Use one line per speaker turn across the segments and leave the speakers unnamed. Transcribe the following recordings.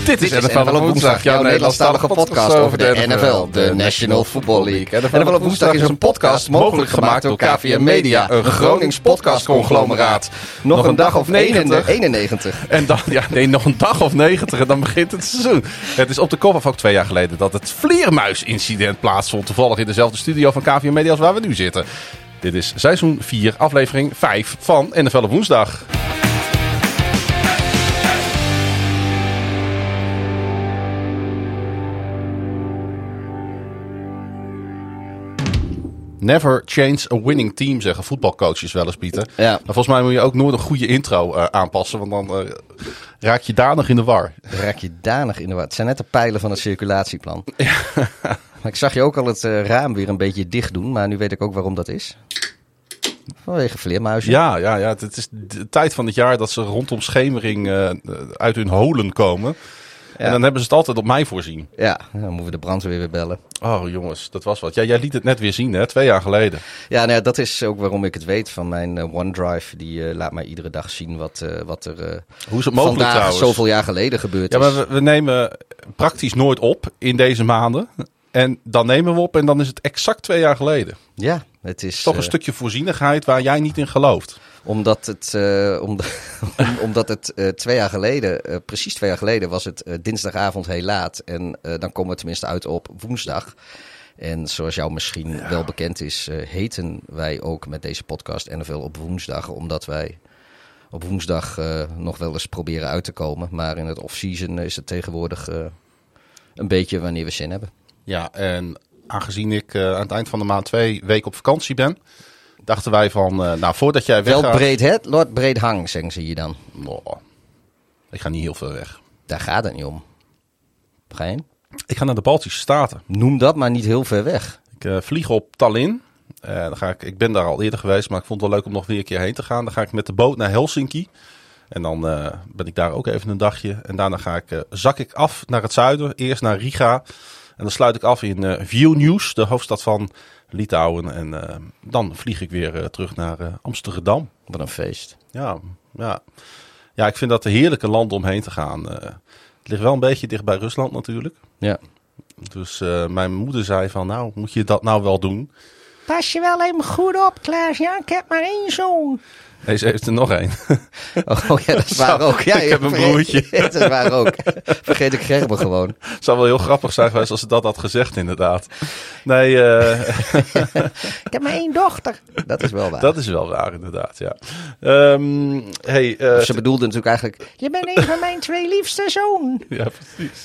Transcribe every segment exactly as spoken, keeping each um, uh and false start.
Dit is N F L op woensdag, jouw Nederlandstalige podcast over de N F L, de National Football League. N F L op woensdag is een podcast mogelijk gemaakt door K V M Media, een Gronings podcastconglomeraat. Nog een dag of eenennegentig. En dan, ja, nee, nog een dag of negentig en dan begint het seizoen. Het is op de kop af ook twee jaar geleden dat het vleermuisincident plaatsvond. Toevallig in dezelfde studio van K V M Media als waar we nu zitten. Dit is seizoen vier, aflevering vijf van N F L op woensdag. Never change a winning team, zeggen voetbalcoaches wel eens, Pieter. Ja. Maar volgens mij moet je ook nooit een goede intro uh, aanpassen, want dan uh, raak je danig in de war.
Raak je danig in de war. Het zijn net de pijlen van het circulatieplan. Ja. Maar ik zag je ook al het uh, raam weer een beetje dicht doen, maar nu weet ik ook waarom dat is. Vanwege vleermuizen.
Ja, ja, ja, het is de tijd van het jaar dat ze rondom schemering uh, uit hun holen komen. Ja. En dan hebben ze het altijd op mij voorzien.
Ja, dan moeten we de brandweer weer bellen.
Oh jongens, dat was wat. Ja, jij liet het net weer zien, hè? Twee jaar geleden.
Ja, nou ja, dat is ook waarom ik het weet van mijn uh, OneDrive. Die uh, laat mij iedere dag zien wat, uh, wat er uh,
Hoe is het mogelijk,
vandaag
trouwens?
Zoveel jaar geleden gebeurd
ja,
is.
Ja, maar we, we nemen praktisch nooit op in deze maanden. En dan nemen we op en dan is het exact twee jaar geleden.
Ja, het is...
Toch een
uh,
stukje voorzienigheid waar jij niet in gelooft.
Omdat het, uh, om, om, omdat het uh, twee jaar geleden, uh, precies twee jaar geleden, was het uh, dinsdagavond heel laat. En uh, dan komen we tenminste uit op woensdag. En zoals jou misschien ja. wel bekend is, uh, heten wij ook met deze podcast N F L op woensdag. Omdat wij op woensdag uh, nog wel eens proberen uit te komen. Maar in het off-season is het tegenwoordig uh, een beetje wanneer we zin hebben.
Ja, en aangezien ik uh, aan het eind van de maand twee weken op vakantie ben, dachten wij van, uh, nou voordat jij weggaat...
Wel breed het, Lord breed hang, zeggen ze hier dan.
Oh, ik ga niet heel ver weg.
Daar gaat het niet om. Ga je heen?
Ik ga naar de Baltische Staten.
Noem dat maar niet heel ver weg.
Ik uh, vlieg op Tallinn. Uh, dan ga ik, ik ben daar al eerder geweest, maar ik vond het wel leuk om nog weer een keer heen te gaan. Dan ga ik met de boot naar Helsinki. En dan uh, ben ik daar ook even een dagje. En daarna ga ik, uh, zak ik af naar het zuiden. Eerst naar Riga. En dan sluit ik af in uh, Vilnius, de hoofdstad van Litouwen. En uh, dan vlieg ik weer uh, terug naar uh, Amsterdam.
Wat een feest.
Ja, ja. ja, ik vind dat een heerlijke land om heen te gaan. Uh, het ligt wel een beetje dicht bij Rusland natuurlijk.
Ja.
Dus uh, mijn moeder zei van, nou, moet je dat nou wel doen?
Pas je wel even goed op, Klaas. Ja, ik heb maar één zoon.
Nee, ze heeft er nog één.
Oh ja, dat is waar ook. Ja,
ik heb een broertje.
Dat is waar ook. Vergeet ik Gerben gewoon.
Het zou wel heel grappig zijn geweest als ze dat had gezegd, inderdaad. Nee, uh...
ik heb maar één dochter.
Dat is wel waar.
Dat is wel waar, inderdaad, ja. Um, hey, uh...
Ze bedoelde natuurlijk eigenlijk...
Je bent een van mijn twee liefste zoon.
Ja, precies.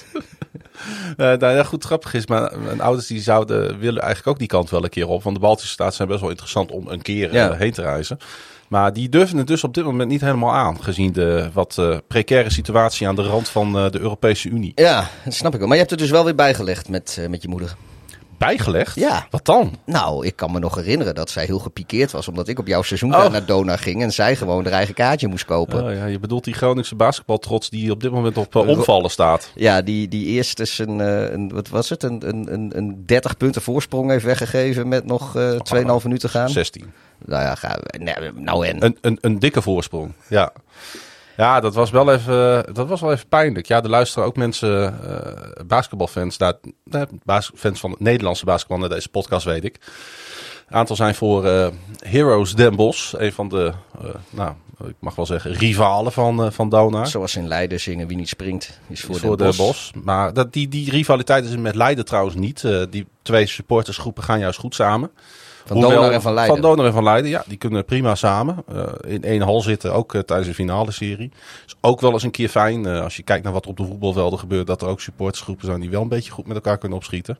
Uh, nou ja, goed, grappig is, maar mijn ouders die zouden willen eigenlijk ook die kant wel een keer op. Want de Baltische Staten zijn best wel interessant om een keer ja. uh, heen te reizen. Maar die durven het dus op dit moment niet helemaal aan, gezien de wat uh, precaire situatie aan de rand van uh, de Europese Unie.
Ja, dat snap ik wel. Maar je hebt het dus wel weer bijgelegd met, uh, met je moeder.
Bijgelegd?
Ja.
Wat dan?
Nou, ik kan me nog herinneren dat zij heel gepikeerd was, omdat ik op jouw seizoenkaart oh. naar Donar ging en zij gewoon haar eigen kaartje moest kopen.
Oh ja, je bedoelt die Groningse basketbaltrots die op dit moment op uh, omvallen staat.
Ja, die, die eerst dus een, uh, een, wat was het, een, een, een dertig punten voorsprong heeft weggegeven met nog uh, twee komma vijf minuten gaan.
zestien.
Nou ja, ga, nee, nou en.
Een, een, een dikke voorsprong, ja. Ja, dat was wel even, dat was wel even pijnlijk. Ja, er luisteren ook mensen, uh, basketbalfans, naar, bas, fans van het Nederlandse basketbal naar deze podcast, weet ik. Een aantal zijn voor uh, Heroes Den Bosch, een van de, uh, nou, ik mag wel zeggen, rivalen van, uh, van Donar.
Zoals ze in Leiden zingen, wie niet springt, is voor,
is
Den,
voor
Bosch.
Den Bosch. Maar dat, die, die rivaliteit is met Leiden trouwens niet. Uh, die twee supportersgroepen gaan juist goed samen.
Van Donar en van Leiden.
Van Donar en van Leiden, ja. Die kunnen prima samen uh, in één hal zitten, ook uh, tijdens de finale serie. Is ook wel eens een keer fijn, uh, als je kijkt naar wat er op de voetbalvelden gebeurt, dat er ook supportersgroepen zijn die wel een beetje goed met elkaar kunnen opschieten.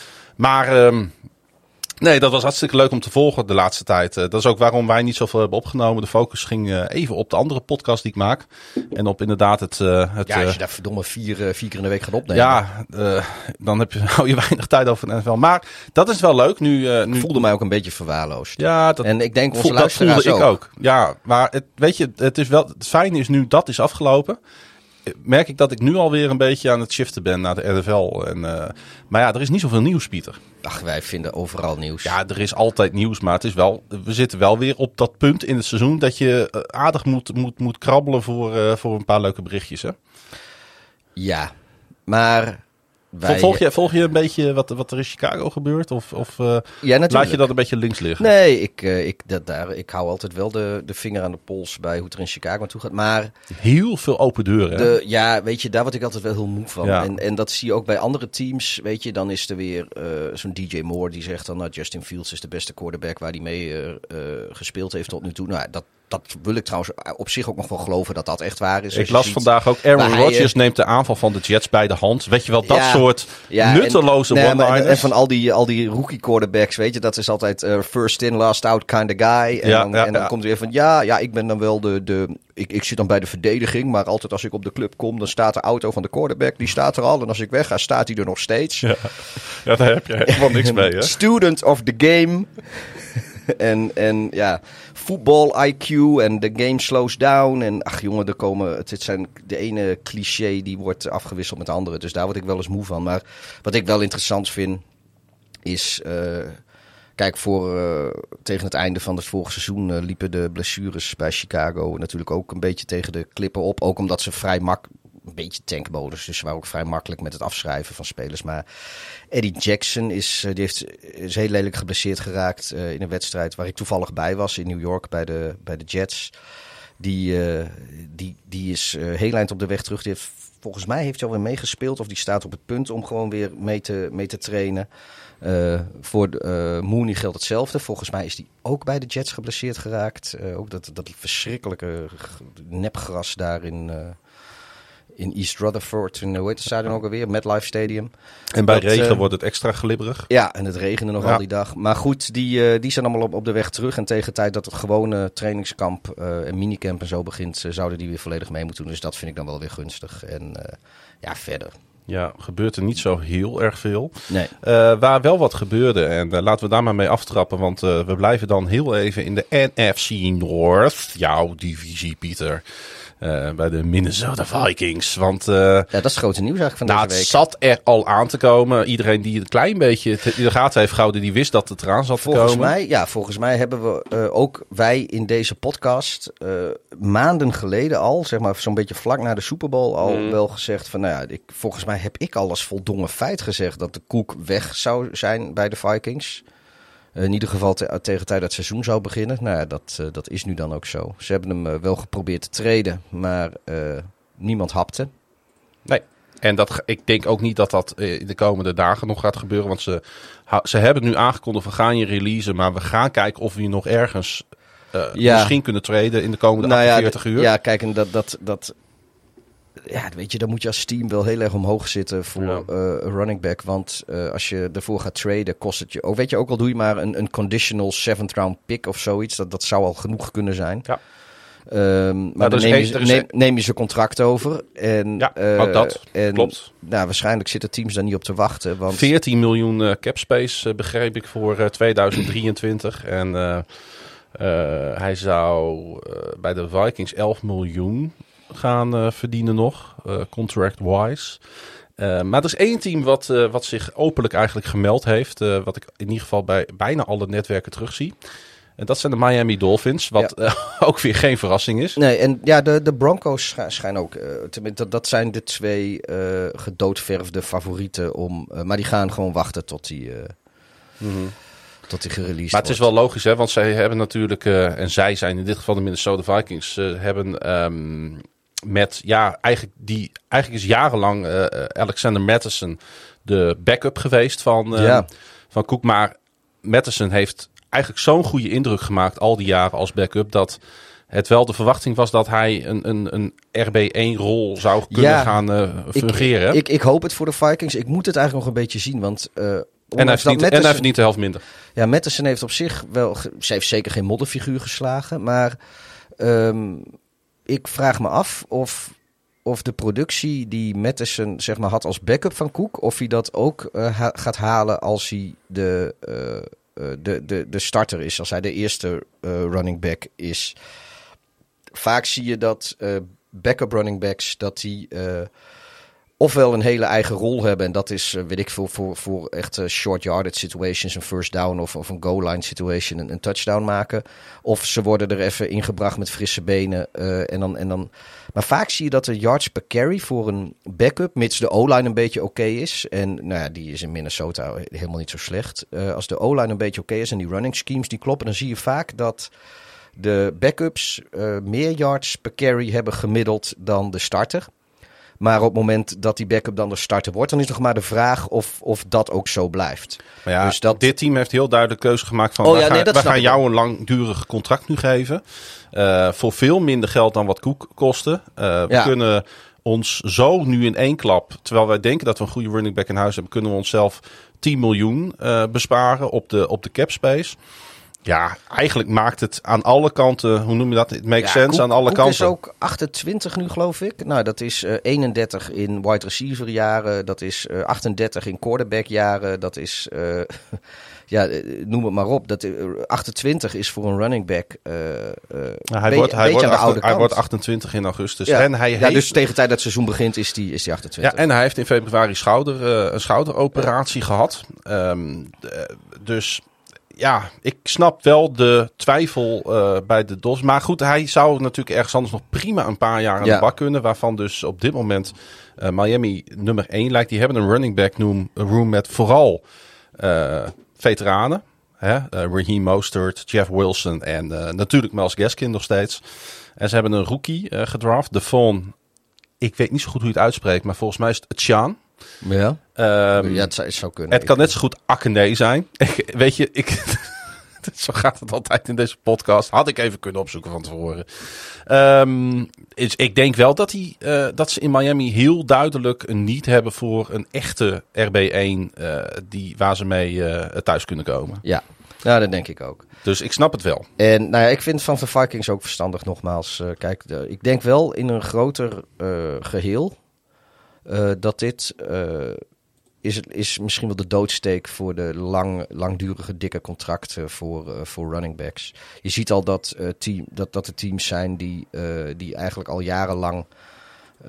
Maar um, nee, dat was hartstikke leuk om te volgen de laatste tijd. Uh, dat is ook waarom wij niet zoveel hebben opgenomen. De focus ging uh, even op de andere podcast die ik maak. En op inderdaad het... Uh, het
ja, als je daar verdomme vier, uh, vier keer in de week gaat opnemen.
Ja, uh, dan heb je, hou je weinig tijd over de N F L. Maar dat is wel leuk. Nu, uh, nu...
Ik voelde mij ook een beetje verwaarloosd.
Ja, dat,
en ik denk onze
voel,
luisteraars
dat voelde
ook.
ik ook. Ja, maar het, weet je, het, is wel, het fijne is nu dat is afgelopen. Merk ik dat ik nu alweer een beetje aan het shiften ben naar de N F L. En, uh, maar ja, er is niet zoveel nieuws, Pieter.
Ach, wij vinden overal nieuws.
Ja, er is altijd nieuws, maar het is wel, we zitten wel weer op dat punt in het seizoen dat je aardig moet, moet, moet krabbelen voor, uh, voor een paar leuke berichtjes, hè?
Ja, maar... Wij,
volg, je, volg je een beetje wat, wat er in Chicago gebeurt? Of, of uh,
ja,
laat je dat een beetje links liggen?
Nee, ik, uh, ik, dat, daar, ik hou altijd wel de, de vinger aan de pols bij hoe het er in Chicago naartoe gaat. Maar
heel veel open deuren.
De, ja, weet je, daar word ik altijd wel heel moe van.
Ja.
En, en dat zie je ook bij andere teams. Weet je, dan is er weer uh, zo'n D J Moore die zegt dan... Nou, Justin Fields is de beste quarterback waar hij mee uh, uh, gespeeld heeft tot nu toe. Nou, dat... Dat wil ik trouwens op zich ook nog wel geloven dat dat echt waar is.
Ik las ziet, vandaag ook, Aaron Rodgers neemt de aanval van de Jets bij de hand. Weet je wel, dat ja, soort ja, nutteloze
en,
one-liners.
En, en van al die, al die rookie quarterbacks, weet je, dat is altijd uh, first in, last out kind of guy. En
ja,
dan,
ja,
en dan
ja.
komt er weer van, ja, ja, ik ben dan wel de... de ik, ik zit dan bij de verdediging, maar altijd als ik op de club kom, dan staat de auto van de quarterback, die staat er al. En als ik weg ga, staat hij er nog steeds.
Ja, ja daar heb je helemaal niks mee, hè?
Student of the game. En, en ja, voetbal I Q en de game slows down. En ach jongen, er komen, het zijn de ene cliché die wordt afgewisseld met de andere. Dus daar word ik wel eens moe van. Maar wat ik wel interessant vind, is... Uh, kijk, voor, uh, tegen het einde van het vorige seizoen uh, liepen de blessures bij Chicago natuurlijk ook een beetje tegen de klippen op. Ook omdat ze vrij makkelijk... Een beetje tankmodus, dus ze waren ook vrij makkelijk met het afschrijven van spelers. Maar Eddie Jackson is, die heeft, is heel lelijk geblesseerd geraakt uh, in een wedstrijd waar ik toevallig bij was in New York bij de, bij de Jets. Die, uh, die, die is uh, heel eind op de weg terug. Die heeft, volgens mij heeft hij alweer meegespeeld of die staat op het punt om gewoon weer mee te, mee te trainen. Uh, voor uh, Mooney geldt hetzelfde. Volgens mij is die ook bij de Jets geblesseerd geraakt. Uh, ook dat, dat verschrikkelijke nepgras daar in... Uh, In East Rutherford, in, hoe heet het stadion ook alweer? MetLife Stadium.
En bij
dat,
regen uh, wordt het extra glibberig.
Ja, en het regende nog ja. al die dag. Maar goed, die, uh, die zijn allemaal op, op de weg terug. En tegen de tijd dat het gewone trainingskamp uh, en minicamp en zo begint... Uh, zouden die weer volledig mee moeten doen. Dus dat vind ik dan wel weer gunstig. En uh, ja, verder...
Ja, gebeurt er niet zo heel erg veel.
Nee.
Uh, waar wel wat gebeurde, en uh, laten we daar maar mee aftrappen, want uh, we blijven dan heel even in de N F C North, jouw divisie, Pieter. Uh, bij de Minnesota Vikings. Want, uh,
ja, dat is het grote nieuws eigenlijk van
nou,
deze week.
Het zat er al aan te komen. Iedereen die een klein beetje in de gaten heeft gehouden, die wist dat het eraan zat
volgens
te komen.
Mij, ja, volgens mij hebben we uh, ook wij in deze podcast uh, maanden geleden al, zeg maar zo'n beetje vlak na de Super Bowl al mm. wel gezegd van, nou ja, ik, volgens mij heb ik al als voldongen feit gezegd dat de koek weg zou zijn bij de Vikings. Uh, in ieder geval te, tegen de tijd dat het seizoen zou beginnen. Nou ja, dat, uh, dat is nu dan ook zo. Ze hebben hem uh, wel geprobeerd te traden, maar uh, niemand hapte.
Nee, en dat, ik denk ook niet dat dat uh, in de komende dagen nog gaat gebeuren. Want ze, ha, ze hebben nu aangekondigd, we gaan je releasen, maar we gaan kijken of we je nog ergens uh, ja. misschien kunnen traden in de komende nou achtenveertig
ja,
uur.
Ja, kijk, en dat... dat, dat Ja, weet je, dan moet je als team wel heel erg omhoog zitten voor ja. uh, een running back. Want uh, als je ervoor gaat traden, kost het je ook. Weet je, ook al doe je maar een, een conditional seventh round pick of zoiets. Dat, dat zou al genoeg kunnen zijn.
Ja.
Um, maar nou, dan neem je, neem, neem je zijn contract over. En,
ja,
uh,
ook dat.
En,
klopt.
Nou, waarschijnlijk zitten teams daar niet op te wachten. Want...
veertien miljoen uh, cap space uh, begreep ik voor uh, tweeduizend drieëntwintig. En uh, uh, hij zou uh, bij de Vikings elf miljoen... gaan uh, verdienen nog, uh, contract-wise. Uh, maar er is één team wat, uh, wat zich openlijk eigenlijk gemeld heeft. Uh, wat ik in ieder geval bij bijna alle netwerken terugzie. En dat zijn de Miami Dolphins. Wat ja. uh, ook weer geen verrassing is.
Nee, en ja, de, de Broncos schijnen ook. Uh, tenminste, dat, dat zijn de twee uh, gedoodverfde favorieten. Om, uh, maar die gaan gewoon wachten tot die... Uh, mm-hmm. Tot die gereleased
Maar het is wel logisch, hè? Want zij hebben natuurlijk... Uh, en zij zijn in dit geval de Minnesota Vikings... Uh, hebben... Um, Met, ja, eigenlijk, die, eigenlijk is jarenlang uh, Alexander Mattison de backup geweest van, uh, ja. van Cook. Maar Mattison heeft eigenlijk zo'n goede indruk gemaakt al die jaren als backup... dat het wel de verwachting was dat hij een, een, een R B één rol zou kunnen ja, gaan uh, fungeren.
Ik, ik, ik hoop het voor de Vikings. Ik moet het eigenlijk nog een beetje zien, want... Uh,
en, hij verdient, Mattison, en hij verdient de helft minder.
Ja, Mattison heeft op zich wel... Ze heeft zeker geen modderfiguur geslagen, maar... Um, ik vraag me af of, of de productie die Mattison zeg maar, had als backup van Cook... of hij dat ook uh, ha- gaat halen als hij de, uh, uh, de, de, de starter is. Als hij de eerste uh, running back is. Vaak zie je dat uh, backup running backs... dat die uh, ofwel een hele eigen rol hebben. En dat is, uh, weet ik veel, voor, voor echt uh, short yardage situations, een first down of, of een goal line situation, een, een touchdown maken. Of ze worden er even ingebracht met frisse benen. Uh, en dan, en dan... Maar vaak zie je dat de yards per carry voor een backup, mits de O-line een beetje oké okay is. En nou ja, die is in Minnesota helemaal niet zo slecht. Uh, als de O-line een beetje oké okay is en die running schemes die kloppen, dan zie je vaak dat de backups uh, meer yards per carry hebben gemiddeld dan de starter. Maar op het moment dat die backup dan de starter wordt, dan is nog maar de vraag of, of dat ook zo blijft.
Maar ja,
dus dat...
dit team heeft heel duidelijk de keuze gemaakt van,
oh,
we
ja,
gaan,
nee,
we gaan jou een langdurig contract nu geven. Uh, voor veel minder geld dan wat Cook kostte. Uh, we ja. kunnen ons zo nu in één klap, terwijl wij denken dat we een goede running back in huis hebben, kunnen we onszelf tien miljoen uh, besparen op de, op de cap space. Ja, eigenlijk maakt het aan alle kanten, hoe noem je dat? Het makes ja, sense Cook, aan alle
Cook
kanten.
Is ook achtentwintig nu, geloof ik. Nou, dat is uh, eenendertig in wide receiver jaren. Dat is uh, achtendertig in quarterback jaren. Dat is, uh, ja, noem het maar op. Dat, uh, achtentwintig is voor een running back uh, uh,
ja, hij, be- wordt, hij, wordt achter, hij wordt achtentwintig in augustus.
Ja,
en hij
ja
heeft,
dus tegen de tijd dat het seizoen begint is die, is die achtentwintig.
Ja, en hij heeft in februari schouder, uh, een schouderoperatie ja. gehad. Um, d- dus... Ja, ik snap wel de twijfel uh, bij de Dos. Maar goed, hij zou natuurlijk ergens anders nog prima een paar jaar aan ja. de bak kunnen. Waarvan dus op dit moment uh, Miami nummer één lijkt. Die hebben een running back noem, room met vooral uh, veteranen. Hè? Uh, Raheem Mostert, Jeff Wilson en uh, natuurlijk Myles Gaskin nog steeds. En ze hebben een rookie uh, gedraft. Devon, ik weet niet zo goed hoe je het uitspreekt. Maar volgens mij is het Chan.
Ja,
um,
ja het, zou, het zou kunnen.
Het kan net zo goed Akene zijn. Ik, weet je, ik, zo gaat het altijd in deze podcast. Had ik even kunnen opzoeken van tevoren. Um, is, ik denk wel dat, die, uh, dat ze in Miami heel duidelijk een need hebben voor een echte R B één uh, die, waar ze mee uh, thuis kunnen komen.
Ja. Ja, dat denk ik ook.
Dus ik snap het wel.
En nou ja, ik vind van de Vikings ook verstandig nogmaals. Uh, kijk, de, ik denk wel in een groter uh, geheel... Uh, dat dit uh, is, is misschien wel de doodsteek voor de lang, langdurige, dikke contracten voor, uh, voor running backs. Je ziet al dat, uh, team, dat, dat er teams zijn die, uh, die eigenlijk al jarenlang uh,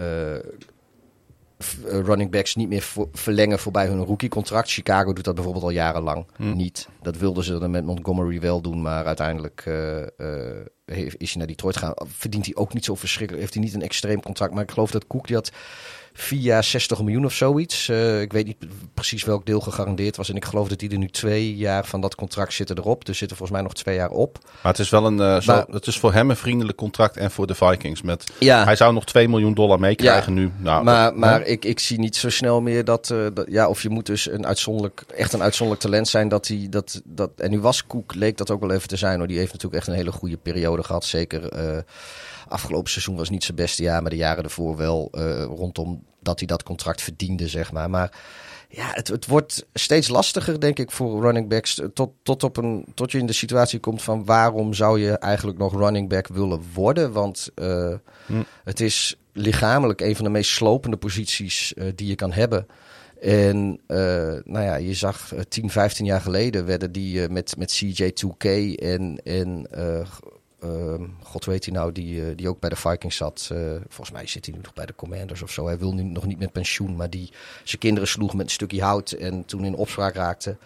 f- running backs niet meer vo- verlengen voorbij hun rookiecontract. Chicago doet dat bijvoorbeeld al jarenlang hmm. niet. Dat wilden ze dan met Montgomery wel doen, maar uiteindelijk uh, uh, is hij naar Detroit gegaan. Verdient hij ook niet zo verschrikkelijk. Heeft hij niet een extreem contract, maar ik geloof dat Cook die had vier jaar zestig miljoen of zoiets. Uh, ik weet niet precies welk deel gegarandeerd was. En ik geloof dat die er nu twee jaar van dat contract zitten erop. Dus zitten volgens mij nog twee jaar op.
Maar het is wel een... Uh, zo, maar, het is voor hem een vriendelijk contract en voor de Vikings. Met,
ja.
Hij zou nog twee miljoen dollar meekrijgen ja. nu. Nou,
maar
dat,
maar ik, ik zie niet zo snel meer dat, uh, dat... Ja, of je moet dus een uitzonderlijk, echt een uitzonderlijk talent zijn. Dat hij dat, dat, en nu was Cook, leek dat ook wel even te zijn. Hoor. Die heeft natuurlijk echt een hele goede periode gehad. Zeker... Uh, Afgelopen seizoen was niet zijn beste jaar, maar de jaren ervoor wel uh, rondom dat hij dat contract verdiende, zeg maar. Maar ja, het, het wordt steeds lastiger, denk ik, voor running backs. Tot, tot, op een, tot je in de situatie komt van waarom zou je eigenlijk nog running back willen worden? Want uh, hm. het is lichamelijk een van de meest slopende posities uh, die je kan hebben. En uh, nou ja, je zag uh, tien, vijftien jaar geleden werden die uh, met, met C J twee K en... en uh, Uh, God weet hij nou, die, uh, die ook bij de Vikings zat. Uh, volgens mij zit hij nu nog bij de Commanders of zo. Hij wil nu nog niet met pensioen, maar die zijn kinderen sloeg met een stukje hout en toen in opspraak raakte.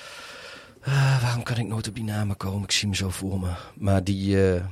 Uh, waarom kan ik nooit op die namen komen? Ik zie hem zo voor me. Maar die... Uh, uh,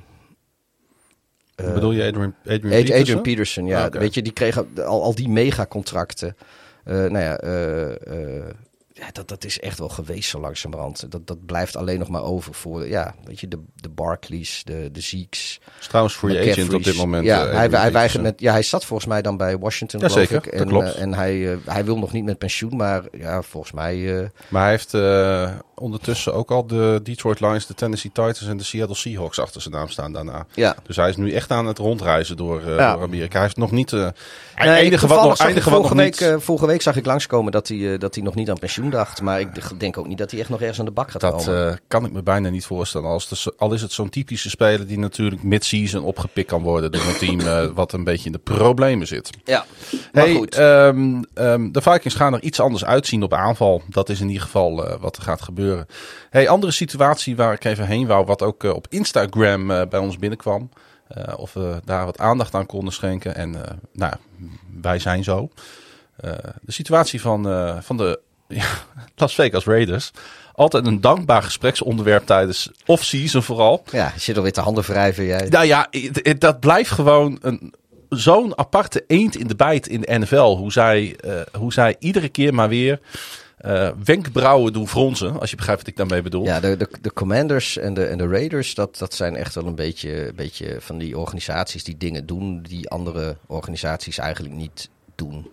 bedoel je Adrian, Adrian
Adrian
Peterson?
Adrian Peterson, ja. Okay. Weet je, die kregen al, al die megacontracten. Uh, nou ja, uh, uh, Ja, dat, dat is echt wel geweest zo langzamerhand. Dat, dat blijft alleen nog maar over voor ja, weet je, de, de Barkleys, de, de Zeeks.
Is trouwens free agent op dit moment.
Ja,
uh,
hij, hij, weigert met, ja, hij zat volgens mij dan bij Washington,
ja,
geloof
zeker,
ik. En,
klopt.
Uh, en hij, uh, hij wil nog niet met pensioen, maar ja, volgens mij... Uh...
Maar hij heeft uh, ondertussen ook al de Detroit Lions, de Tennessee Titans en de Seattle Seahawks achter zijn naam staan daarna.
Ja.
Dus hij is nu echt aan het rondreizen door, uh,
ja.
door Amerika. Hij heeft nog niet... Uh,
nee,
enige wat nog, enige wat nog
week,
niet...
Uh, vorige week zag ik langskomen dat hij, uh, dat hij nog niet aan pensioen dacht. Maar ik denk ook niet dat hij echt nog ergens aan de bak gaat
dat,
komen.
Dat uh, kan ik me bijna niet voorstellen. Als de, al is het zo'n typische speler die natuurlijk mid-season opgepikt kan worden door een team uh, wat een beetje in de problemen zit.
Ja, maar
hey,
goed.
Um, um, de Vikings gaan er iets anders uitzien op aanval. Dat is in ieder geval uh, wat er gaat gebeuren. Hey, andere situatie waar ik even heen wou, wat ook uh, op Instagram uh, bij ons binnenkwam. Uh, of we daar wat aandacht aan konden schenken. En uh, nou, wij zijn zo. Uh, de situatie van, uh, van de ja, Las Vegas Raiders. Altijd een dankbaar gespreksonderwerp tijdens off-season vooral.
Ja, je zit alweer te handen wrijven jij.
Nou ja, het, het, dat blijft gewoon een, zo'n aparte eend in de bijt in de N F L. Hoe zij, uh, hoe zij iedere keer maar weer uh, wenkbrauwen doen fronsen. Als je begrijpt wat ik daarmee bedoel.
Ja, de, de, de Commanders en de, en de Raiders, dat, dat zijn echt wel een beetje, beetje van die organisaties die dingen doen die andere organisaties eigenlijk niet doen.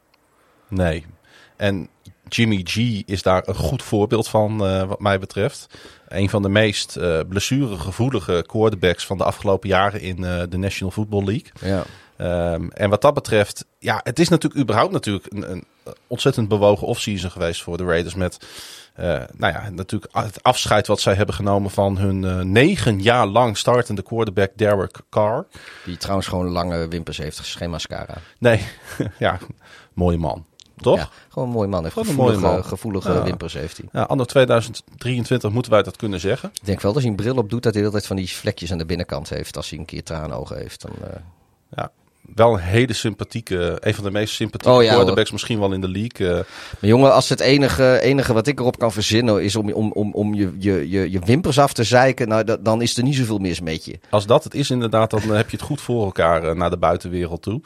Nee. En Jimmy G is daar een goed voorbeeld van, uh, wat mij betreft. Een van de meest uh, blessuregevoelige quarterbacks van de afgelopen jaren in uh, de National Football League.
Ja.
Um, en wat dat betreft, ja, het is natuurlijk überhaupt natuurlijk een, een ontzettend bewogen offseason geweest voor de Raiders. Met, uh, nou ja, natuurlijk het afscheid wat zij hebben genomen van hun uh, negen jaar lang startende quarterback Derek Carr.
Die trouwens gewoon lange wimpers heeft, geen mascara.
Nee, ja, mooie man. Toch?
Ja, gewoon een mooi man. Heeft
Gewoon
gevoelige,
een mooie man.
gevoelige
Ja.
wimpers heeft hij.
Ja, anno tweeduizend drieëntwintig moeten wij dat kunnen zeggen.
Ik denk wel dat hij een bril op doet, dat hij altijd van die vlekjes aan de binnenkant heeft. Als hij een keer traanogen heeft. Dan, uh...
Ja, wel een hele sympathieke, een van de meest sympathieke
Oh ja,
quarterbacks misschien wel in de league. Uh,
Maar jongen, als het enige, enige wat ik erop kan verzinnen is om, om, om, om je, je, je, je wimpers af te zeiken, nou, dat, dan is er niet zoveel mis met je.
als dat het is inderdaad, dan heb je het goed voor elkaar uh, naar de buitenwereld toe.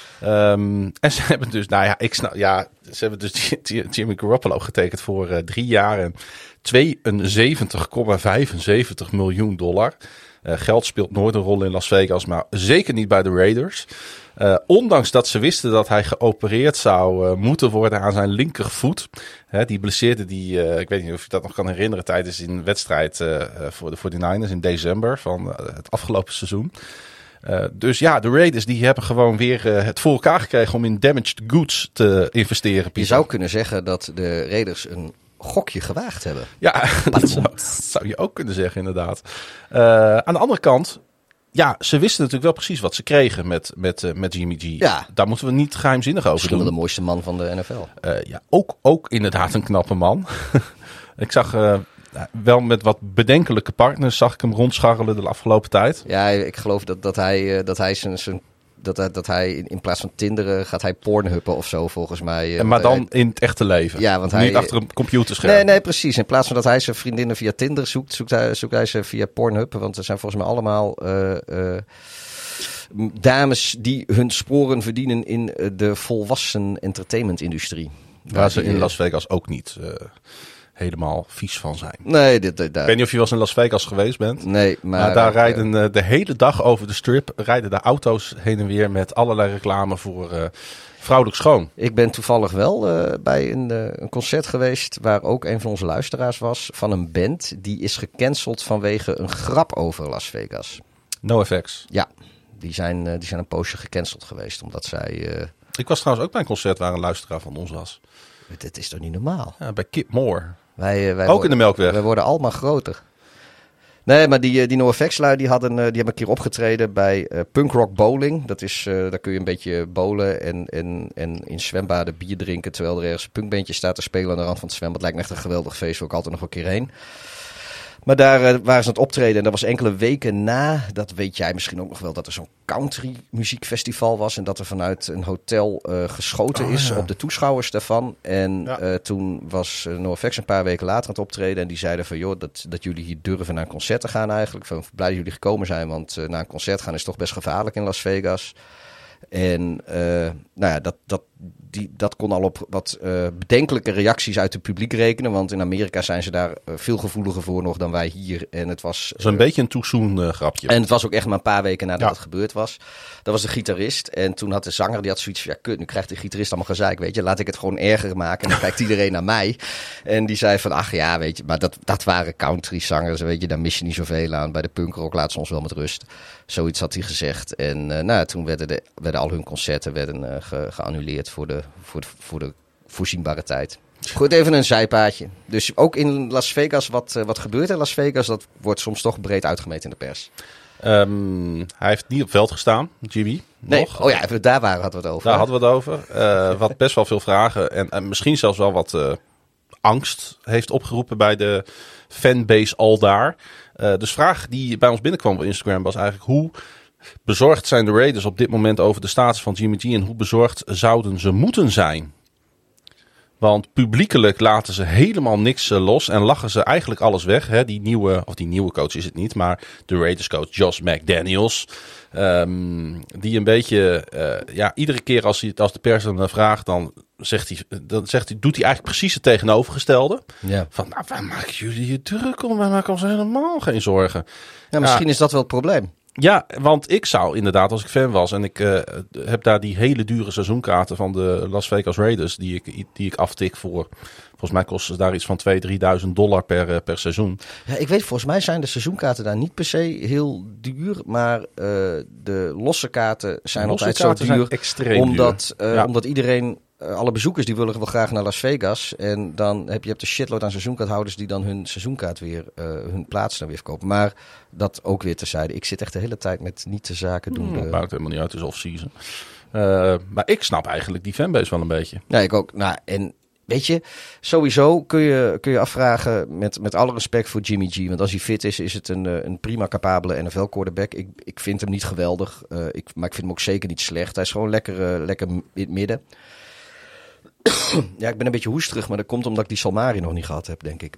Um, en ze hebben dus, nou ja, ik snap, ja, ze hebben dus Jimmy Garoppolo getekend voor uh, drie jaar en tweeënzeventig komma vijfenzeventig miljoen dollar. Uh, geld speelt nooit een rol in Las Vegas, maar zeker niet bij de Raiders. Uh, ondanks dat ze wisten dat hij geopereerd zou uh, moeten worden aan zijn linkervoet. Hè, die blesseerde die, uh, ik weet niet of je dat nog kan herinneren, tijdens een wedstrijd uh, voor de forty-niners in december van uh, het afgelopen seizoen. Uh, dus ja, de Raiders die hebben gewoon weer uh, het voor elkaar gekregen om in damaged goods te investeren. Pieter.
Je zou kunnen zeggen dat de Raiders een gokje gewaagd hebben.
Ja, dat zou, dat zou je ook kunnen zeggen inderdaad. Uh, aan de andere kant, ja, ze wisten natuurlijk wel precies wat ze kregen met, met, uh, met Jimmy G.
Ja.
Daar moeten we niet geheimzinnig over
Misschien
doen.
wel de mooiste man van de N F L.
Uh, ja, ook, ook inderdaad een knappe man. Ik zag uh, wel met wat bedenkelijke partners zag ik hem rondscharrelen de afgelopen tijd.
Ja, ik geloof dat, dat hij, dat hij zijn... zijn Dat, hij- dat hij in in plaats van Tinderen gaat hij Pornhuppen of zo volgens mij.
En maar dan in het echte leven.
Ja, want
Niet
hij-
achter een computerscherm.
Nee, nee, precies. In plaats van dat hij zijn vriendinnen via Tinder zoekt, zoekt hij, zoekt hij ze via Pornhub. Want er zijn volgens mij allemaal uh, uh, dames die hun sporen verdienen in uh, de volwassen entertainment-industrie.
Waar ze
die,
in
uh,
Las Vegas ook niet uh, helemaal vies van zijn.
Nee, dit, dit,
Ik
daar-
weet niet of je wel eens in Las Vegas geweest bent.
nee, maar...
Maar daar
uh,
rijden uh, de hele dag over de strip rijden de auto's heen en weer met allerlei reclame voor uh, vrouwelijk schoon.
Ik ben toevallig wel uh, bij een, uh, een concert geweest waar ook een van onze luisteraars was van een band die is gecanceld vanwege een grap over Las Vegas.
NoFX.
Ja, die zijn, uh, die zijn een poosje gecanceld geweest omdat zij... Uh,
Ik was trouwens ook bij een concert waar een luisteraar van ons was.
dit is toch niet normaal?
Ja, bij Kip Moore.
Wij, uh, wij
Ook
worden,
in de Melkweg.
Wij worden allemaal groter. Nee, maar die, uh, die NoFX-lui die, hadden, uh, die hebben een keer opgetreden bij uh, Punk Rock Bowling. Dat is, uh, daar kun je een beetje bowlen en, en, en in zwembaden bier drinken terwijl er ergens een punkbandje staat te spelen aan de rand van het zwembad. Lijkt me echt een geweldig feest, wil ik altijd nog een keer heen. Maar daar uh, waren ze aan het optreden en dat was enkele weken na, dat weet jij misschien ook nog wel, dat er zo'n country muziekfestival was. En dat er vanuit een hotel uh, geschoten
Oh,
is
ja.
op de toeschouwers daarvan. En
Ja.
uh, toen was uh, NoFX een paar weken later aan het optreden. En die zeiden van, joh, dat, dat jullie hier durven naar een concert te gaan eigenlijk. Van, blij dat jullie gekomen zijn, want uh, naar een concert gaan is toch best gevaarlijk in Las Vegas. En uh, nou ja, dat, dat, die, dat kon al op wat uh, bedenkelijke reacties uit het publiek rekenen. Want in Amerika zijn ze daar uh, veel gevoeliger voor nog dan wij hier. En het was...
Dat is een
uh,
beetje een toezoen uh, grapje.
En het was ook echt maar een paar weken nadat
Ja.
het gebeurd was. Dat was de gitarist. En toen had de zanger, die had zoiets van... Ja, kut, nu krijgt de gitarist allemaal gezeik, weet je. Laat ik het gewoon erger maken. En dan kijkt iedereen naar mij. En die zei van, ach ja, weet je. Maar dat, dat waren country zangers, weet je. Daar mis je niet zoveel aan. Bij de punkrock laat ze ons wel met rust. Zoiets had hij gezegd. En uh, nou, ja, toen werden, de, werden al hun concerten werden, uh, ge, geannuleerd voor de, voor, de, voor de voorzienbare tijd. Goed, even een zijpaadje. Dus ook in Las Vegas, wat, uh, wat gebeurt in Las Vegas, dat wordt soms toch breed uitgemeten in de pers.
Um, hij heeft niet op veld gestaan, Jimmy.
Nee,
Nog.
oh ja, even, daar waren hadden we het over.
Daar hadden we het over. Uh, wat best wel veel vragen en, en misschien zelfs wel wat uh, angst heeft opgeroepen bij de fanbase al daar. Uh, dus vraag die bij ons binnenkwam op Instagram was eigenlijk: hoe bezorgd zijn de Raiders op dit moment over de status van Jimmy G en hoe bezorgd zouden ze moeten zijn? Want publiekelijk laten ze helemaal niks uh, los en lachen ze eigenlijk alles weg. Hè? Die nieuwe, of die nieuwe coach is het niet, maar de Raiders coach Josh McDaniels. Um, die een beetje, uh, ja, iedere keer als, hij, als de pers hem vraagt, dan zegt hij, dan zegt hij, doet hij eigenlijk precies het tegenovergestelde.
Ja.
Van, nou, waar maken jullie je druk om? Wij maken ons helemaal geen zorgen.
Ja, misschien
ja.
is dat wel het probleem.
Ja, want ik zou inderdaad, als ik fan was en ik uh, heb daar die hele dure seizoenkaarten van de Las Vegas Raiders die ik, die ik aftik voor, volgens mij kosten ze daar iets van tweeduizend, drieduizend dollar per, per seizoen.
Ja, ik weet, volgens mij zijn de seizoenkaarten daar niet per se heel duur, maar uh, de losse kaarten zijn
losse
altijd
kaarten
zo duur,
zijn extreem
omdat,
duur.
Uh,
ja.
omdat iedereen... alle bezoekers die willen wel graag naar Las Vegas. En dan heb je hebt een shitload aan seizoenkaarthouders die dan hun seizoenkaart weer, uh, hun plaats dan weer verkopen. Maar dat ook weer terzijde. Ik zit echt de hele tijd met niet te zaken doen.
Dat maakt helemaal niet uit, het is off-season. Uh, maar ik snap eigenlijk die fanbase wel een beetje.
Ja, ik ook. Nou, en weet je, sowieso kun je, kun je afvragen met, met alle respect voor Jimmy G. Want als hij fit is, is het een, een prima capabele N F L quarterback. Ik, ik vind hem niet geweldig, uh, ik, maar ik vind hem ook zeker niet slecht. Hij is gewoon lekker, uh, lekker in het midden. Ja, ik ben een beetje hoesterig, maar dat komt omdat ik die Salmari nog niet gehad heb, denk ik.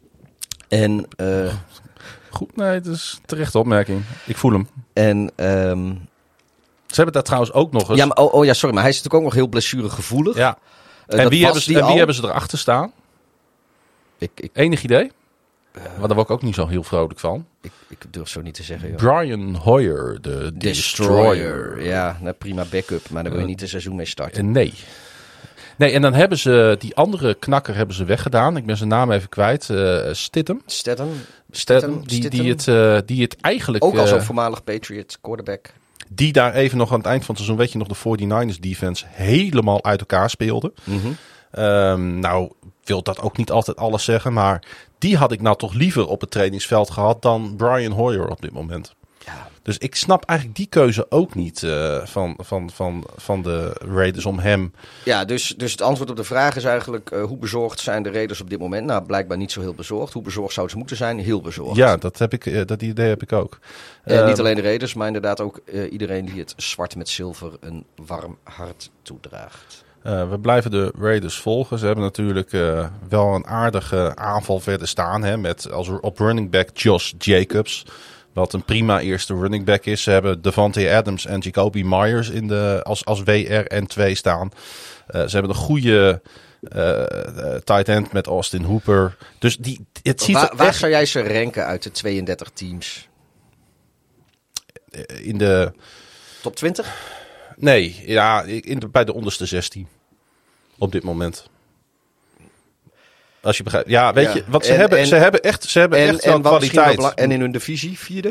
En uh,
goed, nee, het is een terechte opmerking. Ik voel hem.
En um,
ze hebben daar trouwens ook nog eens.
Ja, maar, oh, oh ja, sorry, maar hij is natuurlijk ook nog heel blessuregevoelig.
Ja.
Uh,
en wie, hebben ze, en wie hebben ze erachter staan?
Ik, ik,
Enig idee? Uh, maar daar word ik ook niet zo heel vrolijk van.
Ik, ik durf zo niet te zeggen. Joh.
Brian Hoyer, de Destroyer. Destroyer.
Ja, nou, prima backup, maar daar wil je niet een seizoen mee starten.
Uh, nee. Nee, en dan hebben ze die andere knakker hebben ze weggedaan. Ik ben zijn naam even kwijt. Uh, Stidham.
Stidham.
Stidham. Die, die, het, uh, die het eigenlijk...
Ook al zo'n
uh,
voormalig Patriot quarterback.
Die daar even nog aan het eind van het seizoen, weet je nog, de forty-niners defense helemaal uit elkaar speelde.
Mm-hmm.
Um, nou, wil dat ook niet altijd alles zeggen, maar die had ik nou toch liever op het trainingsveld gehad dan Brian Hoyer op dit moment.
Ja.
Dus ik snap eigenlijk die keuze ook niet uh, van, van, van, van de Raiders om hem.
Ja, dus, dus het antwoord op de vraag is eigenlijk, uh, hoe bezorgd zijn de Raiders op dit moment? Nou, blijkbaar niet zo heel bezorgd. Hoe bezorgd zouden ze moeten zijn? Heel bezorgd.
Ja, dat, heb ik, uh, dat idee heb ik ook.
En
uh,
niet alleen de Raiders, maar inderdaad ook uh, iedereen die het zwart met zilver een warm hart toedraagt.
Uh, we blijven de Raiders volgen. Ze hebben natuurlijk uh, wel een aardige aanval verder staan. Hè, met als op running back Josh Jacobs. Wat een prima eerste running back is. Ze hebben Davante Adams en Jacoby Myers in de, als, als W R N twee staan. Uh, ze hebben een goede uh, uh, tight end met Austin Hooper. Dus die, het ziet
waar,
er
waar
echt...
zou jij ze ranken uit de tweeëndertig teams?
In de...
Top twintig?
Nee, ja, in de, bij de onderste zestien. Op dit moment. Als je begrijpt. Ja, weet ja. je, want ze, en, hebben, en, ze hebben echt, ze hebben
en,
echt wel
en
kwaliteit.
Wel en in hun divisie, vierde?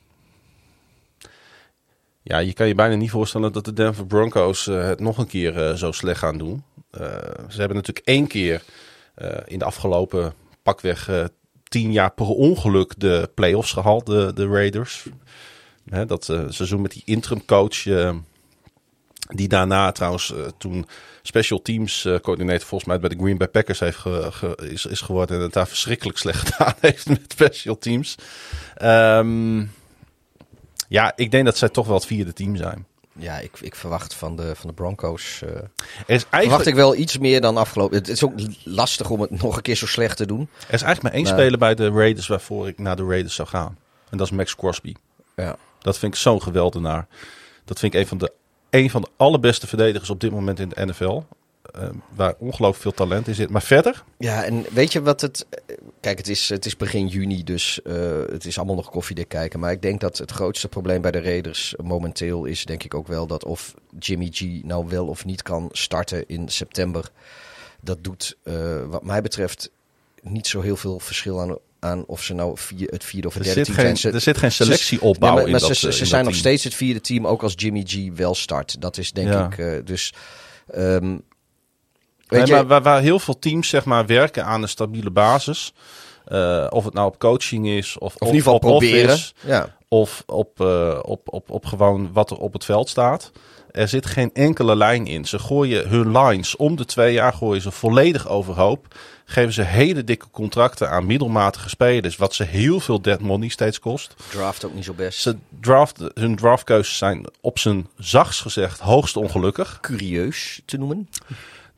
Ja, je kan je bijna niet voorstellen dat de Denver Broncos uh, het nog een keer uh, zo slecht gaan doen. Uh, ze hebben natuurlijk één keer uh, in de afgelopen pakweg uh, tien jaar per ongeluk de playoffs gehaald, de, de Raiders. Hè, dat uh, seizoen met die interim coach, uh, die daarna trouwens uh, toen special teams uh, coördinator volgens mij bij de Green Bay Packers heeft ge, ge, is, is geworden en het daar verschrikkelijk slecht gedaan heeft met special teams. Um, ja, ik denk dat zij toch wel het vierde team zijn.
Ja, ik, ik verwacht van de, van de Broncos. Uh,
er is eigenlijk...
Verwacht ik wel iets meer dan afgelopen. Het is ook lastig om het nog een keer zo slecht te doen.
Er is eigenlijk maar één maar... speler bij de Raiders waarvoor ik naar de Raiders zou gaan. En dat is Max Crosby.
Ja.
Dat vind ik zo'n geweldenaar. Dat vind ik een van de, een van de allerbeste verdedigers op dit moment in de N F L. Uh, waar ongelooflijk veel talent in zit. Maar verder?
Ja, en weet je wat het... Kijk, het is, het is begin juni, dus uh, het is allemaal nog koffiedik kijken. Maar ik denk dat het grootste probleem bij de Raiders momenteel is, denk ik ook wel, dat of Jimmy G nou wel of niet kan starten in september. Dat doet, uh, wat mij betreft, niet zo heel veel verschil aan... aan of ze nou vier, het vierde of het derde team
geen,
zijn.
Er zit geen selectieopbouw
ja, maar, maar
in dat
Ze, ze
in
zijn
dat
nog
team.
steeds het vierde team, ook als Jimmy G wel start. Dat is denk
ja.
ik... Uh, dus... Um,
Nee, maar waar, waar heel veel teams zeg maar werken aan een stabiele basis. Uh, of het nou op coaching is. Of,
of in ieder geval
op
proberen.
Office,
ja.
Of op, uh, op, op, op gewoon wat er op het veld staat. Er zit geen enkele lijn in. Ze gooien hun lines om de twee jaar gooien ze volledig overhoop. Geven ze hele dikke contracten aan middelmatige spelers. Wat ze heel veel dead money steeds kost.
Draft ook niet zo best.
Ze draft, hun draftkeuzes zijn op zijn zachts gezegd hoogst ongelukkig.
Curieus te noemen.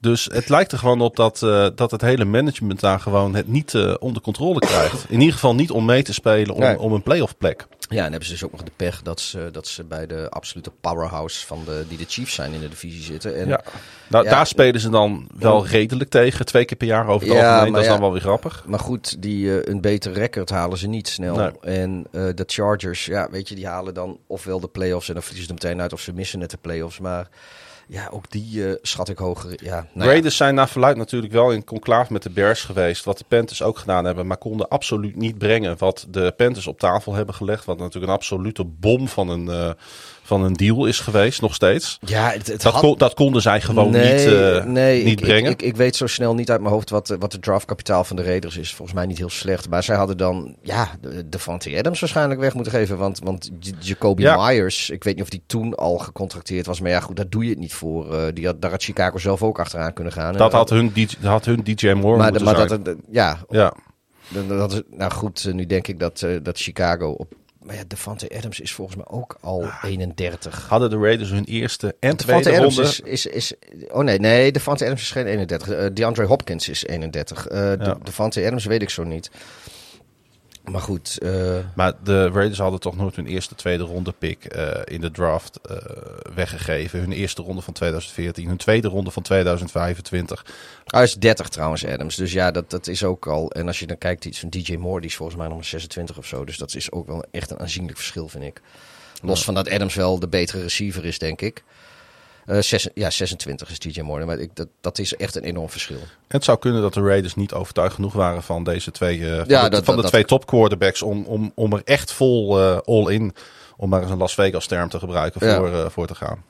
Dus het lijkt er gewoon op dat, uh, dat het hele management daar gewoon het niet uh, onder controle krijgt. In ieder geval niet om mee te spelen om, nee. om een playoff plek.
Ja, en hebben ze dus ook nog de pech dat ze, dat ze bij de absolute powerhouse van de, die de Chiefs zijn in de divisie zitten. En,
ja. Nou, ja, daar spelen ze dan wel
ja.
redelijk tegen. Twee keer per jaar over het
ja,
algemeen. Dat is
ja,
dan wel weer grappig.
Maar goed, die, uh, een beter record halen ze niet snel.
Nee.
En uh, de Chargers, ja, weet je, die halen dan ofwel de playoffs en dan verliezen ze meteen uit of ze missen net de playoffs. Maar ja, ook die uh, schat ik hoger. Ja, nou
Raiders
ja.
zijn naar verluidt natuurlijk wel in conclave met de Bears geweest. Wat de Panthers ook gedaan hebben. Maar konden absoluut niet brengen wat de Panthers op tafel hebben gelegd. Wat natuurlijk een absolute bom van een, uh, van een deal is geweest, nog steeds.
Ja, het, het
dat,
had...
kon, dat konden zij gewoon
nee,
niet, uh,
nee,
niet
ik,
brengen.
Ik, ik, ik weet zo snel niet uit mijn hoofd wat, wat de draftkapitaal van de Raiders is. Volgens mij niet heel slecht. Maar zij hadden dan ja, de Davante Adams waarschijnlijk weg moeten geven. Want, want Jacoby ja. Myers, ik weet niet of die toen al gecontracteerd was. Maar ja, goed, daar doe je het niet voor. Uh, die had, daar had Chicago zelf ook achteraan kunnen gaan.
Dat had hun, D J, had hun D J Moore
maar,
moeten
maar
zijn.
Dat, ja,
ja.
Dat, dat is, nou goed, nu denk ik dat, uh, dat Chicago op... Maar ja, Davante Adams is volgens mij ook al ah. eenendertig.
Hadden de Raiders hun eerste en
Davante
tweede
Adams
ronde...
Is, is, is, oh nee, nee, Davante Adams is geen eenendertig. Uh, DeAndre Hopkins is eenendertig. Uh, ja. Davante Adams weet ik zo niet. Maar goed. Uh...
Maar de Raiders hadden toch nooit hun eerste tweede ronde pick uh, in de draft uh, weggegeven. Hun eerste ronde van tweeduizend veertien. Hun tweede ronde van tweeduizend vijfentwintig.
Hij is dertig trouwens, Adams. Dus ja, dat, dat is ook al... En als je dan kijkt, iets van D J Moore, die is volgens mij nog maar zesentwintig of zo. Dus dat is ook wel echt een aanzienlijk verschil, vind ik. Los ja. van dat Adams wel de betere receiver is, denk ik. Uh, zes, ja, zesentwintig is D J Moore. Maar ik, dat, dat is echt een enorm verschil.
Het zou kunnen dat de Raiders niet overtuigd genoeg waren van deze twee, uh, van
ja,
de,
dat,
van de
dat,
twee
dat...
top quarterbacks om, om, om er echt vol uh, all-in, om maar eens een Las Vegas term te gebruiken, ja. voor, uh, voor te gaan.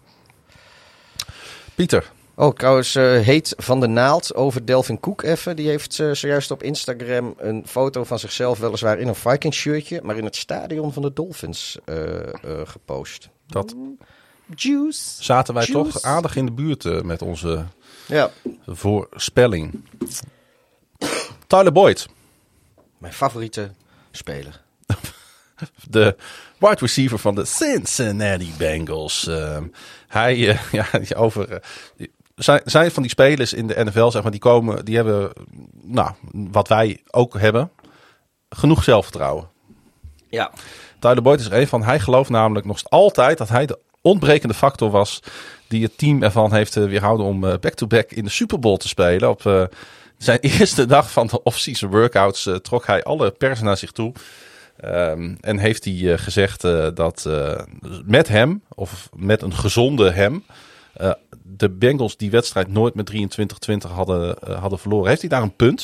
Pieter.
Oh, trouwens, uh, heet Van de Naald over Delvin Cook even. Die heeft uh, zojuist op Instagram een foto van zichzelf, weliswaar in een Vikings shirtje, maar in het stadion van de Dolphins uh, uh, gepost.
Dat
Juice.
Zaten wij
Juice.
toch aardig in de buurt uh, met onze
ja.
voorspelling. Tyler Boyd.
Mijn favoriete speler.
De wide receiver van de Cincinnati Bengals. Uh, hij, uh, ja, over... Uh, zijn, zijn van die spelers in de N F L, zeg maar, die komen, die hebben, nou, wat wij ook hebben, genoeg zelfvertrouwen.
Ja.
Tyler Boyd is er een van. Hij gelooft namelijk nog altijd dat hij de ontbrekende factor was die het team ervan heeft uh, weerhouden om uh, back-to-back in de Super Bowl te spelen. Op uh, zijn eerste dag van de off-season workouts uh, trok hij alle pers naar zich toe. Um, en heeft hij uh, gezegd uh, dat uh, met hem, of met een gezonde hem, uh, de Bengals die wedstrijd nooit met drieëntwintig twintig hadden, uh, hadden verloren. Heeft hij daar een punt?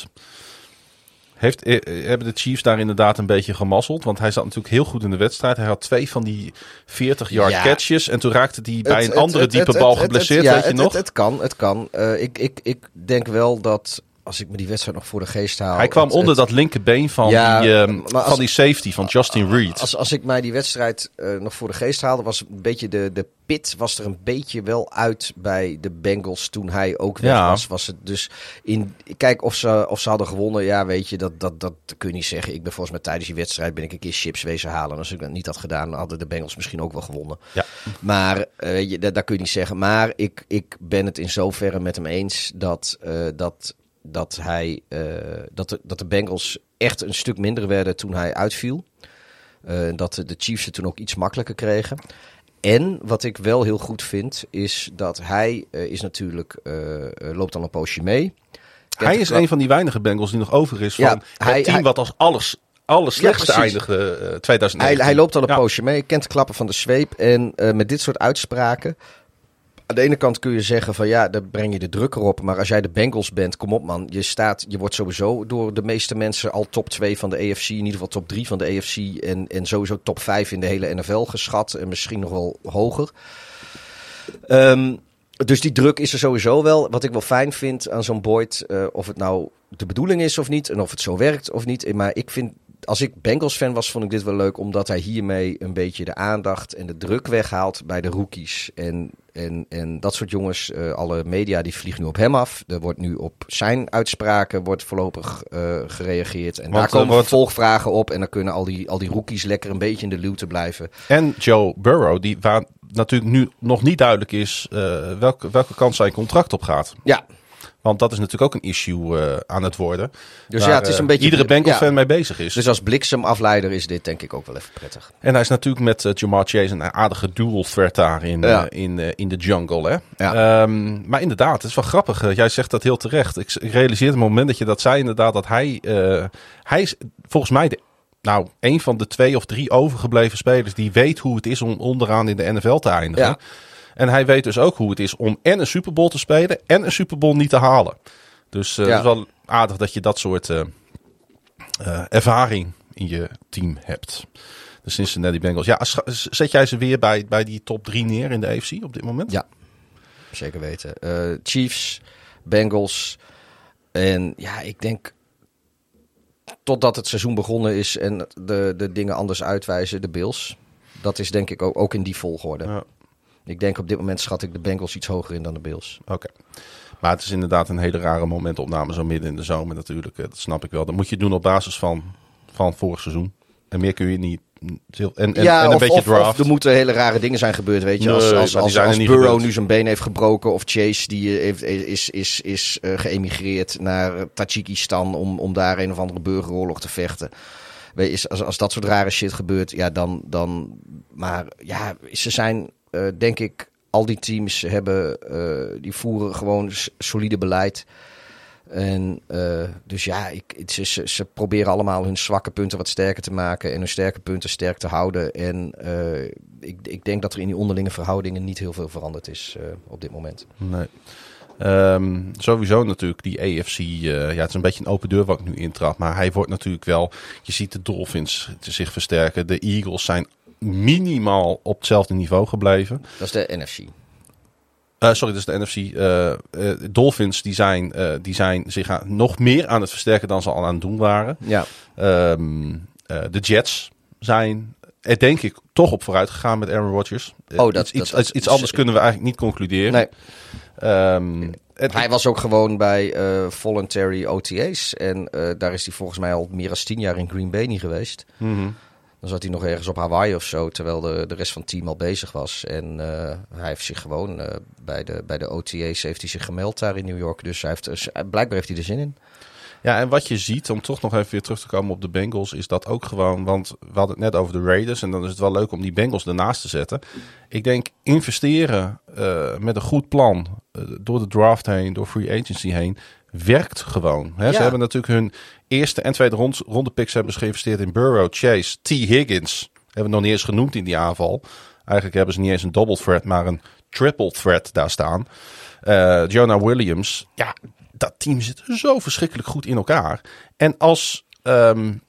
Heeft, uh, hebben de Chiefs daar inderdaad een beetje gemazzeld? Want hij zat natuurlijk heel goed in de wedstrijd. Hij had twee van die veertig yard ja. catches. En toen raakte hij bij het, een andere het, diepe het, bal het, geblesseerd,
het, het,
weet
ja,
je
het,
nog?
Het, het kan, het kan. Uh, ik, ik, ik denk wel dat... Als ik me die wedstrijd nog voor de geest haal...
Hij kwam
het,
onder
het,
dat linkerbeen van,
ja,
die, uh, als, van die safety van Justin Reed.
Als, als ik mij die wedstrijd uh, nog voor de geest haalde... was een beetje de, de pit was er een beetje wel uit bij de Bengals toen hij ook weg
ja.
was. was het dus in, kijk, of ze, of ze hadden gewonnen, ja, weet je, dat, dat, dat kun je niet zeggen. Ik ben volgens mij tijdens die wedstrijd ben ik een keer chips wezen halen. En als ik dat niet had gedaan, hadden de Bengals misschien ook wel gewonnen.
Ja.
Maar uh, je, dat, dat kun je niet zeggen. Maar ik, ik ben het in zoverre met hem eens dat... Uh, dat Dat, hij, uh, dat, de, dat de Bengals echt een stuk minder werden toen hij uitviel. Uh, dat de, de Chiefs het toen ook iets makkelijker kregen. En wat ik wel heel goed vind, is dat hij uh, is natuurlijk uh, loopt al een poosje mee.
Hij is een van die weinige Bengals die nog over is van
ja,
het
hij,
team
hij,
wat als alles, alles slechtste
ja,
eindigde uh, twintig negentien.
Hij, hij loopt al een
ja.
poosje mee, kent de klappen van de zweep. En uh, met dit soort uitspraken... Aan de ene kant kun je zeggen van ja, daar breng je de druk erop. Maar als jij de Bengals bent, kom op man. Je, staat, je wordt sowieso door de meeste mensen al top twee van de A F C. In ieder geval top drie van de A F C. En, en sowieso top vijf in de hele N F L geschat. En misschien nog wel hoger. Um, dus die druk is er sowieso wel. Wat ik wel fijn vind aan zo'n Boyd. Uh, of het nou de bedoeling is of niet. En of het zo werkt of niet. Maar ik vind... Als ik Bengals fan was, vond ik dit wel leuk. Omdat hij hiermee een beetje de aandacht en de druk weghaalt bij de rookies. En, en, en dat soort jongens, uh, alle media die vliegen nu op hem af. Er wordt nu op zijn uitspraken wordt voorlopig uh, gereageerd. En Want, daar komen wordt... vervolgvragen op. En dan kunnen al die, al die rookies lekker een beetje in de luwte blijven.
En Joe Burrow, die waar natuurlijk nu nog niet duidelijk is uh, welke, welke kant zijn contract op gaat.
Ja.
Want dat is natuurlijk ook een issue uh, aan het worden.
Dus ja, het is een beetje...
Iedere Bengals-fan
ja.
mee bezig is.
Dus als bliksemafleider is dit denk ik ook wel even prettig.
En hij is natuurlijk met uh, Jamar Chase een aardige dual threat daar in, ja. uh, in, uh, in de jungle. Hè?
Ja.
Um, maar inderdaad, het is wel grappig. Uh, jij zegt dat heel terecht. Ik, ik realiseerde op het moment dat je dat zei inderdaad dat hij... Uh, hij is volgens mij de, nou, een van de twee of drie overgebleven spelers die weet hoe het is om onderaan in de N F L te eindigen. Ja. En hij weet dus ook hoe het is om en een Super Bowl te spelen en een Super Bowl niet te halen. Dus uh, ja. het is wel aardig dat je dat soort uh, uh, ervaring in je team hebt. De Cincinnati Bengals. Ja, zet jij ze weer bij, bij die top drie neer in de A F C op dit moment?
Ja, zeker weten. Uh, Chiefs, Bengals en ja, ik denk totdat het seizoen begonnen is en de, de dingen anders uitwijzen, de Bills. Dat is denk ik ook, ook in die volgorde. Ja. Ik denk op dit moment schat ik de Bengals iets hoger in dan de Bills.
Oké. Okay. Maar het is inderdaad een hele rare momentopname zo midden in de zomer natuurlijk. Dat snap ik wel. Dat moet je doen op basis van, van vorig seizoen. En meer kun je niet. En, en,
ja,
en een
of,
beetje
of,
draft.
Of er moeten hele rare dingen zijn gebeurd. Weet je, nee, als, als, als, als Burrow gebeurd. nu zijn been heeft gebroken. Of Chase die heeft, is, is, is uh, geëmigreerd naar Tajikistan om, om daar een of andere burgeroorlog te vechten. Weet je, als, als dat soort rare shit gebeurt, ja, dan. dan maar ja, ze zijn, uh, denk ik. Al die teams hebben, uh, die voeren gewoon solide beleid. En uh, dus ja, ik, het, ze, ze proberen allemaal hun zwakke punten wat sterker te maken en hun sterke punten sterk te houden. En uh, ik, ik denk dat er in die onderlinge verhoudingen niet heel veel veranderd is uh, op dit moment.
Nee. Um, sowieso natuurlijk die A F C, uh, ja, het is een beetje een open deur wat ik nu intrap, maar hij wordt natuurlijk wel, je ziet de Dolphins zich versterken, de Eagles zijn minimaal op hetzelfde niveau gebleven.
Dat is de N F C.
Uh, sorry, dat is de N F C. Uh, uh, Dolphins die zijn, uh, die zijn zich aan, nog meer aan het versterken dan ze al aan het doen waren.
Ja.
Um, uh, de Jets zijn er denk ik toch op vooruit gegaan met Aaron Rodgers.
Oh, dat,
iets, iets,
dat,
iets, iets anders kunnen we eigenlijk niet concluderen.
Nee.
Um,
het, hij was ook gewoon bij uh, voluntary O T A's. En uh, daar is hij volgens mij al meer dan tien jaar in Green Bay niet geweest.
Mm-hmm.
Dan zat hij nog ergens op Hawaii of zo, terwijl de, de rest van het team al bezig was. En uh, hij heeft zich gewoon uh, bij, de, bij de O T A's heeft hij zich gemeld daar in New York. Dus hij heeft, uh, blijkbaar heeft hij er zin in.
Ja, en wat je ziet, om toch nog even weer terug te komen op de Bengals, is dat ook gewoon, want we hadden het net over de Raiders en dan is het wel leuk om die Bengals ernaast te zetten. Ik denk investeren uh, met een goed plan, uh, door de draft heen, door free agency heen, werkt gewoon. Hè? Ja. Ze hebben natuurlijk hun eerste en tweede rond, ronde picks hebben ze geïnvesteerd in Burrow, Chase, T. Higgins. Hebben we nog niet eens genoemd in die aanval. Eigenlijk hebben ze niet eens een double threat, maar een triple threat daar staan. Uh, Jonah Williams, ja, dat team zit zo verschrikkelijk goed in elkaar. En als, um,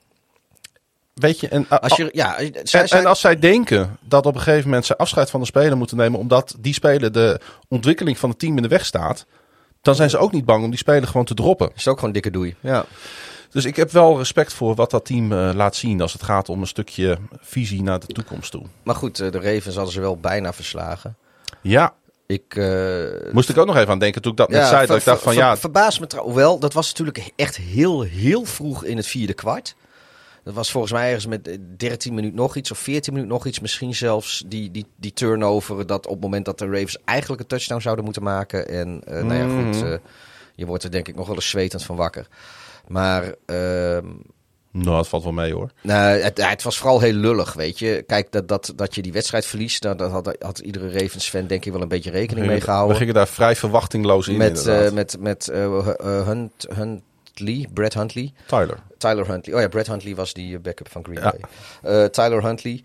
weet je, en,
als je, ja, zij,
en, zij... en als zij denken dat op een gegeven moment ze afscheid van de speler moeten nemen, omdat die speler de ontwikkeling van het team in de weg staat, dan zijn ze ook niet bang om die speler gewoon te droppen.
Is ook gewoon dikke doei. Ja.
Dus ik heb wel respect voor wat dat team uh, laat zien als het gaat om een stukje visie naar de toekomst toe.
Maar goed, de Ravens hadden ze wel bijna verslagen.
Ja.
Ik, uh,
Moest ik ook nog even aan denken toen ik dat net
ja,
zei.
ver,
dat ik dacht van
ver,
ja.
Verbaas me trouwens. Hoewel, dat was natuurlijk echt heel, heel vroeg in het vierde kwart. Dat was volgens mij ergens met dertien minuten nog iets of veertien minuten nog iets. Misschien zelfs die, die, die turnover dat op het moment dat de Ravens eigenlijk een touchdown zouden moeten maken. En uh, nou ja,
Mm-hmm.
goed, uh, je wordt er denk ik nog wel eens zwetend van wakker. Maar uh,
nou, het valt wel mee hoor.
Nou, het, het was vooral heel lullig, weet je. Kijk, dat, dat, dat je die wedstrijd verliest, nou, dat had, had iedere Ravens-fan denk ik wel een beetje rekening mee gehouden.
We gingen daar vrij verwachtingloos in,
met, uh, met, met uh, uh, Hunt, Huntley, Brett Huntley.
Tyler.
Tyler Huntley. Oh ja, Brett Huntley was die backup van Green
ja.
Bay. Uh, Tyler Huntley.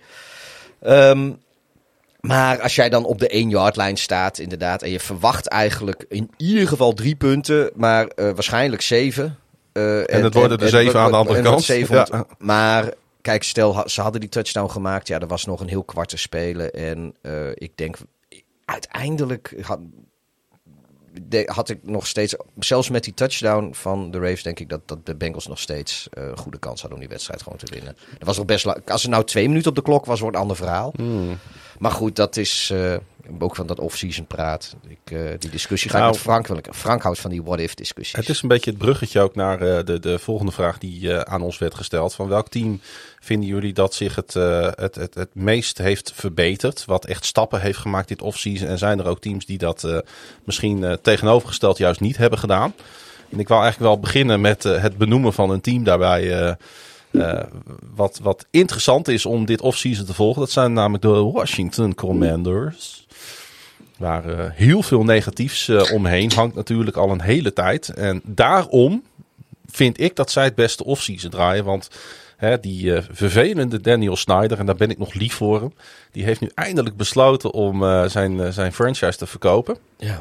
Um, maar als jij dan op de één-yard-lijn staat, inderdaad, en je verwacht eigenlijk in ieder geval drie punten, maar uh, waarschijnlijk zeven. Uh, en,
en het worden er zeven aan de andere kant.
Ja. Maar kijk, stel ze hadden die touchdown gemaakt. Ja, er was nog een heel kwart te spelen. En uh, ik denk, uiteindelijk had, de, had ik nog steeds, zelfs met die touchdown van de Ravens, denk ik dat, dat de Bengals nog steeds uh, een goede kans hadden om die wedstrijd gewoon te winnen. Er was nog best lang, als er nou twee minuten op de klok was, wordt een ander verhaal.
Mm.
Maar goed, dat is uh, ook van dat off-season praat. Ik, uh, die discussie ga
nou,
ik met Frank. Want Frank houdt van die what-if discussies.
Het is een beetje het bruggetje ook naar uh, de, de volgende vraag die uh, aan ons werd gesteld. Van welk team vinden jullie dat zich het, uh, het, het, het meest heeft verbeterd? Wat echt stappen heeft gemaakt dit off-season? En zijn er ook teams die dat uh, misschien uh, tegenovergesteld juist niet hebben gedaan? En ik wil eigenlijk wel beginnen met uh, het benoemen van een team daarbij... Uh, Uh, wat, wat interessant is om dit off-season te volgen. Dat zijn namelijk de Washington Commanders. Waar uh, heel veel negatiefs uh, omheen hangt natuurlijk al een hele tijd. En daarom vind ik dat zij het beste off-season draaien. Want hè, die uh, vervelende Daniel Snyder, en daar ben ik nog lief voor hem. Die heeft nu eindelijk besloten om uh, zijn, uh, zijn franchise te verkopen.
Ja.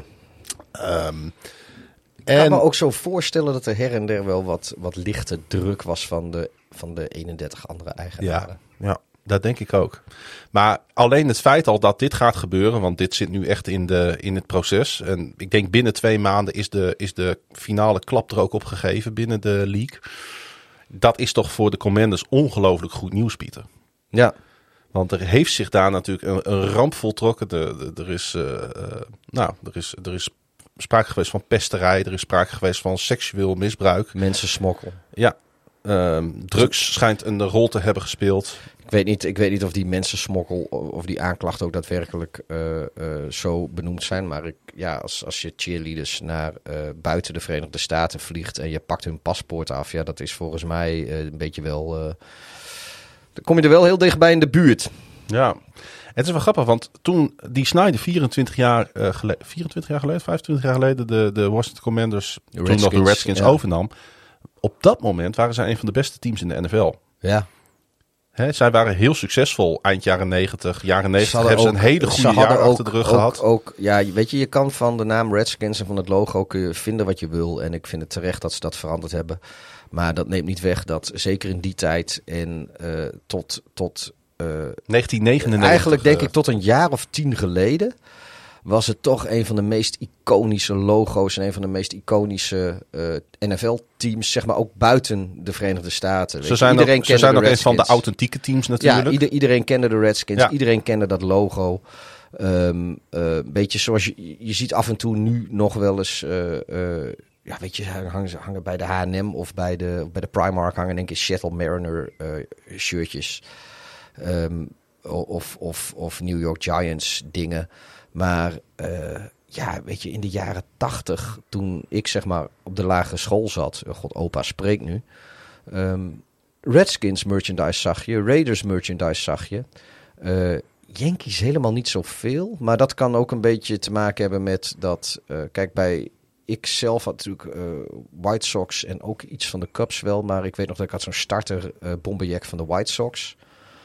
Um,
Ik kan me ook zo voorstellen dat er her en der wel wat, wat lichte druk was van de, van de eenendertig andere eigenaren.
Ja, ja, dat denk ik ook. Maar alleen het feit al dat dit gaat gebeuren, want dit zit nu echt in, de, in het proces. En ik denk binnen twee maanden is de, is de finale klap er ook op gegeven binnen de league. Dat is toch voor de Commanders ongelooflijk goed nieuws, Pieter.
Ja.
Want er heeft zich daar natuurlijk een, een ramp voltrokken. De, de, er is, uh, uh, nou, er is, er is sprake geweest van pesterij. Er is sprake geweest van seksueel misbruik.
Mensensmokkel.
Ja. Um, drugs schijnt een rol te hebben gespeeld.
Ik weet niet, ik weet niet of die mensensmokkel of die aanklachten ook daadwerkelijk uh, uh, zo benoemd zijn. Maar ik, ja, als, als je cheerleaders naar uh, buiten de Verenigde Staten vliegt en je pakt hun paspoort af. Ja, dat is volgens mij uh, een beetje wel... Uh, dan kom je er wel heel dichtbij in de buurt.
Ja. Het is wel grappig, want toen die Snyder vierentwintig jaar, uh, geleden, vierentwintig jaar geleden, vijfentwintig jaar geleden de, de Washington Commanders, de toen nog de Redskins ja. overnam. Op dat moment waren zij een van de beste teams in de N F L.
Ja.
Hè, zij waren heel succesvol eind jaren negentig. Jaren negentig hebben ze ook, een hele goede jaar
ook,
achter de rug
ook,
gehad.
Ook, ja, weet je, je kan van de naam Redskins en van het logo kun je vinden wat je wil. En ik vind het terecht dat ze dat veranderd hebben. Maar dat neemt niet weg dat zeker in die tijd en uh, tot... tot uh,
negentien negenennegentig
Eigenlijk denk uh, ik tot een jaar of tien geleden was het toch een van de meest iconische logo's en een van de meest iconische uh, N F L-teams, zeg maar ook buiten de Verenigde Staten.
Ze zijn iedereen ook, ze zijn ook een van de authentieke teams natuurlijk.
Ja, ieder, iedereen kende de Redskins,
ja.
iedereen kende dat logo. Um, uh, een beetje zoals je, je ziet af en toe nu nog wel eens... Uh, uh, Ja, weet je, hangen, hangen bij de H en M of bij de, bij de Primark hangen denk ik Seattle Mariner uh, shirtjes. Um, of, of, of New York Giants dingen. Maar uh, ja, weet je, in de jaren tachtig, toen ik zeg maar op de lagere school zat. God, opa spreekt nu. Um, Redskins merchandise zag je, Raiders merchandise zag je. Uh, Yankees helemaal niet zoveel. Maar dat kan ook een beetje te maken hebben met dat, uh, kijk bij... Ik zelf had natuurlijk uh, White Sox en ook iets van de Cubs wel. Maar ik weet nog dat ik had zo'n starter uh, bomberjack van de White Sox.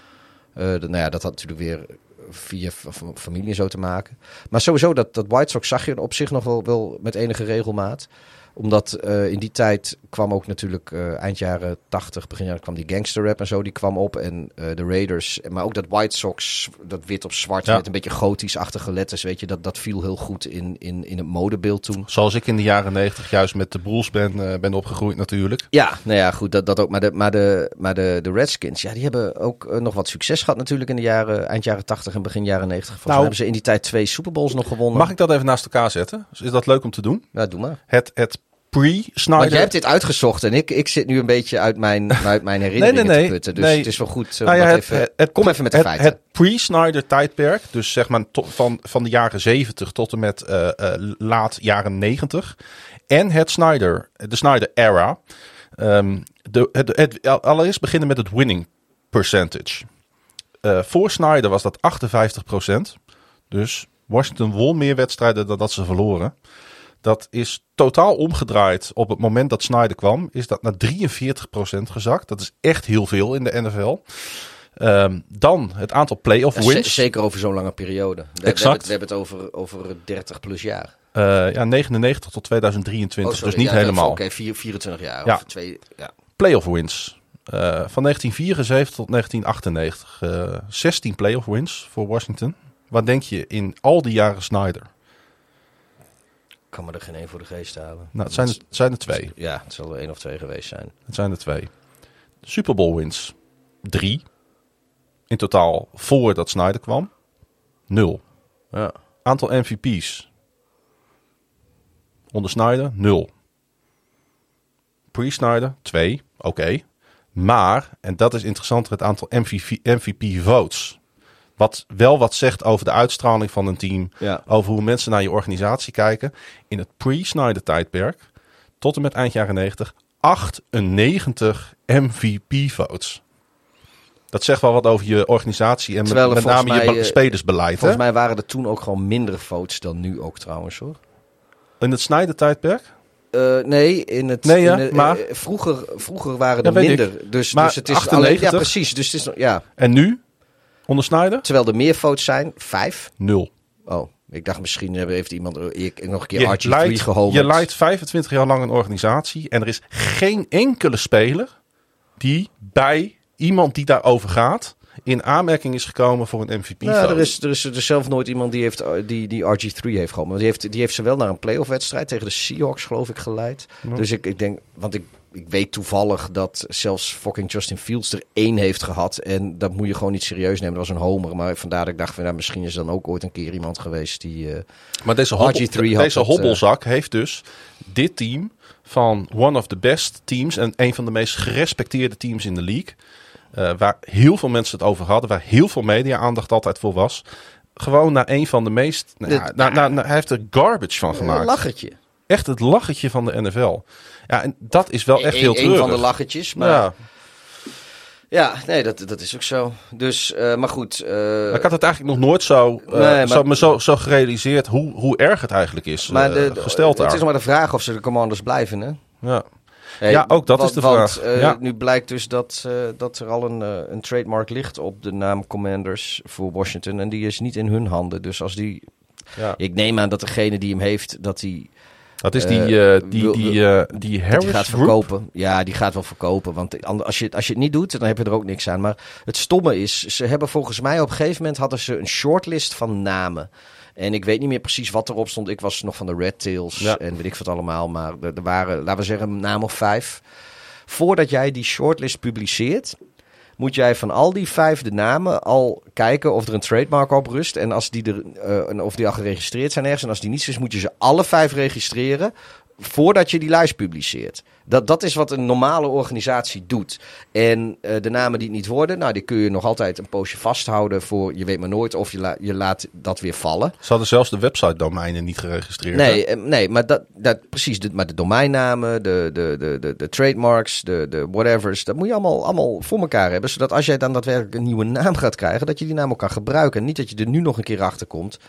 Uh, de, nou ja, dat had natuurlijk weer via f- familie zo te maken. Maar sowieso, dat, dat White Sox zag je op zich nog wel, wel met enige regelmaat. Omdat uh, in die tijd kwam ook natuurlijk uh, eind jaren tachtig, begin jaren kwam die gangster rap en zo. Die kwam op en uh, de Raiders, maar ook dat White Sox, dat wit op zwart ja. met een beetje gotisch-achtige letters. Weet je, dat, dat viel heel goed in, in, in het modebeeld toen.
Zoals ik in de jaren negentig juist met de Bulls ben, uh, ben opgegroeid natuurlijk.
Ja, nou ja, goed, dat, dat ook. Maar, de, maar, de, maar de, de Redskins, ja, die hebben ook uh, nog wat succes gehad natuurlijk in de jaren, eind jaren tachtig en begin jaren negentig. Volgens nou, mij hebben ze in die tijd twee Super Bowls nog gewonnen.
Mag ik dat even naast elkaar zetten? Is dat leuk om te doen?
Ja, doe maar.
Het, het pre-Snyder.
Want jij hebt dit uitgezocht en ik, ik zit nu een beetje uit mijn, uit mijn herinneringen
nee, nee, nee,
te putten. Dus
nee.
het is wel goed.
Nou ja, het, even, het, het,
kom even met de
het,
feiten.
Het pre-Snyder tijdperk, dus zeg maar to, van, van de jaren zeventig tot en met uh, uh, laat jaren negentig. En het Snyder, de Snyder era. Um, de, het, het, allereerst beginnen met het winning percentage. Uh, voor Snyder was dat achtenvijftig procent. Dus Washington won meer wedstrijden dan dat ze verloren. Dat is totaal omgedraaid op het moment dat Snyder kwam. Is dat naar drieënveertig procent gezakt. Dat is echt heel veel in de N F L. Um, dan het aantal playoff wins.
Ja, z- zeker over zo'n lange periode. We,
exact.
We hebben het, we hebben het over, over dertig plus jaar.
Uh, ja, negenennegentig tot tweeduizend drieëntwintig. Oh, sorry, dus niet
ja,
helemaal.
Oké, okay, vierentwintig jaar.
Ja.
Of twee, ja.
Playoff wins. Uh, van negentien vierenzeventig tot negentien achtennegentig. Uh, zestien playoff wins voor Washington. Wat denk je in al die jaren Snyder?
Ik kan me er geen één voor de geest halen.
Nou, het zijn, er, het zijn er twee.
Ja, het zal er één of twee geweest zijn.
Het zijn er twee. Super Bowl wins. Drie. In totaal voordat Snyder kwam. Nul.
Ja.
Aantal M V P's. Onder Snyder, nul. Pre-Snyder, twee. Oké. Okay. Maar, en dat is interessanter, het aantal M V P votes. Wat wel wat zegt over de uitstraling van een team.
Ja.
Over hoe mensen naar je organisatie kijken. In het pre-Snyder tijdperk, tot en met eind jaren negentig, achtennegentig M V P votes. Dat zegt wel wat over je organisatie en met, met name mij, je spelersbeleid.
Volgens
hè?
mij waren er toen ook gewoon minder votes dan nu ook trouwens, hoor.
In het Snyder tijdperk?
Uh, nee, in het,
nee ja,
in de,
maar...
Uh, vroeger, vroeger waren er
ja,
minder. Dus,
maar
dus het is
achtennegentig?
alleen, ja, precies. Dus het is, ja.
En nu? Onder Snyder?
Terwijl er meer votes zijn, vijf.
Nul.
Oh, ik dacht misschien heeft iemand nog een keer
je
R G drie gehoord.
Je leidt vijfentwintig jaar lang een organisatie en er is geen enkele speler die bij iemand die daarover gaat in aanmerking is gekomen voor een M V P.
Nou, er is, er is er zelf nooit iemand die, heeft, die, die R G drie heeft gewonnen. Die heeft, die heeft ze wel naar een playoff wedstrijd tegen de Seahawks, geloof ik, geleid. Ja. Dus ik, ik denk, want ik, ik weet toevallig dat zelfs fucking Justin Fields er één heeft gehad. En dat moet je gewoon niet serieus nemen. Dat was een homer. Maar vandaar dat ik dacht, van, nou, misschien is er dan ook ooit een keer iemand geweest die uh,
maar deze, hobbel, R G drie had deze het, hobbelzak uh, heeft dus dit team van one of the best teams en een van de meest gerespecteerde teams in de league. Uh, waar heel veel mensen het over hadden, waar heel veel media-aandacht altijd voor was. Gewoon naar een van de meest... Nou, de, na, na, na, hij heeft er garbage van gemaakt.
Een lachertje.
Echt het lachertje van de N F L. Ja, en dat is wel echt e- heel treurig.
Een van de lachertjes, maar... Ja, ja nee, dat, dat is ook zo. Dus, uh, maar goed... Uh,
ik had het eigenlijk nog nooit zo, uh, nee, maar, zo, me zo, zo gerealiseerd hoe, hoe erg het eigenlijk is
maar de,
uh, gesteld
de,
daar.
Het is maar de vraag of ze de Commanders blijven, hè?
Ja. Hey, ja, ook dat
want,
is de
want,
vraag.
Uh,
ja.
Nu blijkt dus dat, uh, dat er al een, uh, een trademark ligt op de naam Commanders voor Washington. En die is niet in hun handen. Dus als die... Ja. Ik neem aan dat degene die hem heeft, dat die...
Dat is die, uh, die, wil, die, uh, die Harris
die gaat
Group?
verkopen. Ja, die gaat wel verkopen. Want als je, als je het niet doet, dan heb je er ook niks aan. Maar het stomme is, ze hebben volgens mij op een gegeven moment hadden ze een shortlist van namen. En ik weet niet meer precies wat erop stond. Ik was nog van de Red Tails ja. en weet ik wat allemaal. Maar er, er waren, laten we zeggen, een naam of vijf. Voordat jij die shortlist publiceert, moet jij van al die vijf de namen al kijken of er een trademark op rust. En als die er, uh, of die al geregistreerd zijn ergens. En als die niet is, moet je ze alle vijf registreren voordat je die lijst publiceert. Dat, dat is wat een normale organisatie doet. En uh, de namen die het niet worden, nou, die kun je nog altijd een poosje vasthouden voor, je weet maar nooit of je, la, je laat dat weer vallen.
Ze hadden zelfs de website-domeinen niet geregistreerd.
Nee, uh, nee maar dat, dat precies. De, maar de domeinnamen, de, de, de, de, de trademarks, de, de whatevers, dat moet je allemaal, allemaal voor elkaar hebben. Zodat als jij dan daadwerkelijk een nieuwe naam gaat krijgen, dat je die naam ook kan gebruiken. En niet dat je er nu nog een keer achter komt.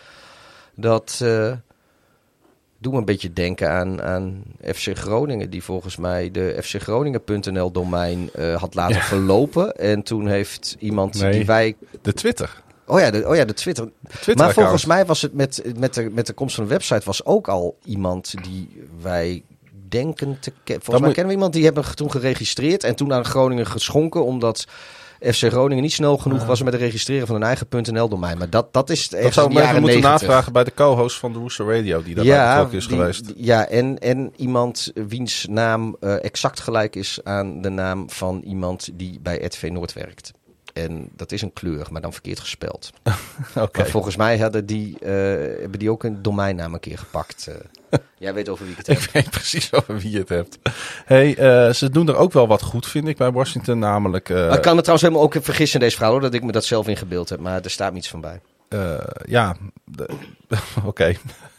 Dat... Uh, Doe me een beetje denken aan, aan F C Groningen, die volgens mij de F C Groningen punt n l domein uh, had laten ja. verlopen. En toen heeft iemand
nee,
die wij...
De Twitter.
Oh ja, de, oh ja, de Twitter. De Twitter maar volgens mij was het met, met, de, met de komst van de website was ook al iemand die wij denken te kennen. Volgens dat mij moet... kennen we iemand die hebben toen geregistreerd en toen aan Groningen geschonken, omdat... F C Groningen niet snel genoeg ja. was met het registreren van een eigen .nl-domein. Maar dat, dat is
dat zou ik even moeten navragen bij de co-host van de Rooster Radio, die daarbij ja, betrokken is
die,
geweest.
Die, ja, en, en iemand wiens naam uh, exact gelijk is aan de naam van iemand die bij R T V Noord werkt. En dat is een kleur, maar dan verkeerd gespeld. Okay. Volgens mij hadden die, uh, hebben die ook een domeinnaam een keer gepakt. Uh, jij weet over wie ik het heb.
Ik weet precies over wie je het hebt. Hey, uh, ze doen er ook wel wat goed, vind ik, bij Washington. Namelijk... Uh,
ik kan me trouwens helemaal ook vergissen in deze verhaal, hoor, dat ik me dat zelf ingebeeld heb. Maar er staat niets van bij.
Uh, ja, oké. Okay.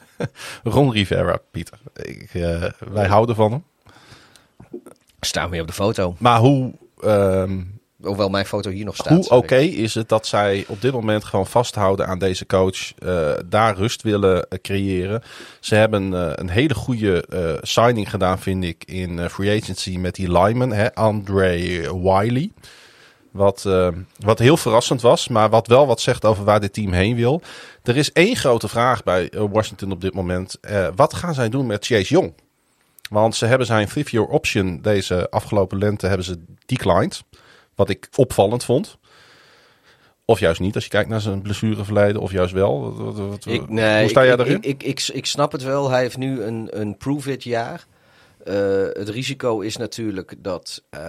Ron Rivera, Pieter. Ik, uh, wij houden van hem.
Staan we op de foto.
Maar hoe... Um,
Hoewel mijn foto hier nog staat.
Hoe oké okay is het dat zij op dit moment gewoon vasthouden aan deze coach. Uh, daar rust willen uh, creëren. Ze hebben uh, een hele goede uh, signing gedaan, vind ik, in uh, free agency met die lineman, hè, Andre Wiley. Wat, uh, wat heel verrassend was, maar wat wel wat zegt over waar dit team heen wil. Er is één grote vraag bij uh, Washington op dit moment. Uh, wat gaan zij doen met Chase Young? Want ze hebben zijn fifth-year option deze afgelopen lente hebben ze declined. Wat ik opvallend vond. Of juist niet, als je kijkt naar zijn blessureverleden. Of juist wel. Wat, wat,
ik, nee,
hoe sta
ik,
jij
ik,
daarin?
Ik, ik, ik, ik snap het wel. Hij heeft nu een, een prove-it jaar. Uh, het risico is natuurlijk dat, uh,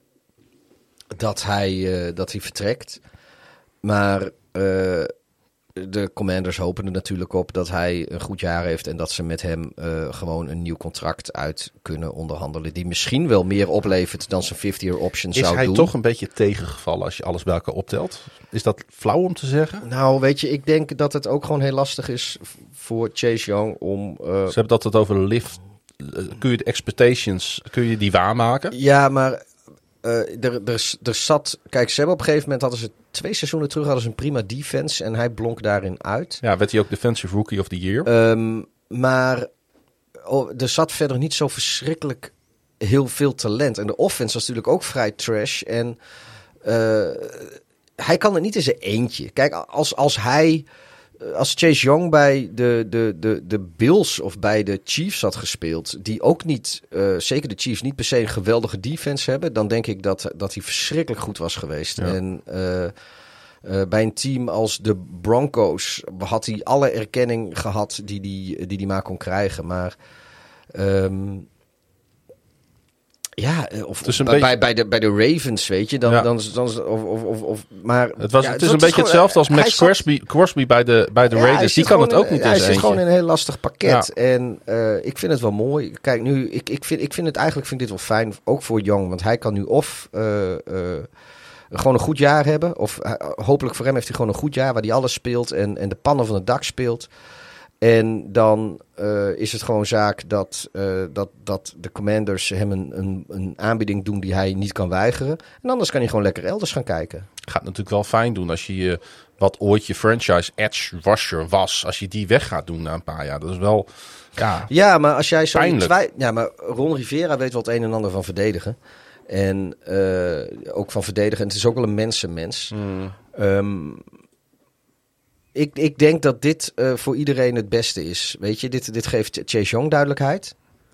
dat, hij, uh, dat hij vertrekt. Maar uh, de Commanders hopen er natuurlijk op dat hij een goed jaar heeft en dat ze met hem uh, gewoon een nieuw contract uit kunnen onderhandelen. Die misschien wel meer oplevert dan zijn fifty-year option
is
zou doen.
Is hij toch een beetje tegengevallen als je alles bij elkaar optelt? Is dat flauw om te zeggen?
Nou, weet je, ik denk dat het ook gewoon heel lastig is voor Chase Young om... Uh,
ze hebben het altijd over lift. Uh, kun je de expectations, kun je die waarmaken?
Ja, maar... Uh, er, er, er zat... Kijk, ze hebben op een gegeven moment... hadden ze twee seizoenen terug... hadden ze een prima defense... en hij blonk daarin uit.
Ja, werd hij ook Defensive Rookie of the Year.
Um, maar oh, er zat verder niet zo verschrikkelijk heel veel talent. En de offense was natuurlijk ook vrij trash. En uh, hij kan het niet in zijn eentje. Kijk, als, als hij... Als Chase Young bij de, de, de, de Bills of bij de Chiefs had gespeeld, die ook niet, uh, zeker de Chiefs, niet per se een geweldige defense hebben, dan denk ik dat, dat hij verschrikkelijk goed was geweest. Ja. En uh, uh, bij een team als de Broncos had hij alle erkenning gehad die hij die die maar kon krijgen. Maar... Um, Ja, of bij, beetje... bij, bij, de, bij de Ravens, weet je, dan, ja. dan, dan of, of, of, of maar
het, was,
ja,
het is een beetje gewoon, hetzelfde als Max Crosby, Crosby bij de, bij de ja, Raiders. Die kan het ook niet in zijn eentje.
Hij zit gewoon in een heel lastig pakket. Ja. En uh, ik vind het wel mooi. Kijk, nu, ik, ik, vind, ik vind het eigenlijk vind dit wel fijn, ook voor Young, want hij kan nu of uh, uh, gewoon een goed jaar hebben, of uh, hopelijk voor hem heeft hij gewoon een goed jaar waar hij alles speelt en, en de pannen van het dak speelt. En dan uh, is het gewoon zaak dat, uh, dat, dat de Commanders hem een, een, een aanbieding doen die hij niet kan weigeren. En anders kan hij gewoon lekker elders gaan kijken.
Gaat natuurlijk wel fijn doen als je uh, wat ooit je franchise edge rusher was. Als je die weg gaat doen na een paar jaar. Dat is wel ja,
ja maar als jij zo
pijnlijk.
Twij- ja, maar Ron Rivera weet wel het een en ander van verdedigen. En uh, ook van verdedigen. En het is ook wel een mensenmens. Mm. Um, Ik, ik denk dat dit uh, voor iedereen het beste is. Weet je, dit, dit geeft Chase Young duidelijkheid.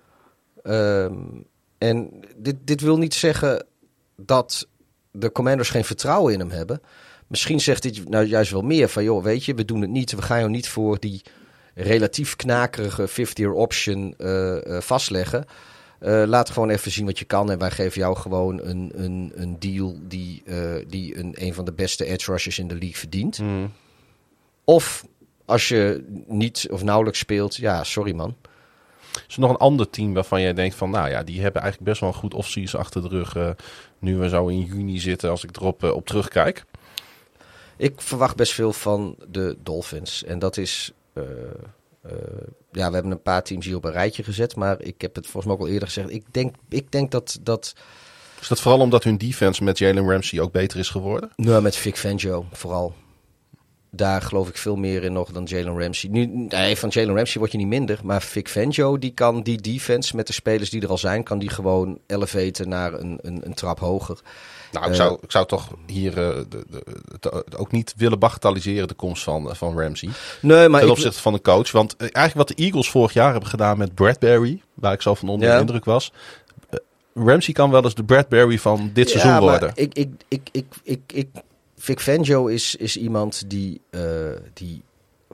Um, en dit, dit wil niet zeggen dat de Commanders geen vertrouwen in hem hebben. Misschien zegt dit nou juist wel meer van, joh, weet je, we doen het niet. We gaan jou niet voor die relatief knakerige fifty-year option uh, uh, vastleggen. Uh, laat gewoon even zien wat je kan. En wij geven jou gewoon een, een, een deal die, uh, die een, een van de beste edge rushers in de league verdient. Mm. Of als je niet of nauwelijks speelt, ja, sorry man.
Is er nog een ander team waarvan jij denkt van, nou ja, die hebben eigenlijk best wel een goed offseason achter de rug. Uh, nu we zo in juni zitten, als ik erop uh, op terugkijk.
Ik verwacht best veel van de Dolphins. En dat is, uh, uh, ja, we hebben een paar teams hier op een rijtje gezet. Maar ik heb het volgens mij ook al eerder gezegd. Ik denk, ik denk dat... dat
is dat vooral omdat hun defense met Jalen Ramsey ook beter is geworden?
Nou, met Vic Fangio vooral. Daar geloof ik veel meer in nog dan Jalen Ramsey. Nu, nee, van Jalen Ramsey word je niet minder. Maar Vic Fangio, die kan die defense met de spelers die er al zijn, kan die gewoon elevaten naar een, een, een trap hoger.
Nou, ik zou, uh, ik zou toch hier uh, de, de, de, de, ook niet willen bagatelliseren de komst van, van Ramsey.
Nee, maar
ten opzichte ik, van de coach. Want uh, eigenlijk wat de Eagles vorig jaar hebben gedaan met Bradbury, waar ik zo van onder de ja. indruk was. Uh, Ramsey kan wel eens de Bradbury van dit
ja,
seizoen
maar
worden.
Ik, ik, ik, ik, ik, ik, Vic Fangio is, is iemand die, uh, die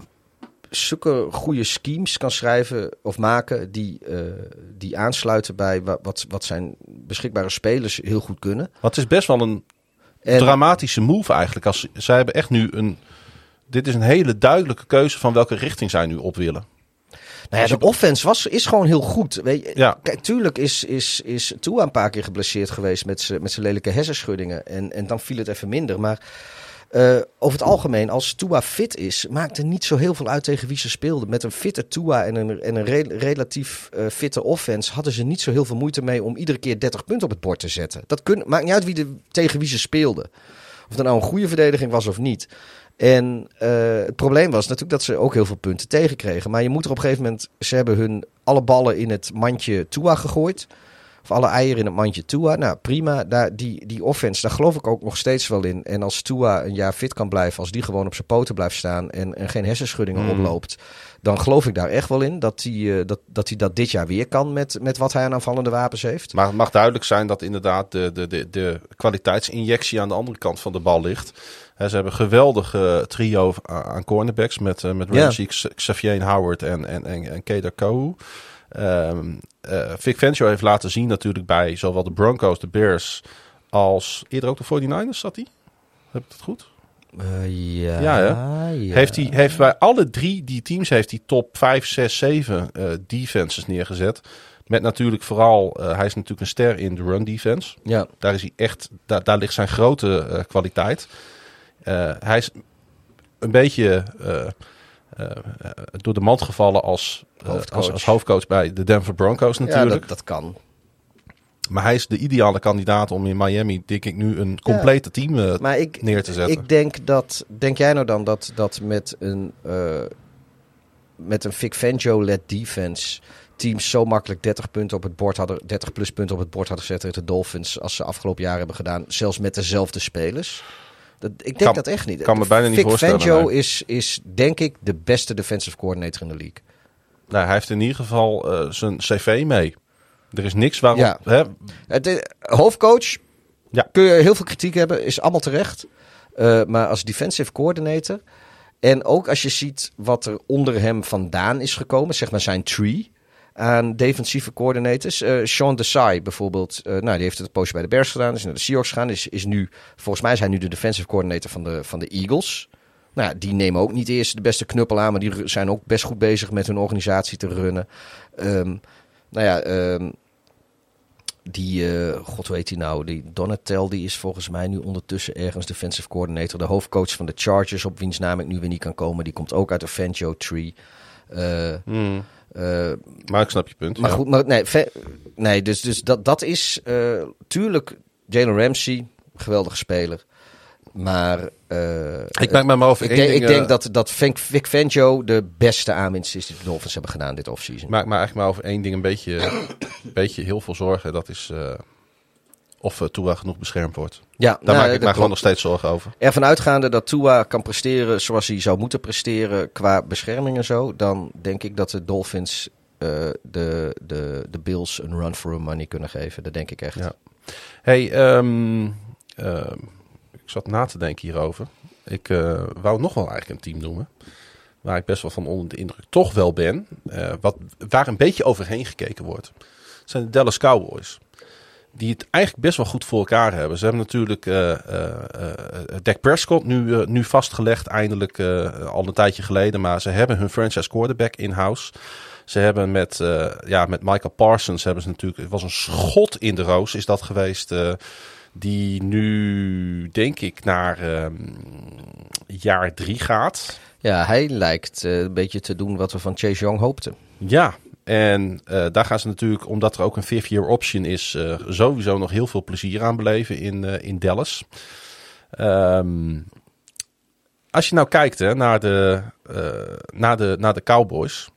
zulke goede schemes kan schrijven of maken die, uh, die aansluiten bij wat, wat zijn beschikbare spelers heel goed kunnen.
Wat is best wel een en, dramatische move eigenlijk. Als, zij hebben echt nu een... Dit is een hele duidelijke keuze van welke richting zij nu op willen.
Nou ja, de offense was, is gewoon heel goed. Weet je,
ja.
Kijk, tuurlijk is, is, is Tua een paar keer geblesseerd geweest met zijn met lelijke hersenschuddingen. En, en dan viel het even minder. Maar uh, over het algemeen, als Tua fit is, maakt er niet zo heel veel uit tegen wie ze speelden. Met een fitte Tua en een, en een re, relatief uh, fitte offense hadden ze niet zo heel veel moeite mee om iedere keer dertig punten op het bord te zetten. Dat kun, maakt niet uit wie de, tegen wie ze speelden. Of dat nou een goede verdediging was of niet. En uh, het probleem was natuurlijk dat ze ook heel veel punten tegenkregen. Maar je moet er op een gegeven moment... Ze hebben hun alle ballen in het mandje Tua gegooid. Of alle eieren in het mandje Tua. Nou, prima. Daar, die, die offense, daar geloof ik ook nog steeds wel in. En als Tua een jaar fit kan blijven... Als die gewoon op zijn poten blijft staan... En, en geen hersenschuddingen mm. oploopt... Dan geloof ik daar echt wel in. Dat hij uh, dat, dat, hij dat dit jaar weer kan met, met wat hij aan aanvallende wapens heeft.
Maar het mag duidelijk zijn dat inderdaad de, de, de, de kwaliteitsinjectie aan de andere kant van de bal ligt. He, ze hebben een geweldige trio aan cornerbacks met, uh, met Ramsey, ja. Xavier Howard en, en, en, en Kader Kohou. Um, uh, Vic Fangio heeft laten zien natuurlijk bij zowel de Broncos, de Bears als eerder ook de forty-niners zat hij. Heb ik het goed?
Uh, ja,
Ja, hè?
ja.
Heeft, hij, heeft bij alle drie die teams heeft hij top vijf, zes, zeven uh, defenses neergezet. Met natuurlijk vooral, uh, hij is natuurlijk een ster in de run defense.
Ja.
Daar is hij echt, daar, daar ligt zijn grote uh, kwaliteit. Uh, hij is een beetje uh, uh, uh, door de mand gevallen als, uh,
Hoofdcoach.
als, als hoofdcoach bij de Denver Broncos natuurlijk.
Ja, dat, dat kan.
Maar hij is de ideale kandidaat om in Miami, denk ik, nu een complete team uh,
maar ik,
neer te zetten.
Ik denk dat, denk jij nou dan dat, dat met een, uh, met een Vic Fangio-led defense teams zo makkelijk dertig punten op het bord hadden, dertig plus punten op het bord hadden gezet tegen de Dolphins als ze afgelopen jaar hebben gedaan, zelfs met dezelfde spelers? Dat, ik denk
kan,
dat echt niet.
Kan me bijna niet
Vic
voorstellen.
Fangio
nee.
is, is denk ik de beste defensive coordinator in de league.
Nou, hij heeft in ieder geval uh, zijn cv mee. Er is niks waarop...
Ja.
Hè?
Het, uh, hoofdcoach,
Ja.
kun je heel veel kritiek hebben, is allemaal terecht. Uh, maar als defensive coordinator, en ook als je ziet wat er onder hem vandaan is gekomen, zeg maar zijn tree aan defensieve coördinators. Uh, Sean Desai bijvoorbeeld, uh, nou, die heeft het een poosje bij de Bears gedaan, is naar de Seahawks gegaan, is, is nu, volgens mij is hij nu de defensive coordinator van de, van de Eagles. Nou, die nemen ook niet eerst de beste knuppel aan, maar die zijn ook best goed bezig met hun organisatie te runnen. Um, nou ja, um, die, uh, god hoe heet die nou, die Donatel, die is volgens mij nu ondertussen ergens defensive coordinator. De hoofdcoach van de Chargers, op wiens naam ik nu weer niet kan komen, die komt ook uit de Fangio tree. Uh,
Hmm.
uh,
Maar ik snap je punt.
maar
ja.
goed, maar nee, ve- nee dus, dus dat, dat is uh, tuurlijk Jalen Ramsey, geweldige speler. Maar uh,
Ik maak me maar over
ik,
één
denk,
ding...
ik denk
uh,
dat, dat Vic Fangio de beste aanwinst is die de Dolphins hebben gedaan dit offseason.
Ik maak me eigenlijk maar over één ding een beetje, een beetje heel veel zorgen. Dat is uh, of uh, Tua genoeg beschermd wordt.
Ja,
Daar
nou,
maak ik me gewoon nog steeds zorgen over.
Ervan uitgaande dat Tua kan presteren zoals hij zou moeten presteren qua bescherming en zo, dan denk ik dat de Dolphins uh, de, de, de Bills een run for money kunnen geven. Dat denk ik echt.
Ja. Hey, um, uh, ik zat na te denken hierover. Ik uh, wou nog wel eigenlijk een team noemen. Waar ik best wel van onder de indruk toch wel ben. Uh, wat, waar een beetje overheen gekeken wordt. Dat zijn de Dallas Cowboys. Die het eigenlijk best wel goed voor elkaar hebben. Ze hebben natuurlijk uh, uh, uh, Dak Prescott nu, uh, nu vastgelegd. Eindelijk uh, al een tijdje geleden. Maar ze hebben hun franchise quarterback in-house. Ze hebben met, uh, ja, met Michael Parsons hebben ze natuurlijk... Het was een schot in de roos is dat geweest... Uh, die nu, denk ik, naar uh, jaar drie gaat.
Ja, hij lijkt uh, een beetje te doen wat we van Chase Young hoopten.
Ja, en uh, daar gaan ze natuurlijk, omdat er ook een fifth year option is, uh, sowieso nog heel veel plezier aan beleven in, uh, in Dallas. Um, als je nou kijkt hè, naar, de, uh, naar, de, naar de Cowboys...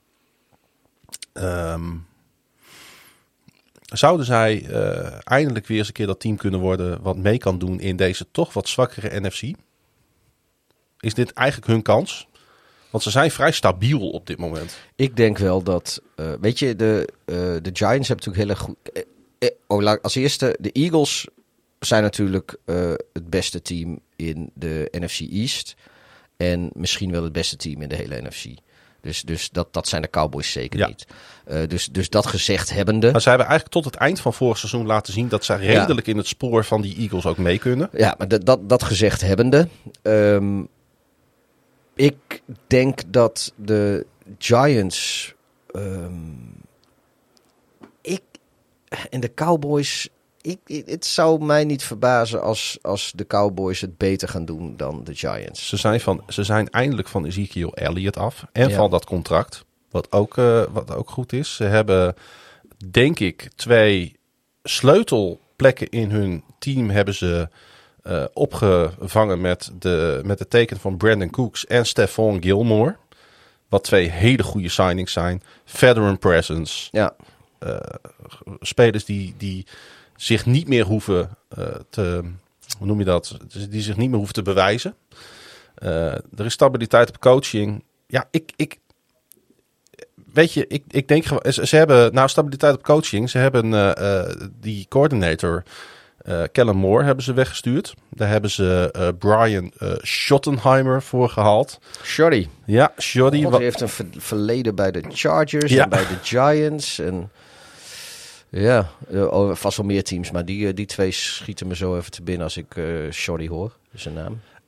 Um, zouden zij uh, eindelijk weer eens een keer dat team kunnen worden wat mee kan doen in deze toch wat zwakkere N F C? Is dit eigenlijk hun kans? Want ze zijn vrij stabiel op dit moment.
Ik denk wel dat, uh, weet je, de, uh, de Giants hebben natuurlijk heel erg goed... Uh, uh, oh, laat, als eerste, de Eagles zijn natuurlijk uh, het beste team in de N F C East. En misschien wel het beste team in de hele N F C. Dus, dus dat, dat zijn de Cowboys zeker
ja.
niet. Uh, dus, dus dat gezegd hebbende...
Maar ze hebben eigenlijk tot het eind van vorig seizoen laten zien... dat ze redelijk ja. in het spoor van die Eagles ook mee kunnen.
Ja, maar dat, dat, dat gezegd hebbende... Um, ik denk dat de Giants... Um, ik, en de Cowboys... Ik, het zou mij niet verbazen als, als de Cowboys het beter gaan doen dan de Giants.
Ze zijn, van, ze zijn eindelijk van Ezekiel Elliott af. En
ja.
van dat contract. Wat ook, uh, wat ook goed is. Ze hebben, denk ik, twee sleutelplekken in hun team hebben ze uh, opgevangen met de, met het teken van Brandon Cooks en Stephon Gilmore. Wat twee hele goede signings zijn. Veteran presence.
Ja.
Uh, spelers die... die zich niet meer hoeven uh, te, hoe noem je dat? Die zich niet meer hoeven te bewijzen. Uh, er is stabiliteit op coaching. Ja, ik, ik weet je, ik, ik denk gewoon, ze, ze hebben nou stabiliteit op coaching. Ze hebben uh, uh, die coördinator uh, Kellen Moore hebben ze weggestuurd. Daar hebben ze uh, Brian uh, Schottenheimer voor gehaald.
Shoddy.
Ja, Shoddy.
Hij heeft een ver- verleden bij de Chargers
ja.
en bij de Giants en ja, uh, vast wel meer teams, maar die, uh, die twee schieten me zo even te binnen als ik uh, Shoddy hoor, zijn naam.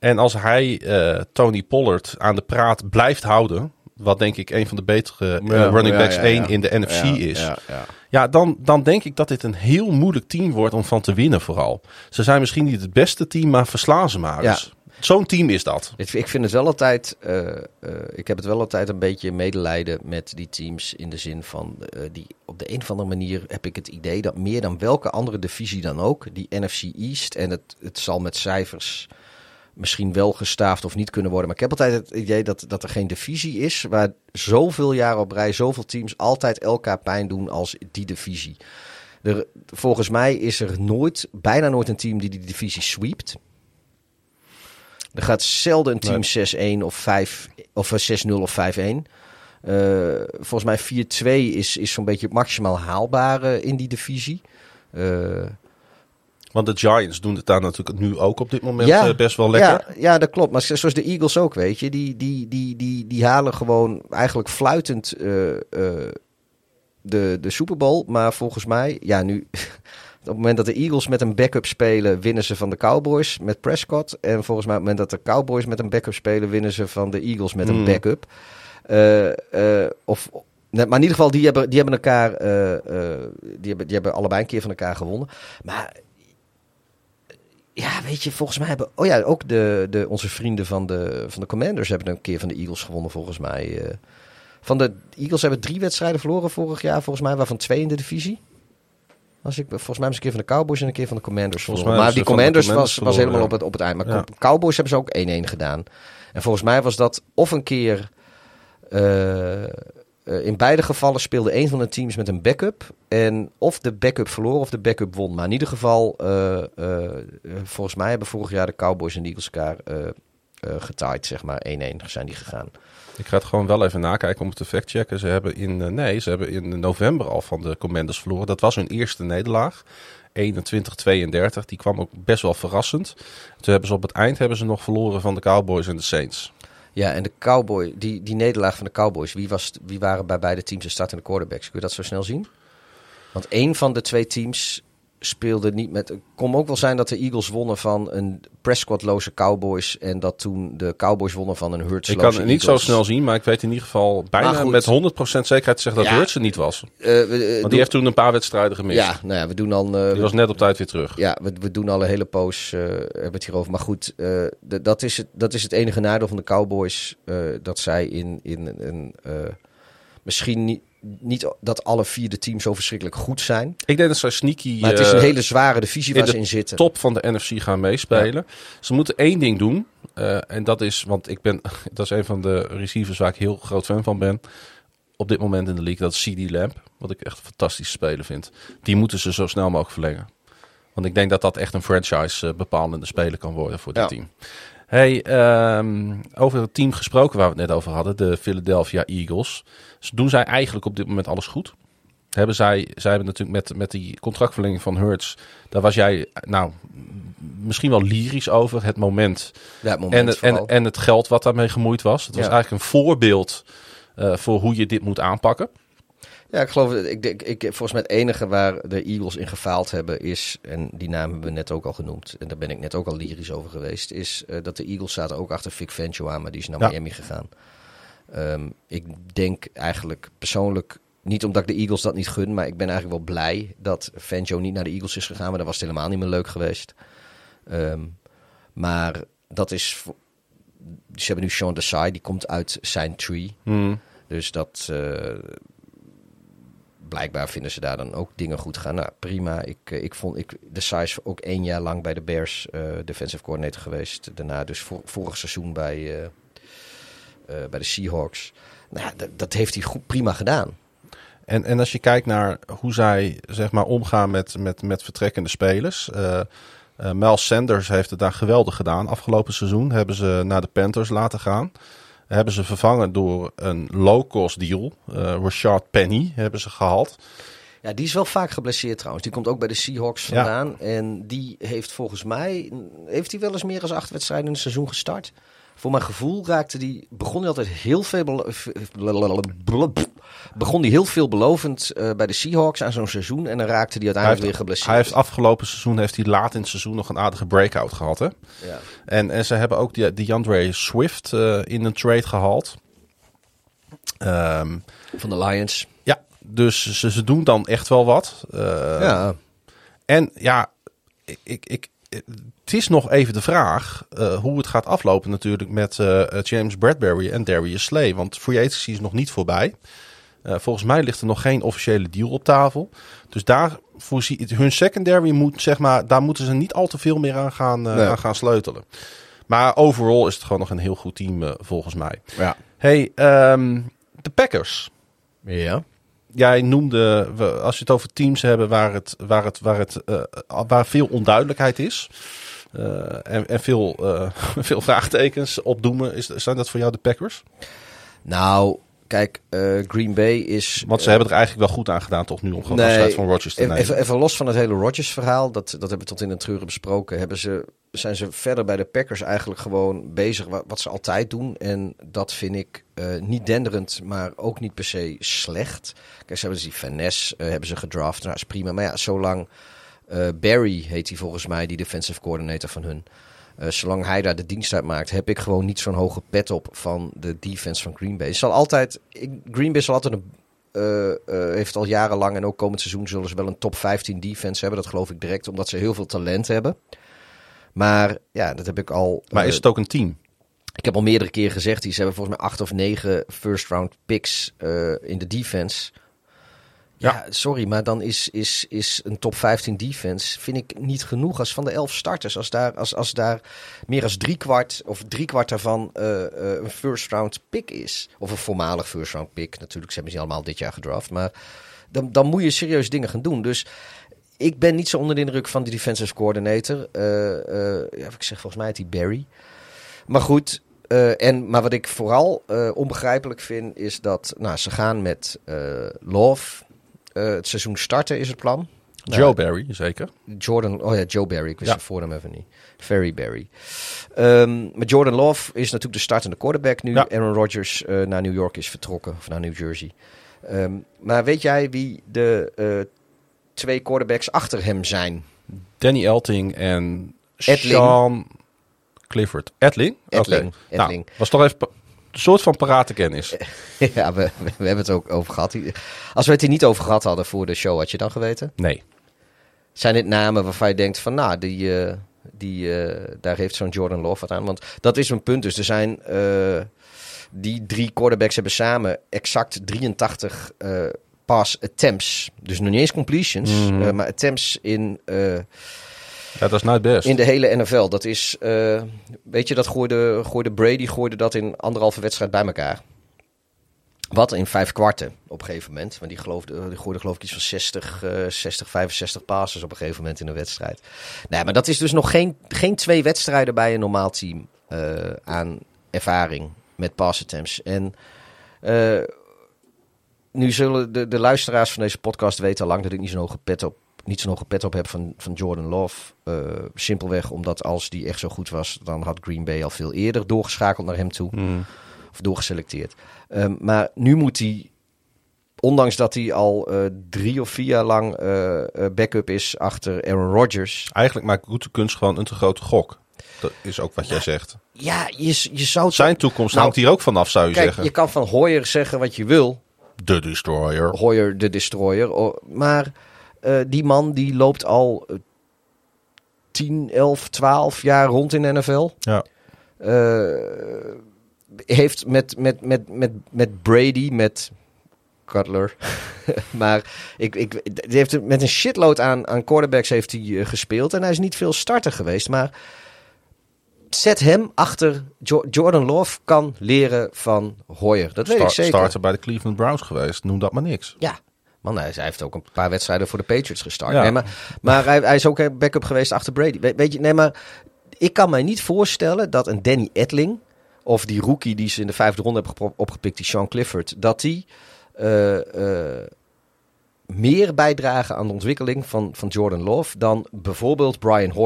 En als hij uh, Tony Pollard aan de praat blijft houden, wat denk ik een van de betere uh, ja, running backs ja, ja, ja. één in de N F C ja, is. Ja, ja. ja dan, dan denk ik dat dit een heel moeilijk team wordt om van te winnen vooral. Ze zijn misschien niet het beste team, maar verslaan ze maar eens. Ja. Zo'n team is dat.
Ik vind het wel altijd, uh, uh, ik heb het wel altijd een beetje medelijden met die teams in de zin van, uh, die op de een of andere manier heb ik het idee dat meer dan welke andere divisie dan ook, die N F C East, en het, het zal met cijfers misschien wel gestaafd of niet kunnen worden. Maar ik heb altijd het idee dat, dat er geen divisie is waar zoveel jaren op rij, zoveel teams altijd elkaar pijn doen als die divisie. Er, volgens mij is er nooit, bijna nooit een team die die divisie sweept. Er gaat zelden een team nee. zes-een of, vijf, of zes-nul of vijf-een. Uh, volgens mij vier-twee is, is zo'n beetje het maximaal haalbare in die divisie. Uh,
Want de Giants doen het daar natuurlijk nu ook op dit moment ja, uh, best wel lekker.
Ja, ja, dat klopt. Maar zoals de Eagles ook, weet je. Die, die, die, die, die halen gewoon eigenlijk fluitend uh, uh, de, de Super Bowl. Maar volgens mij, ja nu... Op het moment dat de Eagles met een backup spelen, winnen ze van de Cowboys met Prescott. En volgens mij op het moment dat de Cowboys met een backup spelen, winnen ze van de Eagles met een mm. backup. Uh, uh, of, maar in ieder geval, die hebben, die hebben elkaar, uh, uh, die hebben, die hebben allebei een keer van elkaar gewonnen. Maar ja, weet je, volgens mij hebben, oh ja, ook de, de, onze vrienden van de, van de Commanders hebben een keer van de Eagles gewonnen, volgens mij. Uh, van de Eagles hebben drie wedstrijden verloren vorig jaar, volgens mij, waarvan twee in de divisie. Als ik, volgens mij was een keer van de Cowboys en een keer van de Commanders verloren. Maar die Commanders, Commanders was, was helemaal ja. op, het, op het eind. Maar ja. Cowboys hebben ze ook één-één gedaan. En volgens mij was dat of een keer... Uh, uh, in beide gevallen speelde een van de teams met een backup. En of de backup verloor of de backup won. Maar in ieder geval, uh, uh, volgens mij hebben vorig jaar de Cowboys en de Eagles elkaar uh, uh, getied, zeg maar. één-één zijn die gegaan.
Ik ga het gewoon wel even nakijken om het te factchecken. Ze hebben in, uh, nee, ze hebben in november al van de Commanders verloren. Dat was hun eerste nederlaag. eenentwintig tweeëndertig. Die kwam ook best wel verrassend. Toen hebben ze op het eind hebben ze nog verloren van de Cowboys en de Saints.
Ja, en de Cowboy, die, die nederlaag van de Cowboys, wie, was, wie waren bij beide teams de startende quarterbacks? Kun je dat zo snel zien? Want één van de twee teams speelde niet met... Het kon ook wel zijn dat de Eagles wonnen van een Prescott-loze Cowboys en dat toen de Cowboys wonnen van een Hurts-loze
Ik kan het niet
Eagles.
zo snel zien, maar ik weet in ieder geval bijna met honderd procent zekerheid te zeggen dat ja, Hurts er niet was. Uh, we, uh, Want die doen, heeft toen een paar wedstrijden gemist.
Ja, nou ja, we doen al... Uh,
die was net op tijd weer terug.
Ja, we, we doen al een hele poos, uh, hebben we het hierover. Maar goed, uh, de, dat, is het, dat is het enige nadeel van de Cowboys, uh, dat zij in een... in, uh, misschien niet... Niet dat alle vier de teams zo verschrikkelijk goed zijn.
Ik denk dat ze sneaky...
Maar het is een hele zware divisie waar ze in zitten.
Top van de N F C gaan meespelen. Ja. Ze moeten één ding doen. Uh, en dat is... Want ik ben... Dat is een van de receivers waar ik heel groot fan van ben. Op dit moment in de league. Dat is C D Lamb. Wat ik echt een fantastische speler vind. Die moeten ze zo snel mogelijk verlengen. Want ik denk dat dat echt een franchise uh, bepalende speler kan worden voor dit ja. team. Hey, um, over het team gesproken waar we het net over hadden, de Philadelphia Eagles. Dus doen zij eigenlijk op dit moment alles goed? Hebben zij, zij hebben natuurlijk met, met die contractverlenging van Hurts, daar was jij nou misschien wel lyrisch over, het moment,
ja, het moment
en, het, en, en het geld wat daarmee gemoeid was. Het was ja. eigenlijk een voorbeeld uh, voor hoe je dit moet aanpakken.
Ja, ik geloof, ik, ik, ik, volgens mij het enige waar de Eagles in gefaald hebben is, en die naam hebben we net ook al genoemd, en daar ben ik net ook al lyrisch over geweest, is uh, dat de Eagles zaten ook achter Vic Fangio aan, maar die is naar ja. Miami gegaan. Um, ik denk eigenlijk persoonlijk, niet omdat ik de Eagles dat niet gun, maar ik ben eigenlijk wel blij dat Fangio niet naar de Eagles is gegaan, maar dat was het helemaal niet meer leuk geweest. Um, maar dat is, ze hebben nu Sean Desai, die komt uit zijn tree, hmm. dus dat... Uh, Blijkbaar vinden ze daar dan ook dingen goed gaan. Nou, prima. Ik, ik vond ik de size ook één jaar lang bij de Bears uh, defensive coordinator geweest. Daarna dus vor, vorig seizoen bij, uh, uh, bij de Seahawks. Nou, dat, dat heeft hij goed, prima gedaan.
En, en als je kijkt naar hoe zij zeg maar omgaan met, met, met vertrekkende spelers. Uh, uh, Miles Sanders heeft het daar geweldig gedaan. Afgelopen seizoen hebben ze naar de Panthers laten gaan. Hebben ze vervangen door een low-cost deal. Uh, Rashad Penny hebben ze gehaald.
Ja, die is wel vaak geblesseerd trouwens. Die komt ook bij de Seahawks vandaan. Ja. En die heeft volgens mij... Heeft hij wel eens meer dan acht wedstrijden in het seizoen gestart? voor mijn gevoel raakte die, begon hij altijd heel veel, belo- begon hij heel veelbelovend uh, bij de Seahawks aan zo'n seizoen. En dan raakte hij uiteindelijk
hij
weer geblesseerd.
Hij heeft afgelopen seizoen, heeft hij laat in het seizoen nog een aardige breakout gehad. Hè?
Ja.
En, en ze hebben ook die, die DeAndre Swift uh, in een trade gehaald. Um,
Van de Lions.
Ja, dus ze, ze doen dan echt wel wat. Uh,
ja.
En ja, ik, ik, ik, het is nog even de vraag uh, hoe het gaat aflopen natuurlijk met uh, James Bradbury en Darius Slay. Want free agency is nog niet voorbij. Uh, volgens mij ligt er nog geen officiële deal op tafel. Dus daar voorzie, hun secondary moet, zeg maar, daar moeten ze niet al te veel meer aan gaan, uh, nee. aan gaan sleutelen. Maar overal is het gewoon nog een heel goed team uh, volgens mij.
Ja.
Hey, um, de Packers.
Ja.
Jij noemde, als je het over teams hebben waar, het, waar, het, waar, het, uh, waar veel onduidelijkheid is. Uh, en, en veel, uh, veel vraagtekens opdoemen. Is, zijn dat voor jou de Packers?
Nou, kijk, uh, Green Bay is...
Want ze
uh,
hebben er eigenlijk wel goed aan gedaan toch nu om gewoon
nee,
afscheid van Rodgers te nemen.
Even, even los van het hele Rodgers verhaal. Dat, dat hebben we tot in de treuren besproken. Hebben ze, zijn ze verder bij de Packers eigenlijk gewoon bezig wat, wat ze altijd doen. En dat vind ik uh, niet denderend, maar ook niet per se slecht. Kijk, ze hebben dus die finesse, uh, hebben ze gedraft. Nou, is prima. Maar ja, zolang uh, Barry, heet hij volgens mij, die defensive coordinator van hun... Uh, zolang hij daar de dienst uit maakt, heb ik gewoon niet zo'n hoge pet op van de defense van Green Bay. Het zal altijd, ik, Green Bay zal altijd een, uh, uh, heeft al jarenlang en ook komend seizoen zullen ze wel een top vijftien defense hebben. Dat geloof ik direct, omdat ze heel veel talent hebben. Maar ja, dat heb ik al...
Maar
uh,
is het ook een team?
Ik heb al meerdere keren gezegd, die ze hebben volgens mij acht of negen first round picks uh, in de defense. Ja, ja, sorry, maar dan is, is, is een top vijftien defense vind ik niet genoeg als van de elf starters. Als daar, als, als daar meer dan drie kwart of drie kwart daarvan uh, uh, een first round pick is. Of een voormalig first round pick. Natuurlijk, ze hebben ze allemaal dit jaar gedraft. Maar dan, dan moet je serieus dingen gaan doen. Dus ik ben niet zo onder de indruk van die defensive coordinator. Uh, uh, ja, ik zeg volgens mij heet die Barry. Maar goed... Uh, en, maar wat ik vooral uh, onbegrijpelijk vind is dat nou, ze gaan met uh, Love... Uh, het seizoen starten is het plan.
Joe uh, Barry, zeker.
Jordan, oh ja, Joe Barry. Ik wist
ja.
zijn voornaam even niet. Ferry Barry. Um, maar Jordan Love is natuurlijk de startende quarterback nu. Ja. Aaron Rodgers uh, naar New York is vertrokken. Of naar New Jersey. Um, maar weet jij wie de uh, twee quarterbacks achter hem zijn?
Danny Elting en
Edling.
Sean Clifford. Edling?
Edling.
Okay. Edling. Nou, was toch even... Een soort van paratenkennis.
Ja, we, we, we hebben het ook over gehad. Als we het hier niet over gehad hadden voor de show, had je dan geweten?
Nee.
Zijn dit namen waarvan je denkt van, nou, die, uh, die, uh, daar heeft zo'n Jordan Love wat aan? Want dat is een punt. Dus er zijn, uh, die drie quarterbacks hebben samen exact drieëntachtig uh, pass attempts. Dus nog niet eens completions, mm-hmm. uh, maar attempts in... Uh,
Ja, dat is nooit best.
In de hele N F L. Dat is, uh, weet je, dat gooide, gooide Brady gooide dat in anderhalve wedstrijd bij elkaar. Wat in vijf kwarten op een gegeven moment. Want die, geloofde, die gooide geloof ik iets van zestig, uh, zestig, vijfenzestig passes op een gegeven moment in een wedstrijd. Nee, maar dat is dus nog geen, geen twee wedstrijden bij een normaal team uh, aan ervaring met pass attempts. En uh, nu zullen de, de luisteraars van deze podcast weten al lang dat ik niet zo'n hoge pet op niet zo'n hoge pet op heb van, van Jordan Love. Uh, simpelweg omdat als die echt zo goed was, dan had Green Bay al veel eerder doorgeschakeld naar hem toe.
Mm.
Of doorgeselecteerd. Um, maar nu moet hij, ondanks dat hij al uh, drie of vier jaar lang uh, backup is achter Aaron Rodgers.
Eigenlijk maakt Gutekunst gewoon een te grote gok. Dat is ook wat jij zegt.
Ja, je, je zou...
Zijn toekomst nou, hangt hier ook vanaf, zou je
kijk,
zeggen.
Je kan van Hoyer zeggen wat je wil.
De Destroyer.
Hoyer, de Destroyer. Maar... Uh, die man die loopt al uh, tien, elf, twaalf jaar rond in de N F L.
Ja.
Uh, heeft met, met, met, met, met Brady, met Cutler. maar ik, ik, die heeft met een shitload aan, aan quarterbacks heeft hij uh, gespeeld. En hij is niet veel starter geweest. Maar zet hem achter. Jo- Jordan Love kan leren van Hoyer. Dat weet
Star-
ik zeker.
Starter bij de Cleveland Browns geweest. Noem dat maar niks.
Ja. Man, hij heeft ook een paar wedstrijden voor de Patriots gestart.
Ja.
Nee, maar maar hij, hij is ook backup geweest achter Brady. We, weet je, nee, maar ik kan mij niet voorstellen dat een Danny Edling of die rookie die ze in de vijfde ronde hebben opgepikt, die Sean Clifford, dat die uh, uh, meer bijdragen aan de ontwikkeling van, van Jordan Love dan bijvoorbeeld Brian Hoyer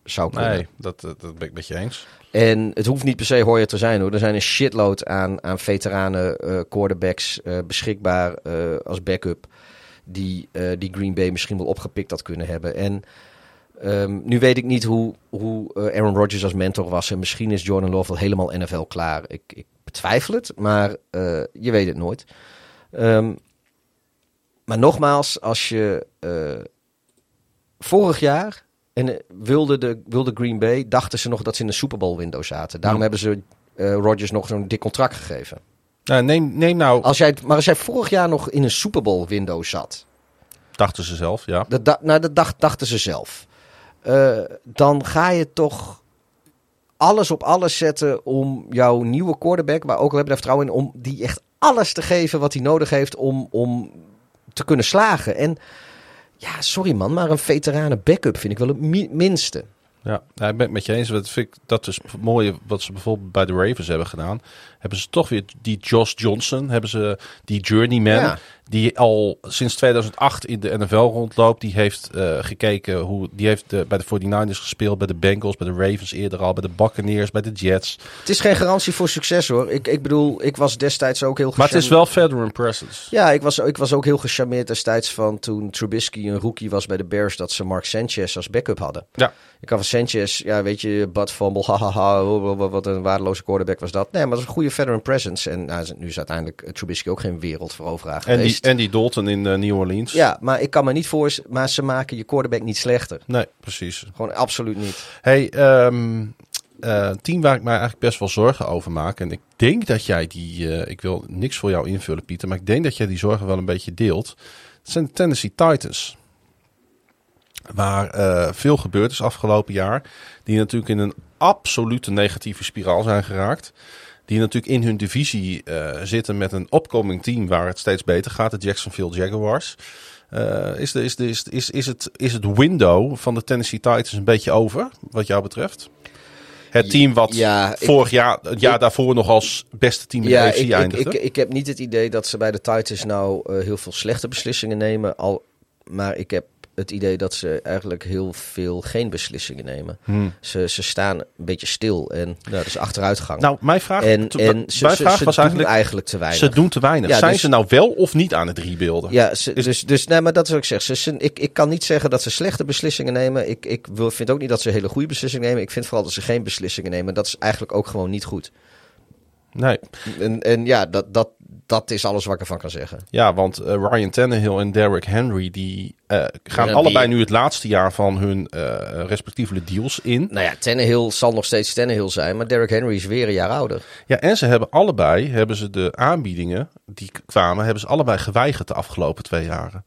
zou kunnen.
Nee, dat, dat ben ik met je eens.
En het hoeft niet per se Hoyer te zijn hoor. Er zijn een shitload aan, aan veteranen uh, quarterbacks uh, beschikbaar uh, als backup. Die, uh, die Green Bay misschien wel opgepikt had kunnen hebben. En um, nu weet ik niet hoe, hoe uh, Aaron Rodgers als mentor was. En misschien is Jordan Love wel helemaal N F L klaar. Ik, ik betwijfel het, maar uh, je weet het nooit. Um, maar nogmaals, als je uh, vorig jaar... En uh, wilde, de, wilde Green Bay, dachten ze nog dat ze in de Super Bowl window zaten. Daarom ja. hebben ze uh, Rodgers nog zo'n dik contract gegeven.
Nou, neem, neem nou...
Als jij, maar als jij vorig jaar nog in een Super Bowl window zat...
Dachten ze zelf, ja.
Dat, da, nou, dat dacht, dachten ze zelf. Uh, dan ga je toch alles op alles zetten om jouw nieuwe quarterback... waar ook al heb je daar vertrouwen in... om die echt alles te geven wat hij nodig heeft om, om te kunnen slagen. En ja, sorry man, maar een veteranen backup vind ik wel het mi- minste.
Ja, nou, ik ben het met je eens. Dat vind ik dat is het mooie wat ze bijvoorbeeld bij de Ravens hebben gedaan. Hebben ze toch weer die Josh Johnson, hebben ze die journeyman, ja. die al sinds tweeduizend acht in de N F L rondloopt. Die heeft uh, gekeken hoe, die heeft uh, bij de forty-niners gespeeld, bij de Bengals, bij de Ravens eerder al, bij de Buccaneers, bij de Jets.
Het is geen garantie voor succes hoor. Ik, ik bedoel, ik was destijds ook heel gecharmeerd.
Maar het is wel veteran presence.
Ja, ik was, ik was ook heel gecharmeerd destijds van toen Trubisky een rookie was bij de Bears, dat ze Mark Sanchez als backup hadden.
Ja.
Ik had van Sanchez, ja weet je, butt fumble, hahaha, wat een waardeloze quarterback was dat. Nee, maar dat is een goede veteran presence. En nou, nu is uiteindelijk Trubisky ook geen wereldveroveraar
en
geweest.
Die, en die Dalton in uh, New Orleans.
Ja, maar ik kan me niet voorstellen, maar ze maken je quarterback niet slechter.
Nee, precies.
Gewoon absoluut niet.
Hey, um, uh, team waar ik mij eigenlijk best wel zorgen over maak. En ik denk dat jij die, uh, ik wil niks voor jou invullen Pieter, maar ik denk dat jij die zorgen wel een beetje deelt. Dat zijn de Tennessee Titans. Waar uh, veel gebeurd is afgelopen jaar. Die natuurlijk in een absolute negatieve spiraal zijn geraakt. Die natuurlijk in hun divisie uh, zitten met een opkoming team waar het steeds beter gaat. De Jacksonville Jaguars. Uh, is, de, is, de, is, is, is, het, is het window van de Tennessee Titans een beetje over, wat jou betreft? Het team wat
ja,
vorig
ik,
jaar, het jaar ik, daarvoor nog als beste team in
ja,
de A F C
ik,
eindigde.
Ik, ik, ik heb niet het idee dat ze bij de Titans nou uh, heel veel slechte beslissingen nemen. Al, maar ik heb het idee dat ze eigenlijk heel veel geen beslissingen nemen. Hmm. Ze, ze staan een beetje stil en nou, dat is achteruitgang.
Nou, mijn vraag,
en,
to,
en ze,
mijn
ze,
vraag
ze
was
doen
eigenlijk,
eigenlijk te weinig.
Ze doen te weinig.
Ja,
Zijn
dus,
ze nou wel of niet aan het rebuilden?
Ja, ze,
is,
dus, dus nee, maar dat is wat ik zeg. Ze, ze, ik, ik kan niet zeggen dat ze slechte beslissingen nemen. Ik, ik wil, vind ook niet dat ze hele goede beslissingen nemen. Ik vind vooral dat ze geen beslissingen nemen. Dat is eigenlijk ook gewoon niet goed.
Nee.
En, en ja, dat, dat, dat is alles wat ik ervan kan zeggen.
Ja, want uh, Ryan Tannehill en Derrick Henry die uh, gaan ja, allebei die... nu het laatste jaar van hun uh, respectievelijke deals in.
Nou ja, Tannehill zal nog steeds Tannehill zijn, maar Derrick Henry is weer een jaar ouder.
Ja, en ze hebben allebei, hebben ze de aanbiedingen die kwamen, hebben ze allebei geweigerd de afgelopen twee jaren.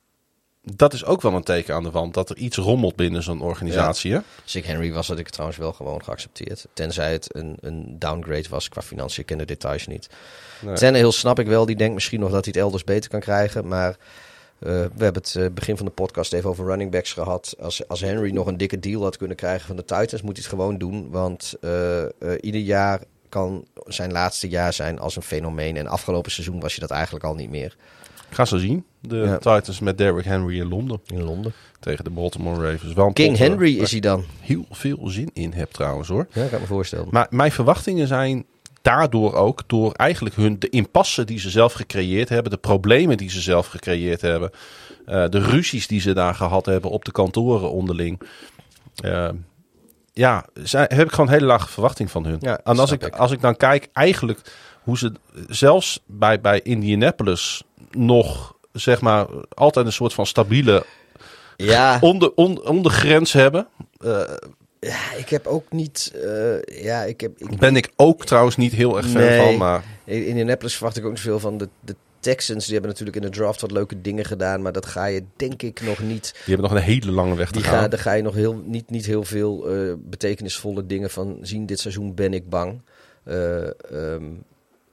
Dat is ook wel een teken aan de wand dat er iets rommelt binnen zo'n organisatie. Ja.
Sick Henry was dat ik trouwens wel gewoon geaccepteerd. Tenzij het een, een downgrade was qua financiën. Ik ken de details niet. Nee. Tannehill snap ik wel. Die denkt misschien nog dat hij het elders beter kan krijgen. Maar uh, we hebben het uh, begin van de podcast even over running backs gehad. Als, als Henry nog een dikke deal had kunnen krijgen van de Titans, moet hij het gewoon doen. Want uh, uh, ieder jaar kan zijn laatste jaar zijn als een fenomeen. En afgelopen seizoen was je dat eigenlijk al niet meer.
Ik ga ze zien. De ja. Titans met Derrick Henry in Londen.
In Londen.
Tegen de Baltimore Ravens. Wel een
King
pot,
Henry
uh,
is hij dan.
Heel veel zin in heb trouwens hoor.
Ja, ik kan me voorstellen.
Maar mijn verwachtingen zijn daardoor ook, door eigenlijk hun, de impasse die ze zelf gecreëerd hebben, de problemen die ze zelf gecreëerd hebben, uh, de ruzies die ze daar gehad hebben op de kantoren onderling. Uh, ja, zij, heb ik gewoon een hele lage verwachting van hun.
Ja,
en als ik,
ik.
als ik dan kijk, eigenlijk hoe ze zelfs bij, bij Indianapolis nog, zeg maar, altijd een soort van stabiele
ja.
onder, on, ondergrens hebben. Uh,
ja, ik heb ook niet... Uh, ja, ik heb, ik,
ben ik ook trouwens niet heel erg fan
nee,
van. Maar
in Indianapolis verwacht ik ook niet veel van. De, de Texans, die hebben natuurlijk in de draft wat leuke dingen gedaan. Maar dat ga je denk ik nog niet...
Die hebben nog een hele lange weg te
die
gaan.
Ga, daar ga je nog heel, niet, niet heel veel uh, betekenisvolle dingen van zien. Dit seizoen ben ik bang. Uh, um,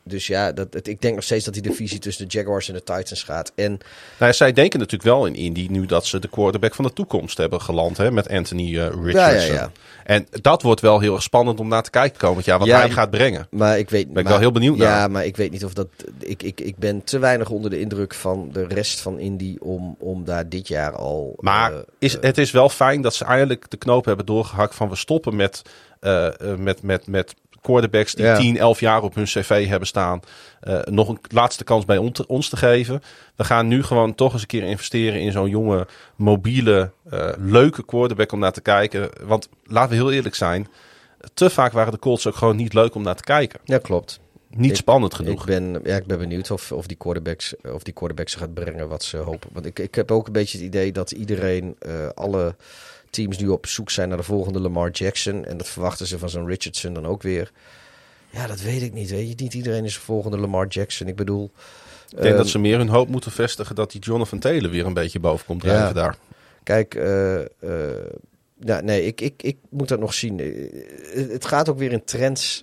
dus ja, dat, het, ik denk nog steeds dat die divisie tussen de Jaguars en de Titans gaat. En,
nou ja, zij denken natuurlijk wel in Indy nu dat ze de quarterback van de toekomst hebben geland. Hè, met Anthony uh, Richardson. Ja, ja, ja. En dat wordt wel heel erg spannend om naar te kijken komend jaar. Wat ja, hij gaat brengen.
Maar ik weet,
ben ik
maar,
wel heel benieuwd naar.
Ja, maar ik weet niet of dat... Ik, ik, ik ben te weinig onder de indruk van de rest van Indy om, om daar dit jaar al...
Maar
uh,
is, het is wel fijn dat ze eindelijk de knoop hebben doorgehakt van we stoppen met... Uh, uh, met, met, met quarterbacks die ja. tien, elf jaar op hun cv hebben staan. Uh, nog een laatste kans bij on te, ons te geven. We gaan nu gewoon toch eens een keer investeren in zo'n jonge, mobiele, uh, leuke quarterback om naar te kijken. Want laten we heel eerlijk zijn. Te vaak waren de Colts ook gewoon niet leuk om naar te kijken.
Ja, klopt.
Niet
ik,
spannend genoeg.
Ik ben, ja, ik ben benieuwd of, of die quarterbacks of die quarterbacks gaat brengen wat ze hopen. Want ik, ik heb ook een beetje het idee dat iedereen, uh, alle... teams nu op zoek zijn naar de volgende Lamar Jackson. En dat verwachten ze van zo'n Richardson dan ook weer. Ja, dat weet ik niet. Weet je? Niet iedereen is de volgende Lamar Jackson. Ik bedoel...
Ik denk um, dat ze meer hun hoop moeten vestigen dat die Jonathan Taylor weer een beetje boven komt drijven ja. daar.
Kijk, uh, uh, ja, nee, ik, ik, ik moet dat nog zien. Het gaat ook weer in trends.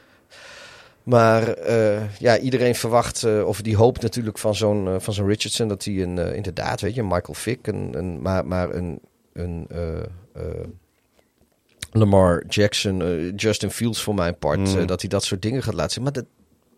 Maar uh, ja, iedereen verwacht, uh, of die hoopt natuurlijk van zo'n, uh, van zo'n Richardson, dat hij een, uh, inderdaad, weet je, Michael Vick, een, een, maar, maar een... een uh, uh, Lamar Jackson, uh, Justin Fields voor mijn part, mm. uh, dat hij dat soort dingen gaat laten zien. Maar dat,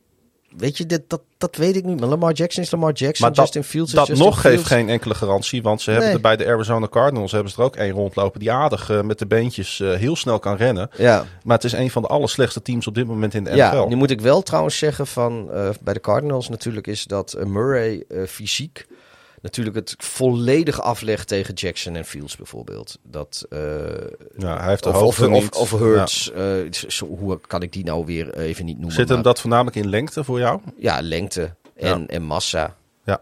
weet je, dit, dat, dat weet ik niet. Maar Lamar Jackson is Lamar Jackson,
maar
Justin
dat,
Fields is
dat
Justin
nog
Fields.
Geeft geen enkele garantie, want ze hebben nee. er bij de Arizona Cardinals hebben ze er ook één rondlopen die aardig uh, met de beentjes uh, heel snel kan rennen.
Ja.
Maar het is een van de allerslechtste teams op dit moment in de
ja,
N F L.
Nu moet ik wel trouwens zeggen van uh, bij de Cardinals natuurlijk is dat uh, Murray uh, fysiek natuurlijk het volledig aflegt tegen Jackson en Fields bijvoorbeeld. Dat, uh,
ja, hij heeft de
of,
hoogte
of,
niet.
Of, of Hurts. Ja. Uh, zo, hoe kan ik die nou weer even niet noemen?
Zit hem dat voornamelijk in lengte voor jou?
Ja, lengte en, ja. en massa.
Ja.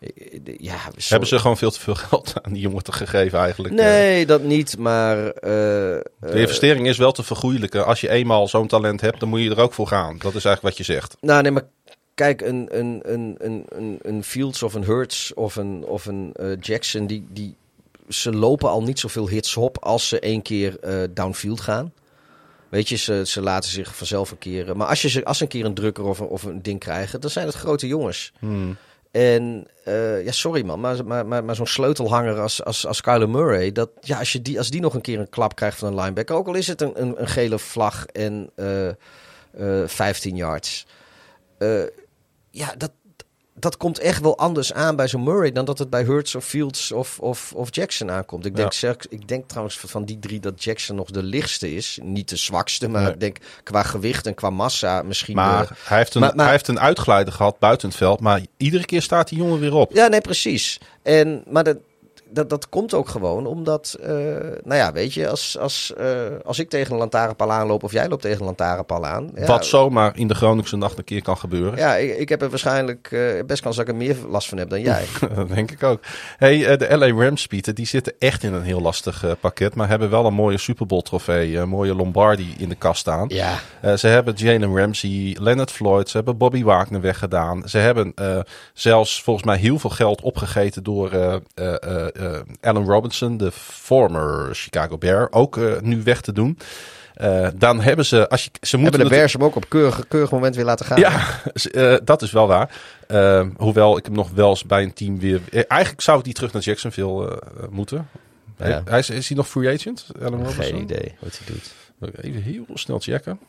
Ja,
hebben ze gewoon veel te veel geld aan die jongen te gegeven eigenlijk?
Nee, dat niet, maar... Uh,
de investering uh, is wel te vergoeilijken. Als je eenmaal zo'n talent hebt, dan moet je er ook voor gaan. Dat is eigenlijk wat je zegt.
Nou, nee, maar kijk, een, een, een, een, een Fields of een Hurts of een, of een uh, Jackson, die, die, ze lopen al niet zoveel hits op als ze één keer uh, downfield gaan. Weet je, ze, ze laten zich vanzelf een keer... Maar als, je ze, als ze een keer een drukker of een, of een ding krijgen, dan zijn het grote jongens.
Hmm.
En uh, ja, sorry man, maar, maar, maar, maar zo'n sleutelhanger als, als, als Kyler Murray, dat, ja, als, je die, als die nog een keer een klap krijgt van een linebacker, ook al is het een, een, een gele vlag en uh, uh, vijftien yards... Uh, ja, dat, dat komt echt wel anders aan bij zo'n Murray dan dat het bij Hurts of Fields of, of, of Jackson aankomt. Ik denk, ja. ik denk trouwens van die drie dat Jackson nog de lichtste is. Niet de zwakste, maar nee. ik denk qua gewicht en qua massa misschien...
Maar,
de,
hij, heeft een, maar, maar hij heeft een uitgeleider gehad buiten het veld, maar iedere keer staat die jongen weer op.
Ja, nee, precies. En, maar dat, dat, dat komt ook gewoon omdat, uh, nou ja, weet je, als, als, uh, als ik tegen een lantaarnpaal aanloop of jij loopt tegen een lantaarnpaal aan... Ja,
wat zomaar in de Groningse nacht een keer kan gebeuren.
Ja, ik, ik heb er waarschijnlijk uh, best kans dat ik er meer last van heb dan jij.
Dat denk ik ook. Hey, uh, de L A Rams, Pieter, die zitten echt in een heel lastig uh, pakket, maar hebben wel een mooie Super Bowl trofee, een mooie Lombardi in de kast staan.
Ja.
Uh, ze hebben Jalen Ramsey, Leonard Floyd, ze hebben Bobby Wagner weggedaan. Ze hebben uh, zelfs volgens mij heel veel geld opgegeten door uh, uh, uh, uh, Allen Robinson, de former Chicago Bear, ook uh, nu weg te doen. Uh, dan hebben ze... Als je, ze moeten
hebben de Bears hem ook op keurig, keurig moment weer laten gaan.
Ja, uh, dat is wel waar. Uh, hoewel ik hem nog wel eens bij een team weer... Eigenlijk zou ik die terug naar Jacksonville uh, moeten. Ja. Hij, is, is hij nog free agent? Allen Robinson?
Geen idee wat hij doet.
Even heel snel checken.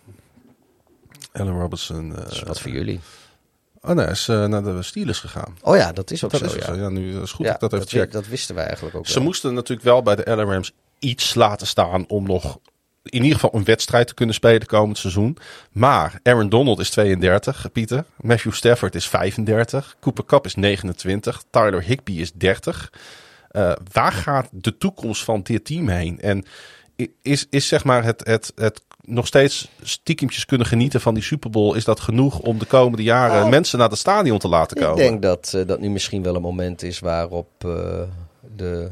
Allen Robinson... Uh,
dat is wat voor jullie.
Oh nee, hij is uh, naar de Steelers gegaan.
Oh ja, dat is ook
dat
zo.
Is
ja.
zo. Ja, nu is goed
ja,
dat ik dat even check.
Dat wisten wij eigenlijk ook
Ze
wel.
moesten natuurlijk wel bij de L A Rams iets laten staan om nog in ieder geval een wedstrijd te kunnen spelen komend seizoen. Maar Aaron Donald is tweeëndertig, Pieter. Matthew Stafford is vijfendertig. Cooper Kupp is negenentwintig. Tyler Higbee is dertig. Uh, waar gaat de toekomst van dit team heen? En is, is zeg maar het, het, het nog steeds stiekempjes kunnen genieten van die Super Bowl, is dat genoeg om de komende jaren oh. mensen naar het stadion te laten komen?
Ik denk dat uh, dat nu misschien wel een moment is waarop uh, de...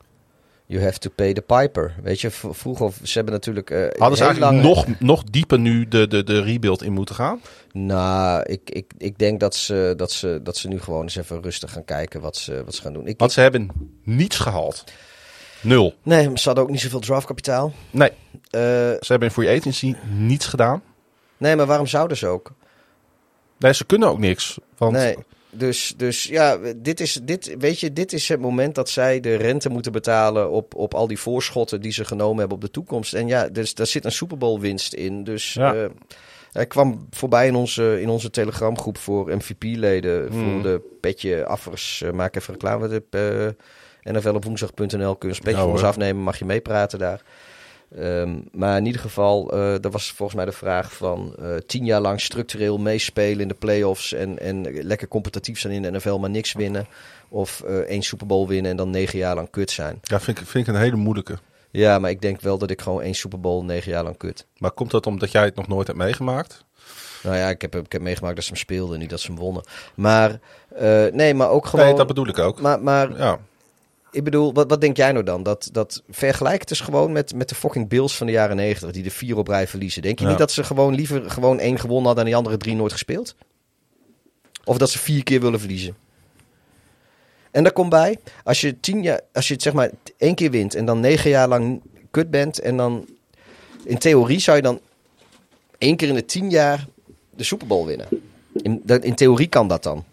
You have to pay the piper. Weet je, v- vroeger, ze hebben natuurlijk... Uh,
Hadden ze eigenlijk
lange...
nog, nog dieper nu de, de, de rebuild in moeten gaan?
Nou, ik, ik, ik denk dat ze, dat, ze, dat ze nu gewoon eens even rustig gaan kijken wat ze, wat ze gaan doen. Ik,
Want
ik...
ze hebben niets gehaald. Nul.
Nee, ze hadden ook niet zoveel draftkapitaal.
Nee.
Uh,
ze hebben in free agency niets gedaan.
Nee, maar waarom zouden ze ook?
Nee, ze kunnen ook niks. Want...
Nee. Dus, dus ja, dit is, dit, weet je, dit is het moment dat zij de rente moeten betalen op, op al die voorschotten die ze genomen hebben op de toekomst. En ja, dus daar zit een Super Bowl winst in. Dus ja. uh, hij kwam voorbij in onze, in onze telegramgroep voor M V P-leden. Mm. Voor de petje affers. Uh, maak even reclame op uh, N F L op woensdag punt n l. Kun je een petje voor ons afnemen, mag je meepraten daar. Um, maar in ieder geval, uh, dat was volgens mij de vraag van uh, tien jaar lang structureel meespelen in de playoffs en, en lekker competitief zijn in de N F L, maar niks winnen. Of uh, één Super Bowl winnen en dan negen jaar lang kut zijn.
Ja, vind ik, vind ik een hele moeilijke.
Ja, maar ik denk wel dat ik gewoon één Super Bowl negen jaar lang kut.
Maar komt dat omdat jij het nog nooit hebt meegemaakt?
Nou ja, ik heb, ik heb meegemaakt dat ze hem speelden en niet dat ze hem wonnen. Maar uh, nee, maar ook gewoon...
Nee, dat bedoel ik ook.
Maar, maar
ja.
Ik bedoel, wat, wat denk jij nou dan? Dat, dat vergelijk het dus gewoon met, met de fucking Bills van de jaren negentig, die de vier op rij verliezen. Denk je ja. niet dat ze gewoon liever gewoon één gewonnen hadden en die andere drie nooit gespeeld? Of dat ze vier keer willen verliezen? En daar komt bij, als je tien jaar, als je het zeg maar één keer wint en dan negen jaar lang kut bent en dan in theorie zou je dan één keer in de tien jaar de Super Bowl winnen. In, in theorie kan dat dan.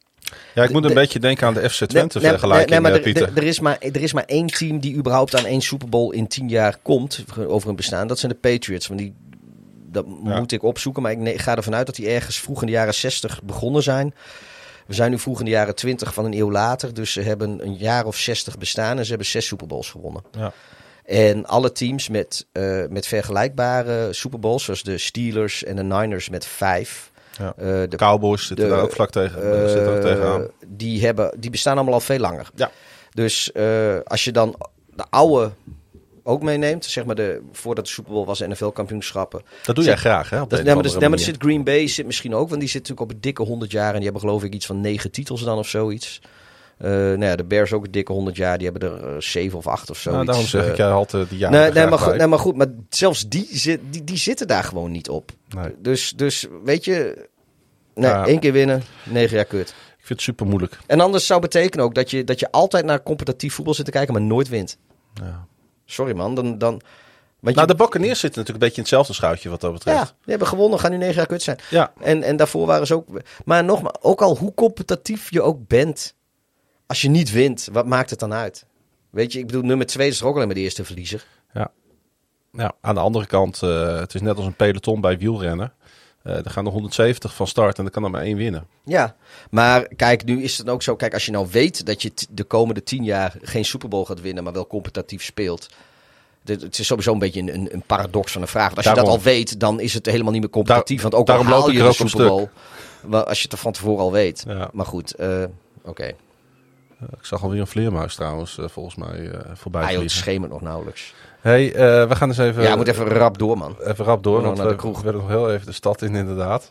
Ja, ik moet een de, beetje denken aan de F C Twente nee, vergelijking, nee, nee, maar Pieter.
Er, er, is maar, er is maar één team die überhaupt aan één Super Bowl in tien jaar komt over hun bestaan. Dat zijn de Patriots. Want die, dat ja. moet ik opzoeken, maar ik ne- ga ervan uit dat die ergens vroeg in de jaren zestig begonnen zijn. We zijn nu vroeg in de jaren twintig van een eeuw later. Dus ze hebben een jaar of zestig bestaan en ze hebben zes Super Bowls gewonnen. Ja. En alle teams met, uh, met vergelijkbare Super Bowls, zoals de Steelers en de Niners met vijf...
Ja. Uh, de Cowboys zitten de, daar ook vlak tegen, uh, zitten ook tegenaan.
Die, hebben, die bestaan allemaal al veel langer.
Ja.
Dus uh, als je dan de oude ook meeneemt, zeg maar de, voordat de Super Bowl was en N F L-kampioenschappen.
Dat doe jij graag, hè? Op
dat, nee, maar, dus, nee, maar zit Green Bay zit misschien ook, want die zit natuurlijk op een dikke honderd jaar en die hebben geloof ik iets van negen titels dan of zoiets. Uh, nou ja, de Bears ook een dikke honderd jaar, die hebben er uh, zeven of acht of zoiets.
Nou, daarom zeg ik, jij had uh, die jaren
nee, nee, maar goed, nee, maar goed, maar zelfs die, zit, die, die zitten daar gewoon niet op.
Nee.
Dus, dus weet je... Nee, ja. één keer winnen, negen jaar kut.
Ik vind het super moeilijk.
En anders zou betekenen ook dat je, dat je altijd naar competitief voetbal zit te kijken, maar nooit wint.
Ja.
Sorry man, dan... dan
want nou, je... de Buccaneers zitten natuurlijk een beetje in hetzelfde schuitje wat dat betreft.
Ja, die hebben gewonnen, gaan nu negen jaar kut zijn.
Ja.
En, en daarvoor waren ze ook... Maar nogmaals, ook al hoe competitief je ook bent, als je niet wint, wat maakt het dan uit? Weet je, ik bedoel, nummer twee is er ook alleen maar de eerste verliezer.
Ja. Ja, aan de andere kant, uh, het is net als een peloton bij wielrennen. Uh, er gaan er honderdzeventig van start en er kan er maar één winnen.
Ja, maar kijk, nu is het ook zo. Kijk, als je nou weet dat je t- de komende tien jaar geen Super Bowl gaat winnen, maar wel competitief speelt. Dit, het is sowieso een beetje een, een paradox van een vraag. Want als daarom, je dat al weet, dan is het helemaal niet meer competitief. Daar, want ook al haal je de Super Bowl, wel, als je het er van tevoren al weet. Ja. Maar goed, uh, oké. Okay.
Uh, ik zag alweer een vleermuis trouwens, uh, volgens mij uh, voorbij
vliegen. Ah, het schemert nog nauwelijks.
Hey, uh, we gaan eens even...
Ja, moet even rap door, man.
Even rap door, want we, we willen nog heel even de stad in, inderdaad.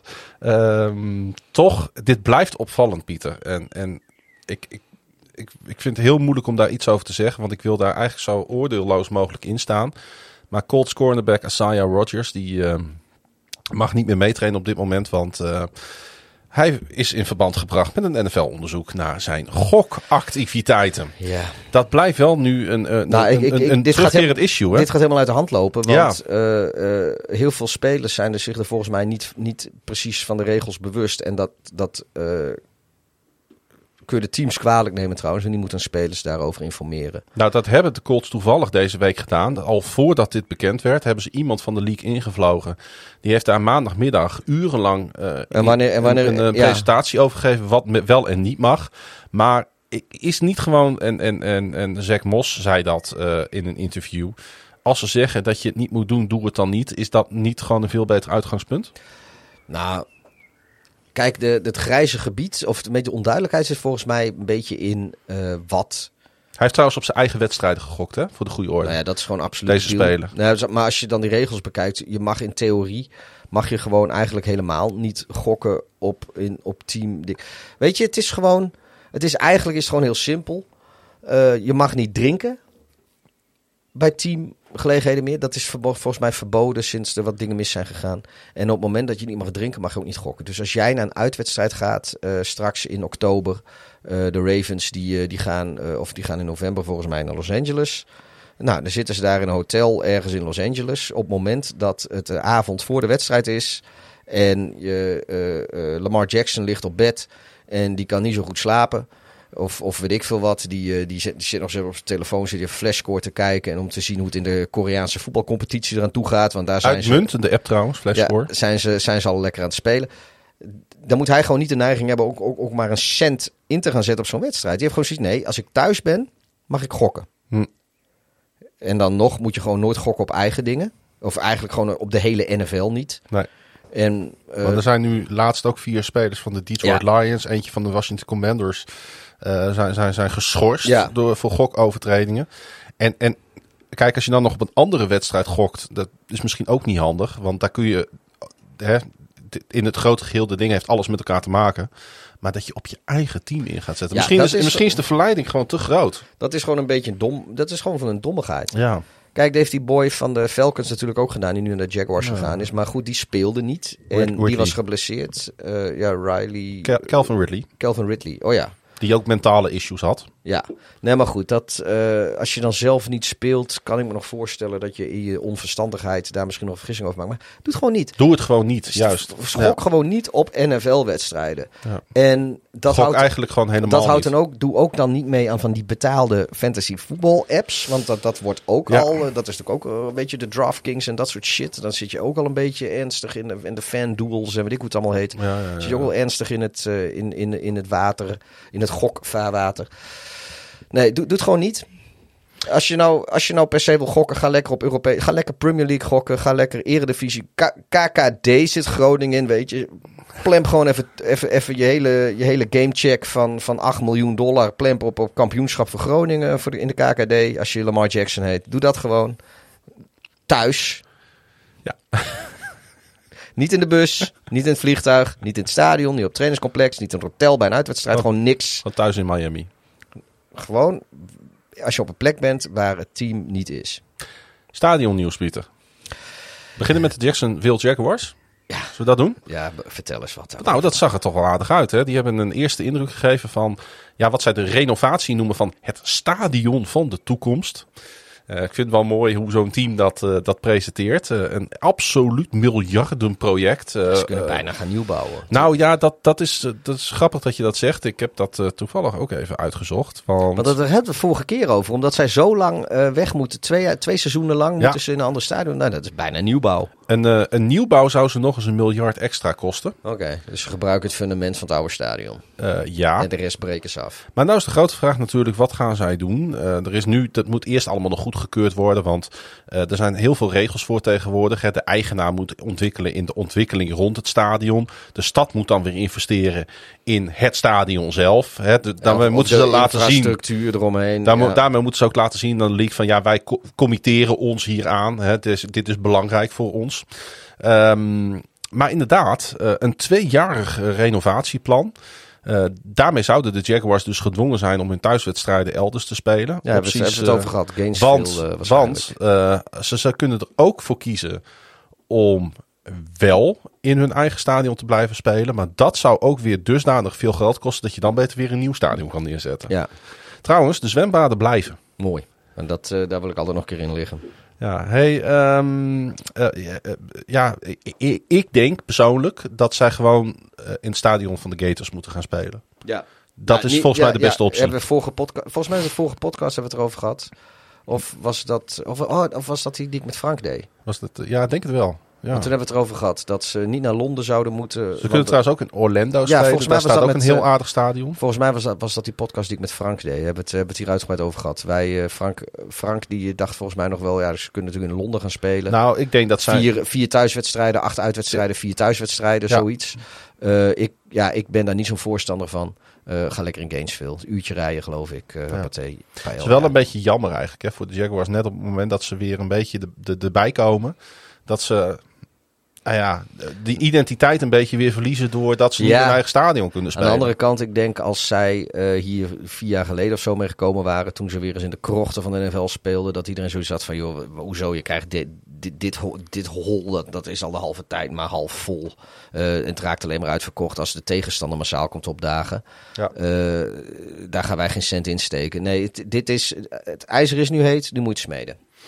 Um, toch, dit blijft opvallend, Pieter. En, en ik, ik, ik, ik vind het heel moeilijk om daar iets over te zeggen, want ik wil daar eigenlijk zo oordeelloos mogelijk in staan. Maar Colts cornerback Isaiah Rodgers, die uh, mag niet meer meetrainen op dit moment, want... Uh, Hij is in verband gebracht met een N F L-onderzoek naar zijn gokactiviteiten.
Ja.
Dat blijft wel nu een, een,
nou, ik, ik,
een, een
dit
terugkerend
gaat
issue. Hè?
Dit gaat helemaal uit de hand lopen. Want
ja.
uh, uh, heel veel spelers zijn er zich er volgens mij niet, niet precies van de regels bewust. En dat, dat uh, kun je de teams kwalijk nemen trouwens. En die moeten spelers daarover informeren.
Nou, dat hebben de Colts toevallig deze week gedaan. Al voordat dit bekend werd, hebben ze iemand van de league ingevlogen. Die heeft daar maandagmiddag urenlang uh,
en wanneer, en wanneer,
een, een ja. presentatie over gegeven wat wel en niet mag. Maar is niet gewoon, en, en, en, en Zach Moss zei dat uh, in een interview. Als ze zeggen dat je het niet moet doen, doe het dan niet. Is dat niet gewoon een veel beter uitgangspunt?
Nou... Kijk, de, het grijze gebied, of een beetje onduidelijkheid zit volgens mij een beetje in uh, wat...
Hij heeft trouwens op zijn eigen wedstrijden gegokt, hè? Voor de goede orde.
Nou ja, dat is gewoon absoluut...
Deze speler.
Nou, maar als je dan die regels bekijkt, je mag in theorie... mag je gewoon eigenlijk helemaal niet gokken op, in, op team... Weet je, het is gewoon... Het is eigenlijk is het gewoon heel simpel. Uh, je mag niet drinken bij teamgelegenheden meer. Dat is verbo- volgens mij verboden sinds er wat dingen mis zijn gegaan. En op het moment dat je niet mag drinken, mag je ook niet gokken. Dus als jij naar een uitwedstrijd gaat, uh, straks in oktober, uh, de Ravens die, uh, die gaan, uh, of die gaan in november volgens mij naar Los Angeles. Nou, dan zitten ze daar in een hotel ergens in Los Angeles. Op het moment dat het de avond voor de wedstrijd is En je, uh, uh, Lamar Jackson ligt op bed en die kan niet zo goed slapen. Of, of weet ik veel wat. Die, uh, die, zit, die zit nog op zijn telefoon, zit je Flashscore te kijken. En om te zien hoe het in de Koreaanse voetbalcompetitie eraan toe gaat. Want daar zijn
Uitmuntende
ze,
app trouwens, Flashscore.
Ja, zijn ze, zijn ze al lekker aan het spelen. Dan moet hij gewoon niet de neiging hebben ook, ook, ook maar een cent in te gaan zetten op zo'n wedstrijd. Die heeft gewoon zoiets, nee, als ik thuis ben, mag ik gokken. Hm. En dan nog moet je gewoon nooit gokken op eigen dingen. Of eigenlijk gewoon op de hele N F L niet.
Nee.
En, uh,
Want er zijn nu laatst ook vier spelers van de Detroit ja. Lions. Eentje van de Washington Commanders. Uh, zijn, zijn, zijn geschorst ja. door, voor gokovertredingen. En, en kijk, als je dan nog op een andere wedstrijd gokt. Dat is misschien ook niet handig. Want daar kun je... Hè, in het grote geheel, de dingen heeft alles met elkaar te maken. Maar dat je op je eigen team in gaat zetten. Ja, misschien, is, is, misschien is de verleiding gewoon te groot.
Dat is gewoon een beetje dom. Dat is gewoon van een dommigheid.
Ja.
Kijk, dat heeft die boy van de Falcons natuurlijk ook gedaan. Die nu naar de Jaguars ja. gegaan is. Maar goed, die speelde niet. En Ridley. Die was geblesseerd. Uh, ja, Riley...
Cal- Calvin Ridley.
Calvin Ridley, oh ja.
Die ook mentale issues had.
Ja, nee, maar goed. Dat, uh, als je dan zelf niet speelt, kan ik me nog voorstellen dat je in je onverstandigheid daar misschien nog een vergissing over maakt. Maar doe het gewoon niet.
Doe het gewoon niet, juist.
Schok ja. gewoon niet op N F L-wedstrijden. Ja. En dat
Gok
houdt
eigenlijk gewoon helemaal
dat houdt
niet.
Dan ook, doe ook dan niet mee aan van die betaalde fantasy voetbal apps. Want dat, dat wordt ook ja. al, uh, dat is natuurlijk ook een beetje de DraftKings en dat soort shit. Dan zit je ook al een beetje ernstig in de, in de FanDuels en weet ik hoe het allemaal heet. Ja, ja, ja. Zit je ook wel ernstig in het, uh, in, in, in het water, in het gokvaarwater. Nee, doe, doe het gewoon niet. Als je, nou, als je nou per se wil gokken, ga lekker op Europees. Ga lekker Premier League gokken. Ga lekker Eredivisie. K- K K D zit Groningen in, weet je. Plemp gewoon even, even, even je hele, je hele gamecheck van, van acht miljoen dollar. Plemp op, op kampioenschap voor Groningen voor de, in de K K D. Als je Lamar Jackson heet. Doe dat gewoon. Thuis.
Ja.
Niet in de bus, niet in het vliegtuig, niet in het stadion, niet op het trainingscomplex, niet in het hotel bij een uitwedstrijd. Oh, gewoon niks.
Van thuis in Miami.
Gewoon als je op een plek bent waar het team niet is.
Stadionnieuws, Pieter. Beginnen met de Jacksonville Jaguars.
Ja.
Zullen we dat doen?
Ja, vertel eens wat.
Nou, dat zag er toch wel aardig uit. Hè? Die hebben een eerste indruk gegeven van ja, wat zij de renovatie noemen van het stadion van de toekomst. Uh, ik vind het wel mooi hoe zo'n team dat, uh, dat presenteert. Uh, een absoluut miljardenproject. Uh,
Ze kunnen uh, bijna gaan nieuwbouwen.
Nou ja, dat, dat, is, uh, dat is grappig dat je dat zegt. Ik heb dat uh, toevallig ook even uitgezocht. Want...
Want daar hebben we vorige keer over. Omdat zij zo lang uh, weg moeten. Twee, twee seizoenen lang ja. moeten ze in een ander stadion. Nou, dat is bijna nieuwbouw.
Een, uh, een nieuwbouw zou ze nog eens een miljard extra kosten.
Oké, okay, dus ze gebruiken het fundament van het oude stadion.
Uh, ja.
En de rest breken ze af.
Maar nou is de grote vraag natuurlijk, wat gaan zij doen? Uh, er is nu, dat moet eerst allemaal nog goedgekeurd worden, want uh, er zijn heel veel regels voor tegenwoordig. Hè. De eigenaar moet ontwikkelen in de ontwikkeling rond het stadion. De stad moet dan weer investeren in het stadion zelf. Hè. De, daarmee ja, moeten ze laten zien.
Infrastructuur eromheen.
Daarmee,
ja.
daarmee moeten ze ook laten zien dan de league van ja, wij co- committeren ons hier aan. Hè. Dit is, dit is belangrijk voor ons. Um, maar inderdaad, uh, een tweejarig uh, renovatieplan. Uh, daarmee zouden de Jaguars dus gedwongen zijn om hun thuiswedstrijden elders te spelen.
Ja, Opties, we hebben het over gehad. Gainesville,
want uh, want uh, ze, ze kunnen er ook voor kiezen om wel in hun eigen stadion te blijven spelen. Maar dat zou ook weer dusdanig veel geld kosten dat je dan beter weer een nieuw stadion kan neerzetten.
Ja.
Trouwens, de zwembaden blijven.
Mooi. En dat, uh, daar wil ik altijd nog een keer in liggen.
Ja, hey, um, uh, uh, ja, ik, ik denk persoonlijk dat zij gewoon uh, in het stadion van de Gators moeten gaan spelen.
Ja.
Dat
ja,
is
niet,
volgens
ja,
mij de beste
ja,
optie.
Hebben we vorige podca- volgens mij in de vorige podcast hebben we het erover gehad. Of was dat, of, oh, of was dat die die ik met Frank deed?
Was dat, ja, ik denk het wel. Ja.
Want toen hebben we het erover gehad dat ze niet naar Londen zouden moeten.
Ze kunnen trouwens ook in Orlando spelen. Ja, volgens mij Daar was staat dat ook met, een heel aardig stadion.
Volgens mij was dat, was dat die podcast die ik met Frank deed. We hebben het, hebben het hier uitgebreid over gehad. Wij, uh, Frank, Frank die dacht volgens mij nog wel, ja, ze kunnen natuurlijk in Londen gaan spelen.
Nou, ik denk dat zij...
Vier, vier thuiswedstrijden, acht uitwedstrijden, vier thuiswedstrijden, ja. zoiets. Uh, ik, ja, ik ben daar niet zo'n voorstander van. Uh, ga lekker in Gainesville. Een uurtje rijden, geloof ik. Uh, ja. Het
is wel een beetje jammer eigenlijk hè, voor de Jaguars. Net op het moment dat ze weer een beetje de, de, erbij komen. Dat ze... Nou ja, die identiteit een beetje weer verliezen doordat ze niet ja. in hun eigen stadion kunnen spelen.
Aan de andere kant, ik denk als zij uh, hier vier jaar geleden of zo mee gekomen waren, toen ze weer eens in de krochten van de N F L speelden, dat iedereen zoiets had van, joh, hoezo, je krijgt dit, dit, dit, dit hol, dat, dat is al de halve tijd maar half vol. Uh, het raakt alleen maar uitverkocht als de tegenstander massaal komt opdagen. Ja. Uh, daar gaan wij geen cent in steken. Nee, het, dit is, het ijzer is nu heet, nu moet je smeden.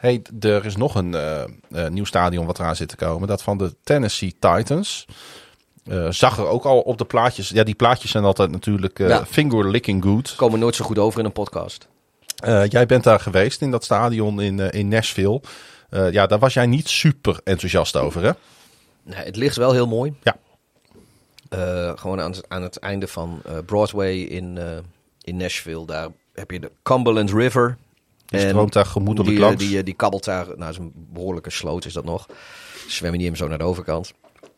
Hey, er is nog een uh, uh, nieuw stadion wat eraan zit te komen. Dat van de Tennessee Titans. Uh, zag er ook al op de plaatjes. Ja, die plaatjes zijn altijd natuurlijk uh, ja. finger licking good.
Komen nooit zo goed over in een podcast.
Uh, jij bent daar geweest in dat stadion in, uh, in Nashville. Uh, ja, daar was jij niet super enthousiast over, hè?
Nee, het ligt wel heel mooi.
Ja.
Uh, gewoon aan, aan het einde van uh, Broadway in, uh, in Nashville. Daar heb je de Cumberland River.
Die stroomt daar gemoedelijk
die,
langs.
Die, die, die kabbelt daar. Nou, is een behoorlijke sloot is dat nog. Zwemmen niet hem zo naar de overkant.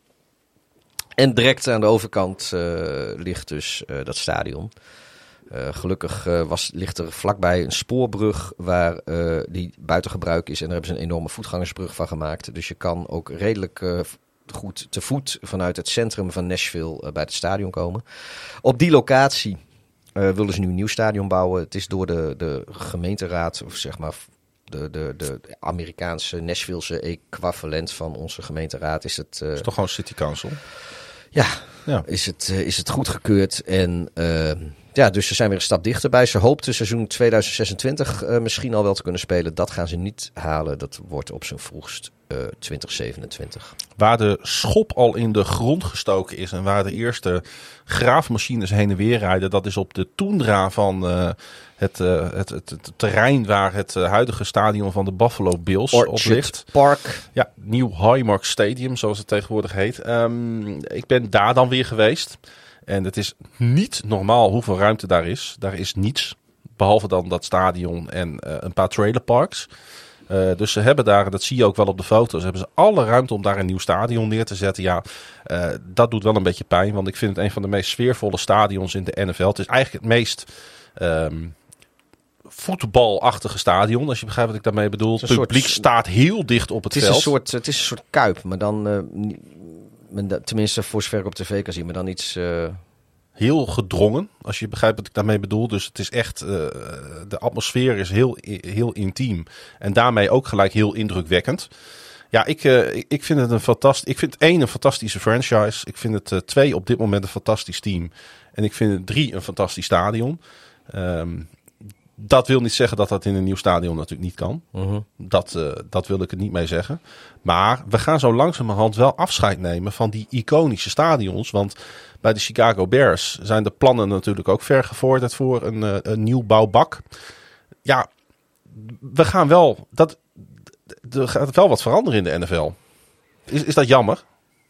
En direct aan de overkant uh, ligt dus uh, dat stadion. Uh, gelukkig uh, was, ligt er vlakbij een spoorbrug waar uh, die buiten gebruik is. En daar hebben ze een enorme voetgangersbrug van gemaakt. Dus je kan ook redelijk uh, goed te voet vanuit het centrum van Nashville uh, bij het stadion komen. Op die locatie uh, willen ze nu een nieuw stadion bouwen. Het is door de, de gemeenteraad, of zeg maar de, de, de Amerikaanse Nashvillese equivalent van onze gemeenteraad. Is het, uh,
is toch gewoon City Council?
Ja,
ja.
Is, het, uh, is het goedgekeurd en... Uh, Ja, dus ze zijn weer een stap dichterbij. Ze hoopten seizoen tweeduizend zesentwintig uh, misschien al wel te kunnen spelen. Dat gaan ze niet halen. Dat wordt op zijn vroegst uh, twintig zevenentwintig.
Waar de schop al in de grond gestoken is en waar de eerste graafmachines heen en weer rijden. Dat is op de toendra van uh, het, uh, het, het, het terrein waar het uh, huidige stadion van de Buffalo Bills
Orchard
op ligt.
Park.
Ja, Nieuw Highmark Stadium zoals het tegenwoordig heet. Um, ik ben daar dan weer geweest. En het is niet normaal hoeveel ruimte daar is. Daar is niets, behalve dan dat stadion en uh, een paar trailerparks. Uh, dus ze hebben daar, dat zie je ook wel op de foto's, hebben ze alle ruimte om daar een nieuw stadion neer te zetten. Ja, uh, dat doet wel een beetje pijn, want ik vind het een van de meest sfeervolle stadions in de N F L. Het is eigenlijk het meest um, voetbalachtige stadion, als je begrijpt wat ik daarmee bedoel. Het publiek soort, staat heel dicht op het,
het is
veld.
Een soort, het is een soort Kuip, maar dan... Uh, tenminste voor zover ik op tv kan zien, maar dan iets... Uh...
Heel gedrongen, als je begrijpt wat ik daarmee bedoel. Dus het is echt, uh, de atmosfeer is heel, heel intiem. En daarmee ook gelijk heel indrukwekkend. Ja, ik, uh, ik vind het een fantastisch... Ik vind één een fantastische franchise. Ik vind het uh, twee op dit moment een fantastisch team. En ik vind het drie een fantastisch stadion. Um, dat wil niet zeggen dat dat in een nieuw stadion natuurlijk niet kan. Uh-huh. Dat, uh, dat wil ik er niet mee zeggen. Maar we gaan zo langzamerhand wel afscheid nemen van die iconische stadions. Want bij de Chicago Bears zijn de plannen natuurlijk ook ver gevorderd voor een, uh, een nieuwbouwbak. Ja, we gaan wel... Dat, er gaat wel wat veranderen in de N F L. Is, is dat jammer?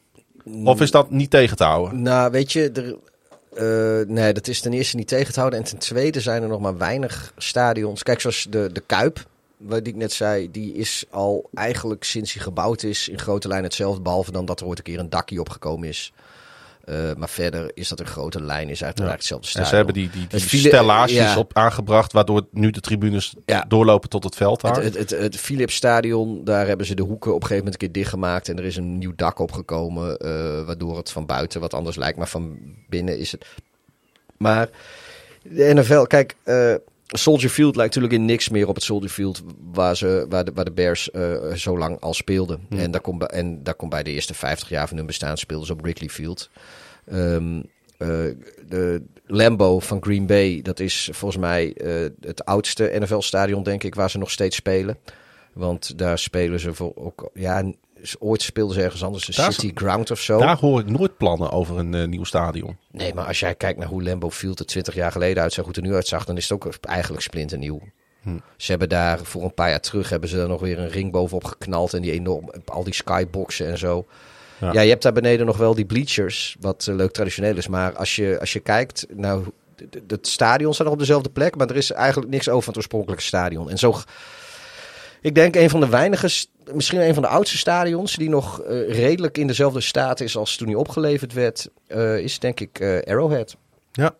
Of is dat niet tegen te houden?
Nou, weet je... Er... Uh, nee, dat is ten eerste niet tegen te houden. En ten tweede zijn er nog maar weinig stadions. Kijk, zoals de, de Kuip, wat ik net zei, die is al eigenlijk sinds hij gebouwd is in grote lijn hetzelfde. Behalve dan dat er ooit een keer een dakje opgekomen is. Uh, maar verder is dat een grote lijn, is uiteraard ja. hetzelfde stadion.
En ze hebben die, die, die file, stellages ja. op aangebracht, waardoor nu de tribunes ja. doorlopen tot het veld daar.
Het, het, het, het Philips Stadion, daar hebben ze de hoeken op een gegeven moment een keer dichtgemaakt. En er is een nieuw dak opgekomen, uh, waardoor het van buiten wat anders lijkt. Maar van binnen is het... Maar de N F L, kijk... Uh, Soldier Field lijkt natuurlijk in niks meer op het Soldier Field waar, ze, waar, de, waar de Bears uh, zo lang al speelden. Hmm. En, daar komt, en daar komt bij de eerste vijftig jaar van hun bestaan speelden ze op Wrigley Field. Um, uh, de Lambeau van Green Bay, dat is volgens mij uh, het oudste N F L-stadion, denk ik, waar ze nog steeds spelen. Want daar spelen ze voor ook... Ja, ooit speelden ze ergens anders, de City Ground of zo.
Daar hoor ik nooit plannen over een uh, nieuw stadion.
Nee, maar als jij kijkt naar hoe Lambeau Field er twintig jaar geleden uitzag, hoe het er nu uitzag, dan is het ook eigenlijk splinternieuw. Hm. Ze hebben daar voor een paar jaar terug hebben ze er nog weer een ring bovenop geknald en die enorm, al die skyboxen en zo. Ja. ja, je hebt daar beneden nog wel die bleachers, wat uh, leuk traditioneel is. Maar als je, als je kijkt, nou, het stadion staat nog op dezelfde plek, maar er is eigenlijk niks over van het oorspronkelijke stadion. En zo... Ik denk een van de weinige, misschien een van de oudste stadions die nog uh, redelijk in dezelfde staat is als toen hij opgeleverd werd, uh, is denk ik uh, Arrowhead.
Ja.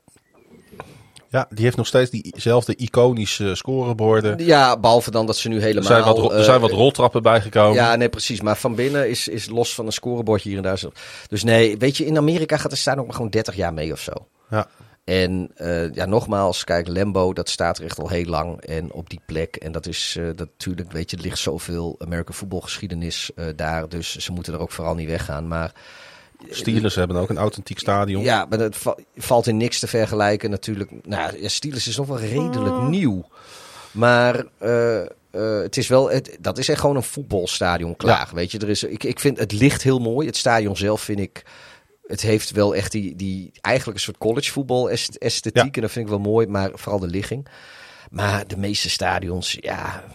Ja, die heeft nog steeds diezelfde iconische scoreborden.
Ja, behalve dan dat ze nu helemaal...
Er zijn wat, er zijn wat roltrappen bijgekomen.
Ja, nee, precies. Maar van binnen is, is los van een scorebordje hier en daar. Dus nee, weet je, in Amerika gaat er staan ook maar gewoon dertig jaar mee of zo.
Ja.
En uh, ja, nogmaals, kijk, Lambeau, dat staat er echt al heel lang. En op die plek, en dat is uh, dat, natuurlijk, weet je, er ligt zoveel American voetbalgeschiedenis uh, daar. Dus ze moeten er ook vooral niet weggaan. Maar
Steelers hebben ook een authentiek stadion.
Ja, maar het va- valt in niks te vergelijken natuurlijk. Nou, ja, Steelers is nog wel redelijk nieuw. Maar uh, uh, het is wel, het, dat is echt gewoon een voetbalstadion klaar. Ja. Weet je, er is, ik, ik vind het licht heel mooi. Het stadion zelf vind ik, het heeft wel echt die, die eigenlijk een soort collegevoetbal esthetiek. Ja. En dat vind ik wel mooi, maar vooral de ligging. Maar de meeste stadions, ja,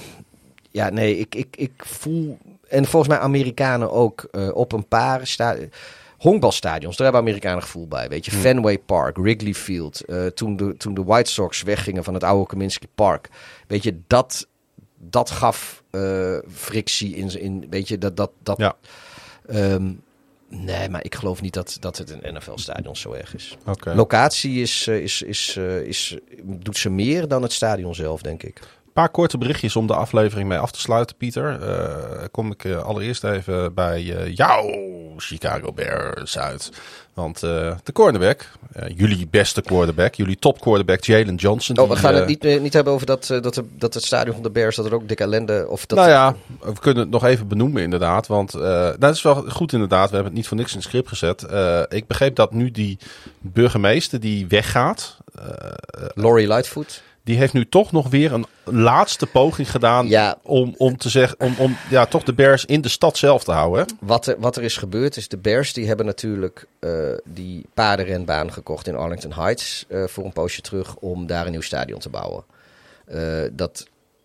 ja nee, ik, ik, ik voel, en volgens mij Amerikanen ook uh, op een paar stadions. Honkbalstadions, daar hebben Amerikanen gevoel bij. Weet je, hmm. Fenway Park, Wrigley Field. Uh, toen, de, toen de White Sox weggingen van het oude Comiskey Park. Weet je, dat, dat gaf uh, frictie in, in. Weet je, dat. dat, dat
ja.
um, nee, maar ik geloof niet dat, dat het een N F L-stadion zo erg is.
Okay.
Locatie is, is, is, uh, is, doet ze meer dan het stadion zelf, denk ik.
Een paar korte berichtjes om de aflevering mee af te sluiten, Pieter. Uh, kom ik uh, allereerst even bij uh, jouw Chicago Bears uit. Want uh, de cornerback, uh, jullie beste quarterback, jullie top quarterback Jalen Johnson.
Oh, we
die,
gaan
uh,
het niet, uh, niet hebben over dat, uh, dat, de, dat het stadion van de Bears, dat er ook dikke ellende... Of dat
nou ja, we kunnen het nog even benoemen inderdaad. Want uh, dat is wel goed inderdaad, we hebben het niet voor niks in het script gezet. Uh, ik begreep dat nu die burgemeester die weggaat... Uh,
Lori Lightfoot...
Die heeft nu toch nog weer een laatste poging gedaan
ja.
om, om te zeggen, om, om ja, toch de Bears in de stad zelf te houden. Hè?
Wat, er, wat er is gebeurd is, de Bears die hebben natuurlijk uh, die paardenrenbaan gekocht in Arlington Heights uh, voor een poosje terug om daar een nieuw stadion te bouwen. Uh, dat,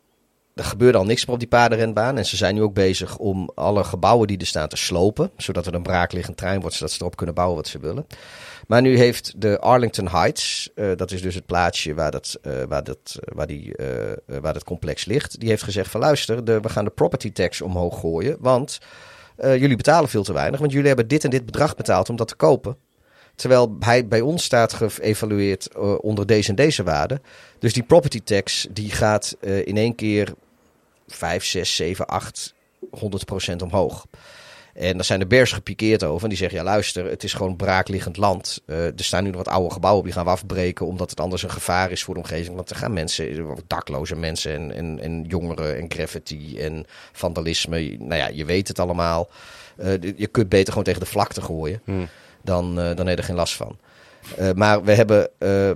er gebeurde al niks meer op die paardenrenbaan en ze zijn nu ook bezig om alle gebouwen die er staan te slopen, zodat er een braakliggend terrein wordt, zodat ze erop kunnen bouwen wat ze willen. Maar nu heeft de Arlington Heights, uh, dat is dus het plaatsje waar dat, uh, waar dat, uh, waar die, uh, uh, waar dat complex ligt, die heeft gezegd van luister, de, we gaan de property tax omhoog gooien, want uh, jullie betalen veel te weinig, want jullie hebben dit en dit bedrag betaald om dat te kopen. Terwijl hij bij ons staat geëvalueerd uh, onder deze en deze waarde. Dus die property tax die gaat uh, in één keer vijf, zes, zeven, acht, honderd procent omhoog. En daar zijn de Bears gepikeerd over. En die zeggen, ja luister, het is gewoon braakliggend land. Uh, er staan nu nog wat oude gebouwen, die gaan we afbreken, omdat het anders een gevaar is voor de omgeving. Want er gaan mensen, dakloze mensen en, en, en jongeren en graffiti en vandalisme. Nou ja, je weet het allemaal. Uh, je kunt beter gewoon tegen de vlakte gooien. Hmm. Dan, uh, dan heb je er geen last van. Uh, maar we hebben, uh, we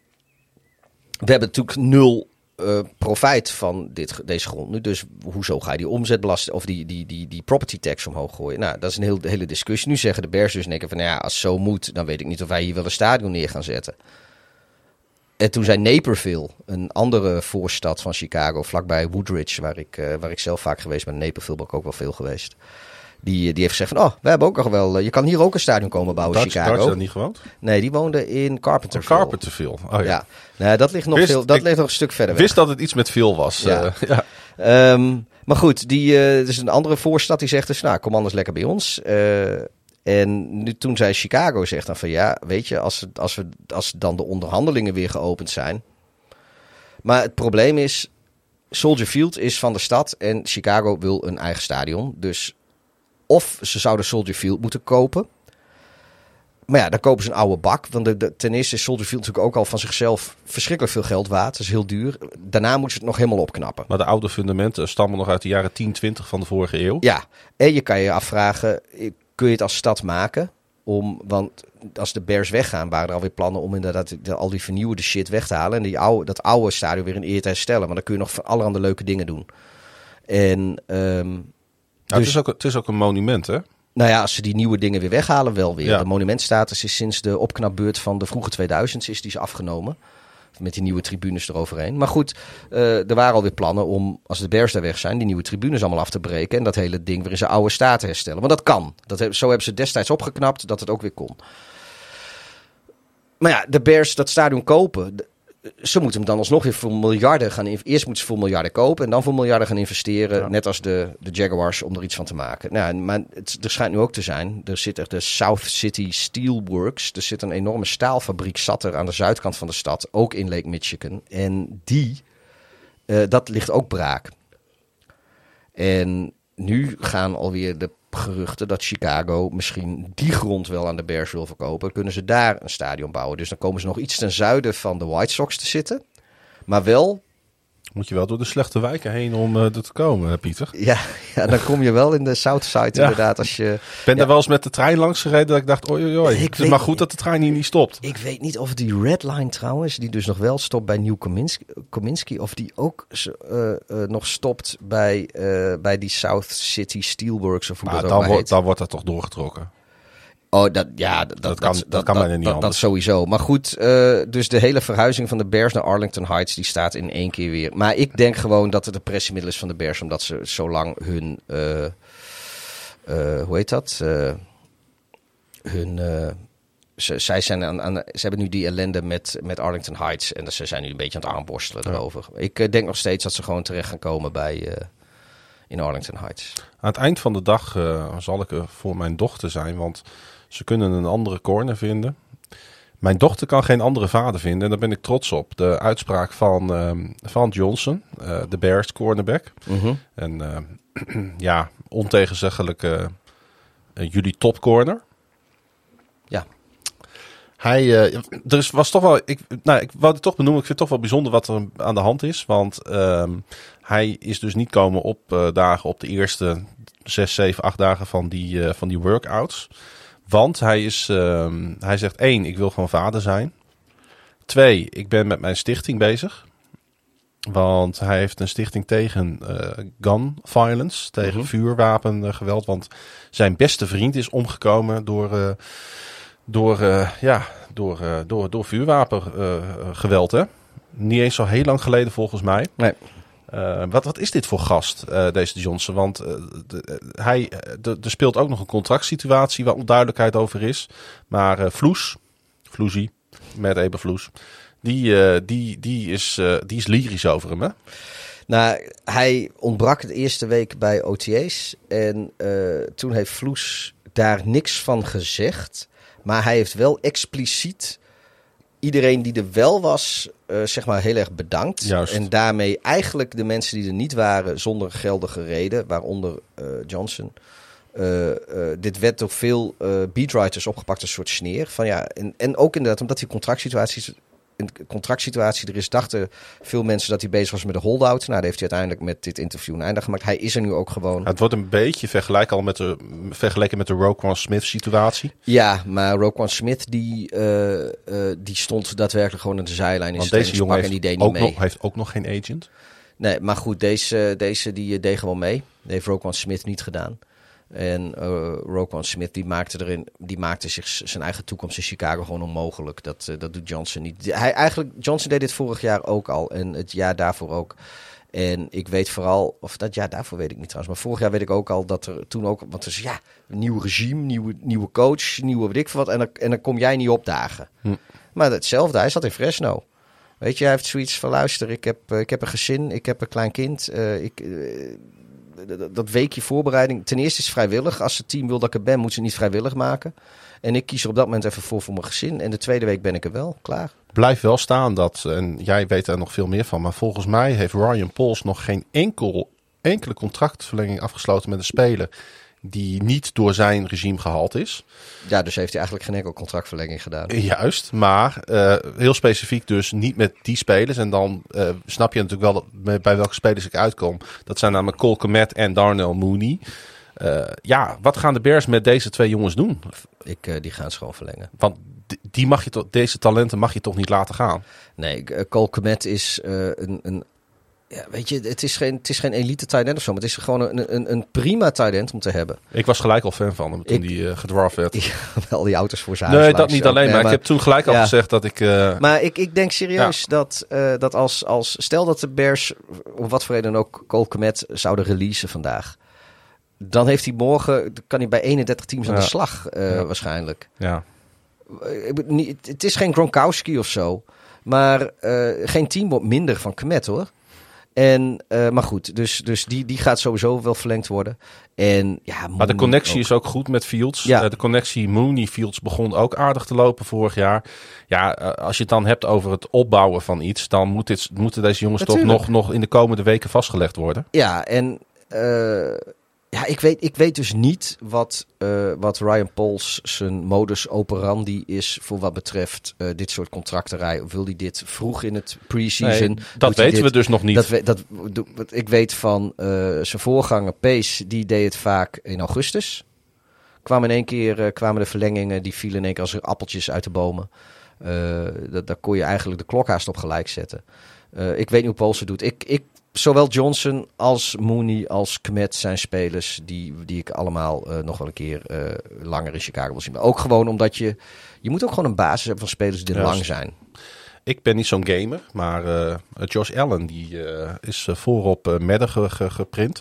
hebben natuurlijk nul uh, profijt van dit, deze grond nu. Dus hoezo ga je die omzetbelasting of die, die, die, die property tax omhoog gooien? Nou, dat is een heel, hele discussie. Nu zeggen de Bears dus denken van, nou ja, als het zo moet, dan weet ik niet of wij hier wel een stadion neer gaan zetten. En toen zei Naperville, een andere voorstad van Chicago, vlakbij Woodridge, waar ik, uh, waar ik zelf vaak geweest ben. Naperville ben ik ook wel veel geweest. Die, die heeft gezegd van, oh, we hebben ook nog wel... Je kan hier ook een stadion komen bouwen in Chicago.
Had je dat niet gewoond?
Nee, die woonde in Carpenterville.
Oh, Carpenterville, oh ja.
ja. Nee, dat ligt nog, wist, veel, dat ligt nog een stuk verder
weg. Wist dat het iets met Phil was.
Ja.
Uh, ja.
Um, maar goed, die, uh, dus een andere voorstad die zegt dus, nou, kom anders lekker bij ons. Uh, en nu, toen zei Chicago zegt dan van, ja, weet je, als, als, we, als dan de onderhandelingen weer geopend zijn. Maar het probleem is, Soldier Field is van de stad en Chicago wil een eigen stadion. Dus... Of ze zouden Soldier Field moeten kopen. Maar ja, dan kopen ze een oude bak. Want de, de, ten eerste is Soldier Field natuurlijk ook al van zichzelf verschrikkelijk veel geld waard. Dat is heel duur. Daarna moeten ze het nog helemaal opknappen.
Maar de oude fundamenten stammen nog uit de jaren tien, twintig van de vorige eeuw.
Ja, en je kan je afvragen, kun je het als stad maken? Om, want als de Bears weggaan, waren er alweer plannen om inderdaad de, al die vernieuwde shit weg te halen. En die oude, dat oude stadion weer in eer te herstellen. Maar dan kun je nog van allerhande leuke dingen doen. En... Um,
Nou,
dus,
het, is ook, het is ook een monument, hè?
Nou ja, als ze die nieuwe dingen weer weghalen, wel weer.
Ja.
De monumentstatus is sinds de opknapbeurt van de vroege tweeduizends is die is afgenomen. Met die nieuwe tribunes eroverheen. Maar goed, uh, er waren alweer plannen om, als de Bears daar weg zijn, die nieuwe tribunes allemaal af te breken. En dat hele ding weer in zijn oude staat te herstellen. Want dat kan. Dat heb, zo hebben ze destijds opgeknapt dat het ook weer kon. Maar ja, de Bears dat stadion kopen... Ze moeten hem dan alsnog weer voor miljarden gaan... Eerst moeten ze voor miljarden kopen en dan voor miljarden gaan investeren. Ja. Net als de, de Jaguars, om er iets van te maken. Nou, maar het, er schijnt nu ook te zijn... Er zit er de South City Steelworks. Er zit een enorme staalfabriek zat er aan de zuidkant van de stad. Ook in Lake Michigan. En die, uh, dat ligt ook braak. En nu gaan alweer de geruchten dat Chicago misschien die grond wel aan de Bears wil verkopen. Kunnen ze daar een stadion bouwen. Dus dan komen ze nog iets ten zuiden van de White Sox te zitten. Maar wel
Moet je wel door de slechte wijken heen om uh, er te komen, Pieter.
Ja, ja, dan kom je wel in de Southside ja. inderdaad. Als je,
ik ben
ja.
er wel eens met de trein langs gereden dat ik dacht, oei, oei, oei. Het is maar goed dat de trein hier niet stopt.
Ik weet niet of die Red Line trouwens, die dus nog wel stopt bij Nieuw Kominski, of die ook uh, uh, nog stopt bij, uh, bij die South City Steelworks of hoe
maar
dat
dan
ook maar
wordt,
heet.
Dan wordt dat toch doorgetrokken.
Oh, dat, ja, dat,
dat kan, dat, dat kan
dat,
bijna niet
dat,
anders.
Dat sowieso. Maar goed, uh, dus de hele verhuizing van de Bears naar Arlington Heights, die staat in één keer weer. Maar ik denk gewoon dat het een pressiemiddel is van de Bears, omdat ze zo lang hun, uh, uh, hoe heet dat? Uh, hun, uh, ze, zij zijn aan, aan, ze hebben nu die ellende met, met Arlington Heights en ze zijn nu een beetje aan het aanborstelen ja. erover. Ik uh, denk nog steeds dat ze gewoon terecht gaan komen bij... Uh, in Arlington Heights.
Aan het eind van de dag uh, zal ik er voor mijn dochter zijn, want ze kunnen een andere corner vinden. Mijn dochter kan geen andere vader vinden en daar ben ik trots op. De uitspraak van, uh, van Johnson, uh, de Bears cornerback.
Mm-hmm.
En uh, ja, ontegenzeggelijk uh, uh, jullie topcorner.
Ja.
Hij, uh, er is, was toch wel, ik, nou, ik wou het toch benoemen, ik vind het toch wel bijzonder wat er aan de hand is. Want um, hij is dus niet komen opdagen uh, op de eerste zes, zeven, acht dagen van die, uh, van die workouts. Want hij is, um, hij zegt één, ik wil gewoon vader zijn. Twee, ik ben met mijn stichting bezig. Want hij heeft een stichting tegen uh, gun violence, tegen mm-hmm. vuurwapengeweld. Want zijn beste vriend is omgekomen door... Uh, Door, uh, ja, door, uh, door, door vuurwapengeweld, uh, hè? Niet eens zo heel lang geleden volgens mij.
Nee.
Uh, wat, wat is dit voor gast, uh, deze Johnson? Want uh, de, uh, hij, uh, er speelt ook nog een contractsituatie waar onduidelijkheid over is. Maar uh, Vloes, Vloesie, met Eberfloes, die, uh, die, die, is, uh, die is lyrisch over hem, hè?
Nou, hij ontbrak de eerste week bij O T A's. En uh, toen heeft Vloes daar niks van gezegd. Maar hij heeft wel expliciet iedereen die er wel was, uh, zeg maar heel erg bedankt.
Juist.
En daarmee eigenlijk de mensen die er niet waren zonder geldige reden, waaronder uh, Johnson. Uh, uh, dit werd door veel uh, beatwriters opgepakt als een soort sneer. Van, ja, en, en ook inderdaad omdat die contractsituaties... in de contractsituatie er is, dachten veel mensen dat hij bezig was met de holdout. Nou, dat heeft hij uiteindelijk met dit interview een einde gemaakt. Hij is er nu ook gewoon.
Het wordt een beetje vergelijk al met de, vergeleken met de Roquan Smith situatie.
Ja, maar Roquan Smith die, uh, uh, die stond daadwerkelijk gewoon aan de zijlijn. In
Want deze jongen heeft,
en die deed
ook
niet mee.
Nog, heeft ook nog geen agent.
Nee, maar goed, deze, deze die deed gewoon mee. Dat heeft Roquan Smith niet gedaan. En uh, Roquan Smith die maakte, erin, die maakte zich zijn eigen toekomst in Chicago gewoon onmogelijk. Dat, uh, dat doet Johnson niet. Hij, eigenlijk, Johnson deed dit vorig jaar ook al en het jaar daarvoor ook. En ik weet vooral, of dat jaar daarvoor weet ik niet trouwens, maar vorig jaar weet ik ook al dat er toen ook, want dus ja, een nieuw regime, nieuwe, nieuwe coach, nieuwe weet ik veel wat, en dan, en dan kom jij niet opdagen. Hm. Maar hetzelfde, hij zat in Fresno. Weet je, hij heeft zoiets van, luister, ik heb, uh, ik heb een gezin, ik heb een klein kind, uh, ik... Uh, dat weekje voorbereiding, ten eerste is vrijwillig. Als het team wil dat ik er ben, moet ze het niet vrijwillig maken. En ik kies er op dat moment even voor voor mijn gezin. En de tweede week ben ik er wel, klaar.
Blijf wel staan dat, en jij weet er nog veel meer van, maar volgens mij heeft Ryan Poles nog geen enkel, enkele contractverlenging afgesloten met een speler die niet door zijn regime gehaald is.
Ja, dus heeft hij eigenlijk geen enkel contractverlenging gedaan.
Juist, maar uh, heel specifiek dus niet met die spelers. En dan uh, snap je natuurlijk wel dat, bij welke spelers ik uitkom. Dat zijn namelijk Cole Kmet en Darnell Mooney. Uh, ja, wat gaan de Bears met deze twee jongens doen?
Ik, uh, die gaan ze gewoon verlengen.
Want die mag je to- deze talenten mag je toch niet laten gaan?
Nee, uh, Cole Kmet is uh, een... een Ja, weet je, het is geen, het is geen elite tight end of zo, maar het is gewoon een, een, een prima tight end om te hebben.
Ik was gelijk al fan van hem toen ik, die uh, gedraft werd.
Ja, wel die auto's voor zijn
Nee,
huis
dat niet alleen, nee, maar, maar ik heb toen gelijk al
ja.
gezegd dat ik... Uh,
maar ik, ik denk serieus
ja.
dat, uh, dat als, als... Stel dat de Bears, om wat voor reden dan ook, Cole Kmet zouden releasen vandaag. Dan heeft hij morgen, kan hij bij eenendertig teams ja. aan de slag uh, ja. waarschijnlijk.
Ja.
Uh, het is geen Gronkowski of zo, maar uh, geen team wordt minder van Kmet hoor. En, uh, maar goed, dus, dus die, die gaat sowieso wel verlengd worden. En, ja,
maar de connectie ook. is ook goed met Fields. Ja. Uh, de connectie Mooney-Fields begon ook aardig te lopen vorig jaar. Ja, uh, als je het dan hebt over het opbouwen van iets, dan moet dit, moeten deze jongens Natuurlijk. toch nog, nog in de komende weken vastgelegd worden.
Ja, en uh, Ja, ik weet, ik weet dus niet wat, uh, wat Ryan Poles zijn modus operandi is voor wat betreft uh, dit soort contracterij. Of wil hij dit vroeg in het pre-season?
Nee, dat weten
dit,
we dus nog niet.
Dat we, dat, ik weet van uh, zijn voorganger Pace, die deed het vaak in augustus. Kwamen in één keer uh, kwamen de verlengingen, die vielen in één keer als appeltjes uit de bomen. Uh, dat, daar kon je eigenlijk de klokhaast op gelijk zetten. Uh, ik weet niet hoe Poles het doet. Ik... ik Zowel Johnson als Mooney als Kmet zijn spelers die, die ik allemaal uh, nog wel een keer uh, langer in Chicago wil zien. Maar ook gewoon omdat je... Je moet ook gewoon een basis hebben van spelers die ja, lang zijn.
Ik ben niet zo'n gamer, maar uh, Josh Allen die uh, is uh, voorop uh, Madden ge, ge, geprint.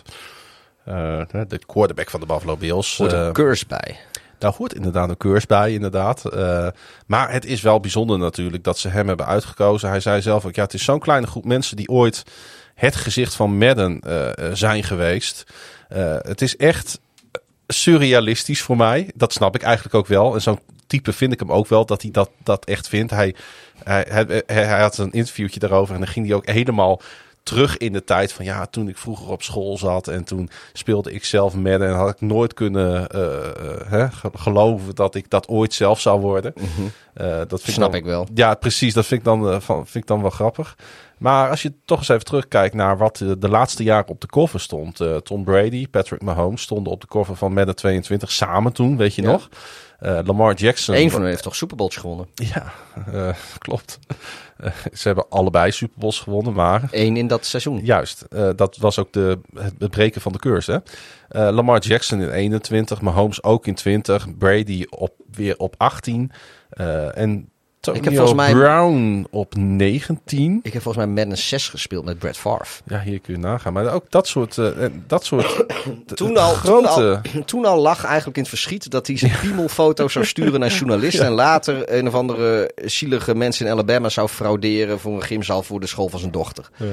Uh, de quarterback van de Buffalo Bills.
Hoort een
uh,
curse bij.
Daar hoort inderdaad een curse bij, inderdaad. Uh, maar het is wel bijzonder natuurlijk dat ze hem hebben uitgekozen. Hij zei zelf ook, ja, het is zo'n kleine groep mensen die ooit... het gezicht van Madden uh, zijn geweest. Uh, het is echt surrealistisch voor mij. Dat snap ik eigenlijk ook wel. En zo'n type vind ik hem ook wel, dat hij dat, dat echt vindt. Hij, hij, hij, hij had een interviewtje daarover en dan ging hij ook helemaal terug in de tijd van ja, toen ik vroeger op school zat en toen speelde ik zelf Madden en had ik nooit kunnen uh, uh, hè, geloven dat ik dat ooit zelf zou worden.
Mm-hmm.
Uh, dat vind
Snap
ik, dan,
ik wel.
Ja, precies. Dat vind ik dan, uh, van, vind ik dan wel grappig. Maar als je toch eens even terugkijkt naar wat de, de laatste jaren op de cover stond. Uh, Tom Brady, Patrick Mahomes stonden op de cover van Madden tweeëntwintig samen toen, weet je ja. nog. Uh, Lamar Jackson.
Eén van hen heeft toch Super Bowls gewonnen?
Ja, uh, klopt. Uh, ze hebben allebei Super Bowls gewonnen, maar...
Eén in dat seizoen.
Juist. Uh, dat was ook de, het breken van de curse. Hè? Uh, Lamar Jackson in eenentwintig, Mahomes ook in twintig, Brady op, weer op achttien. Uh, en Antonio ik heb volgens mij Brown op negentien.
Ik heb volgens mij Madden zes gespeeld met Brett Favre.
Ja, hier kun je nagaan. Maar ook dat soort... Uh, dat soort
toen, al, grote... toen, al, toen al lag eigenlijk in het verschiet dat hij zijn piemelfoto zou sturen naar journalisten. Ja. En later een of andere zielige mensen in Alabama zou frauderen voor een gymzaal voor de school van zijn dochter.
Ja.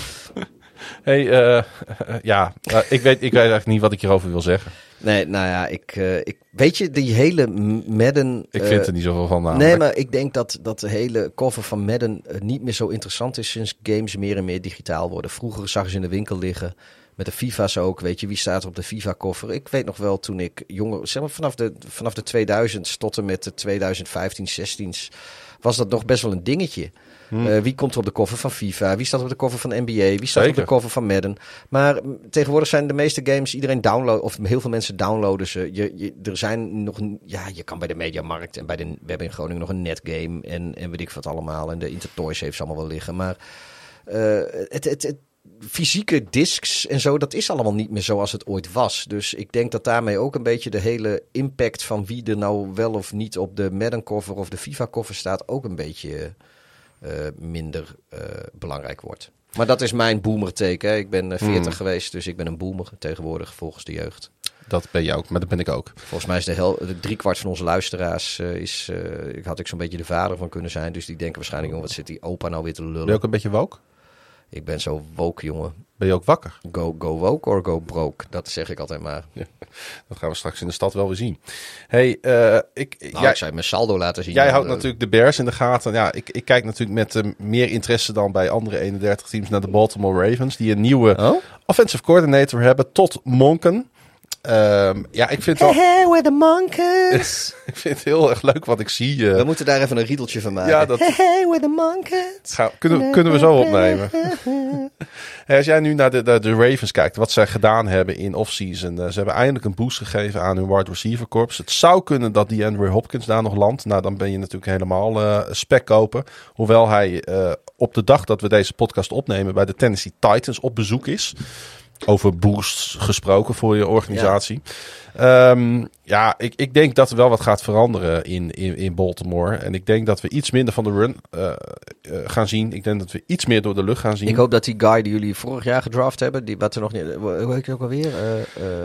Hey, uh, uh, ja, uh, ik, weet, ik weet eigenlijk niet wat ik hierover wil zeggen.
Nee, nou ja, ik, uh, ik weet je, die hele Madden...
Ik vind uh, er niet zoveel van namelijk.
Nee, maar ik denk dat, dat de hele cover van Madden uh, niet meer zo interessant is sinds games meer en meer digitaal worden. Vroeger zag je ze in de winkel liggen, met de FIFA's ook, weet je, wie staat er op de FIFA-cover. Ik weet nog wel toen ik jonger, zeg maar vanaf de, vanaf de tweeduizend tot en met de twintig vijftien, zestien was dat nog best wel een dingetje. Hmm. Uh, wie komt er op de cover van FIFA? Wie staat op de cover van N B A? Wie staat Zeker. op de cover van Madden? Maar m, tegenwoordig zijn de meeste games, iedereen download, of heel veel mensen downloaden ze. Je, je, er zijn nog, ja, je kan bij de Mediamarkt en bij de, we hebben in Groningen nog een netgame en, en weet ik wat allemaal. En de Intertoys heeft ze allemaal wel liggen. Maar uh, het, het, het, fysieke discs en zo, dat is allemaal niet meer zoals het ooit was. Dus ik denk dat daarmee ook een beetje de hele impact van wie er nou wel of niet op de Madden cover of de FIFA cover staat ook een beetje... Uh, minder uh, belangrijk wordt. Maar dat is mijn boomer-take. Hè. Ik ben uh, veertig mm. geweest, dus ik ben een boomer tegenwoordig volgens de jeugd.
Dat ben je ook, maar dat ben ik ook.
Volgens mij is de, hel- de driekwart van onze luisteraars... Uh, is, uh, ik had ik zo'n beetje de vader van kunnen zijn. Dus die denken waarschijnlijk... Oh, wat zit die opa nou weer te lullen?
Ben je ook een beetje woke?
Ik ben zo woke, jongen.
Ben je ook wakker?
Go, go woke or go broke. Dat zeg ik altijd maar. Ja,
dat gaan we straks in de stad wel weer zien. Hey, uh, ik,
nou,
jij,
ik zou mijn saldo laten zien.
Jij houdt uh, natuurlijk de Bears in de gaten. Ja, ik, ik kijk natuurlijk met uh, meer interesse dan bij andere eenendertig teams naar de Baltimore Ravens. Die een nieuwe oh? offensive coordinator hebben, Todd Monken. Um, ja, ik vind
hey,
wel...
hey, we're the Monkeys.
Ik vind het heel erg leuk wat ik zie. Uh...
We moeten daar even een riedeltje van maken.
Ja, dat...
Hey, hey, we're the Monkeys.
Ga... Kunnen, kunnen we zo opnemen. Hey, als jij nu naar de, de, de Ravens kijkt, wat zij gedaan hebben in offseason. Uh, ze hebben eindelijk een boost gegeven aan hun wide receiver corps. Het zou kunnen dat DeAndre Hopkins daar nog landt. Nou, dan ben je natuurlijk helemaal uh, spek kopen. Hoewel hij uh, op de dag dat we deze podcast opnemen bij de Tennessee Titans op bezoek is. Over boosts gesproken voor je organisatie. Ja, um, ja ik, ik denk dat er wel wat gaat veranderen in, in, in Baltimore. En ik denk dat we iets minder van de run uh, uh, gaan zien. Ik denk dat we iets meer door de lucht gaan zien.
Ik hoop dat die guy die jullie vorig jaar gedraft hebben, die wat er nog niet... Hoe heet je ook alweer? Uh,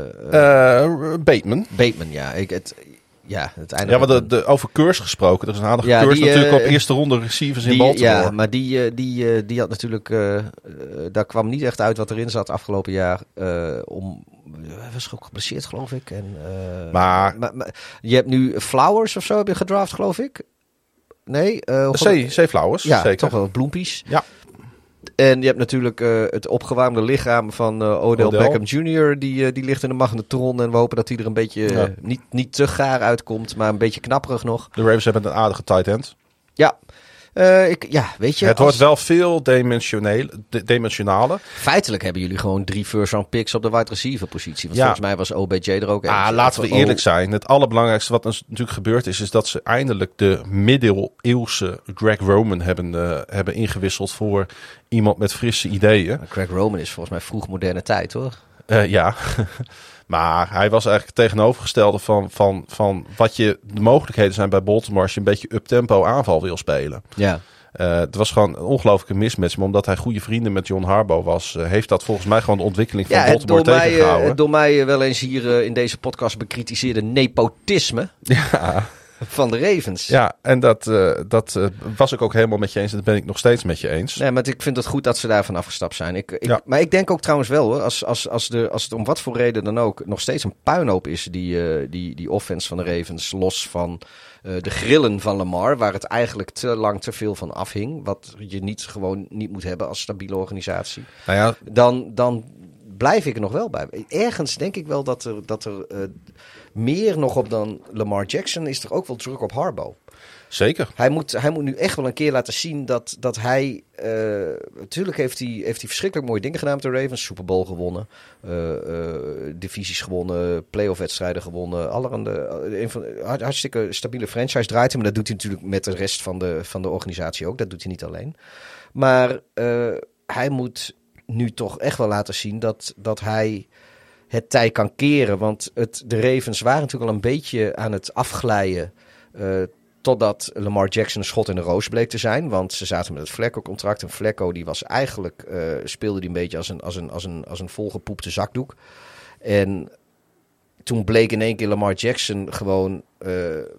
uh,
uh, Bateman.
Bateman, ja. Ik, het, ja, het
ja, maar de, de, over curse gesproken. Er is een aardige ja, curse die, natuurlijk uh, op eerste ronde receivers
die,
in Baltimore.
Ja, maar die, die, die had natuurlijk... Uh, uh, daar kwam niet echt uit wat erin zat afgelopen jaar. Uh, om, hij was ook geblesseerd, geloof ik. En, uh,
maar,
maar, maar je hebt nu Flowers of zo heb je gedraft, geloof ik? Nee? Uh,
C, C Flowers,
ja,
zeker.
toch wel bloempies.
Ja.
En je hebt natuurlijk uh, het opgewarmde lichaam van uh, Odell,
Odell
Beckham junior Die, uh, die ligt in de magnetron. En we hopen dat hij er een beetje, uh,
ja.
niet, niet te gaar uitkomt, maar een beetje knapperig nog.
De Ravens hebben een aardige tight end.
Ja. Uh, ik, ja, weet je,
het
als...
wordt wel veel dimensioneel, de, dimensionale.
Feitelijk hebben jullie gewoon drie first round picks op de wide receiver positie. Want
ja.
volgens mij was O B J er ook
Ah,
eentje.
laten we
of,
eerlijk
oh.
zijn. Het allerbelangrijkste wat natuurlijk gebeurd is, is dat ze eindelijk de middeleeuwse Greg Roman hebben, uh, hebben ingewisseld voor iemand met frisse ideeën.
Greg Roman is volgens mij vroeg moderne tijd, hoor.
Uh, ja, maar hij was eigenlijk het tegenovergestelde van, van, van wat je de mogelijkheden zijn bij Baltimore als je een beetje up-tempo aanval wil spelen.
Ja.
Uh, het was gewoon een ongelooflijke mismatch. Maar omdat hij goede vrienden met John Harbaugh was, uh, heeft dat volgens mij gewoon de ontwikkeling van
ja,
Baltimore
door
tegengehouden.
Mij, uh, door mij wel eens hier uh, in deze podcast bekritiseerde nepotisme
ja.
van de Ravens.
Ja, en dat, uh, dat uh, was ik ook helemaal met je eens. En dat ben ik nog steeds met je eens.
Nee, maar ik vind het goed dat ze daarvan afgestapt zijn. Ik, ik,
ja.
Maar ik denk ook trouwens wel, hoor, als, als, als, de, als het om wat voor reden dan ook nog steeds een puinhoop is, die, uh, die, die offense van de Ravens, los van uh, de grillen van Lamar, waar het eigenlijk te lang te veel van afhing, wat je niet gewoon niet moet hebben als stabiele organisatie,
nou ja.
dan, dan blijf ik er nog wel bij. Ergens denk ik wel dat er, dat er uh, meer nog op dan Lamar Jackson is er ook wel druk op Harbaugh.
Zeker.
Hij moet, hij moet nu echt wel een keer laten zien dat, dat hij... Uh, natuurlijk heeft hij, heeft hij verschrikkelijk mooie dingen gedaan met de Ravens. Super Bowl gewonnen. Uh, uh, divisies gewonnen. Playoff wedstrijden gewonnen. Allerhande, een van, hartstikke stabiele franchise draait hij. Maar dat doet hij natuurlijk met de rest van de, van de organisatie ook. Dat doet hij niet alleen. Maar uh, hij moet nu toch echt wel laten zien dat, dat hij het tij kan keren. Want het, de Ravens waren natuurlijk al een beetje aan het afglijden... Uh, Totdat Lamar Jackson een schot in de roos bleek te zijn. Want ze zaten met het Flacco-contract. En Flacco die was eigenlijk, uh, speelde die een beetje als een, als, een, als, een, als een volgepoepte zakdoek. En toen bleek in één keer Lamar Jackson gewoon uh,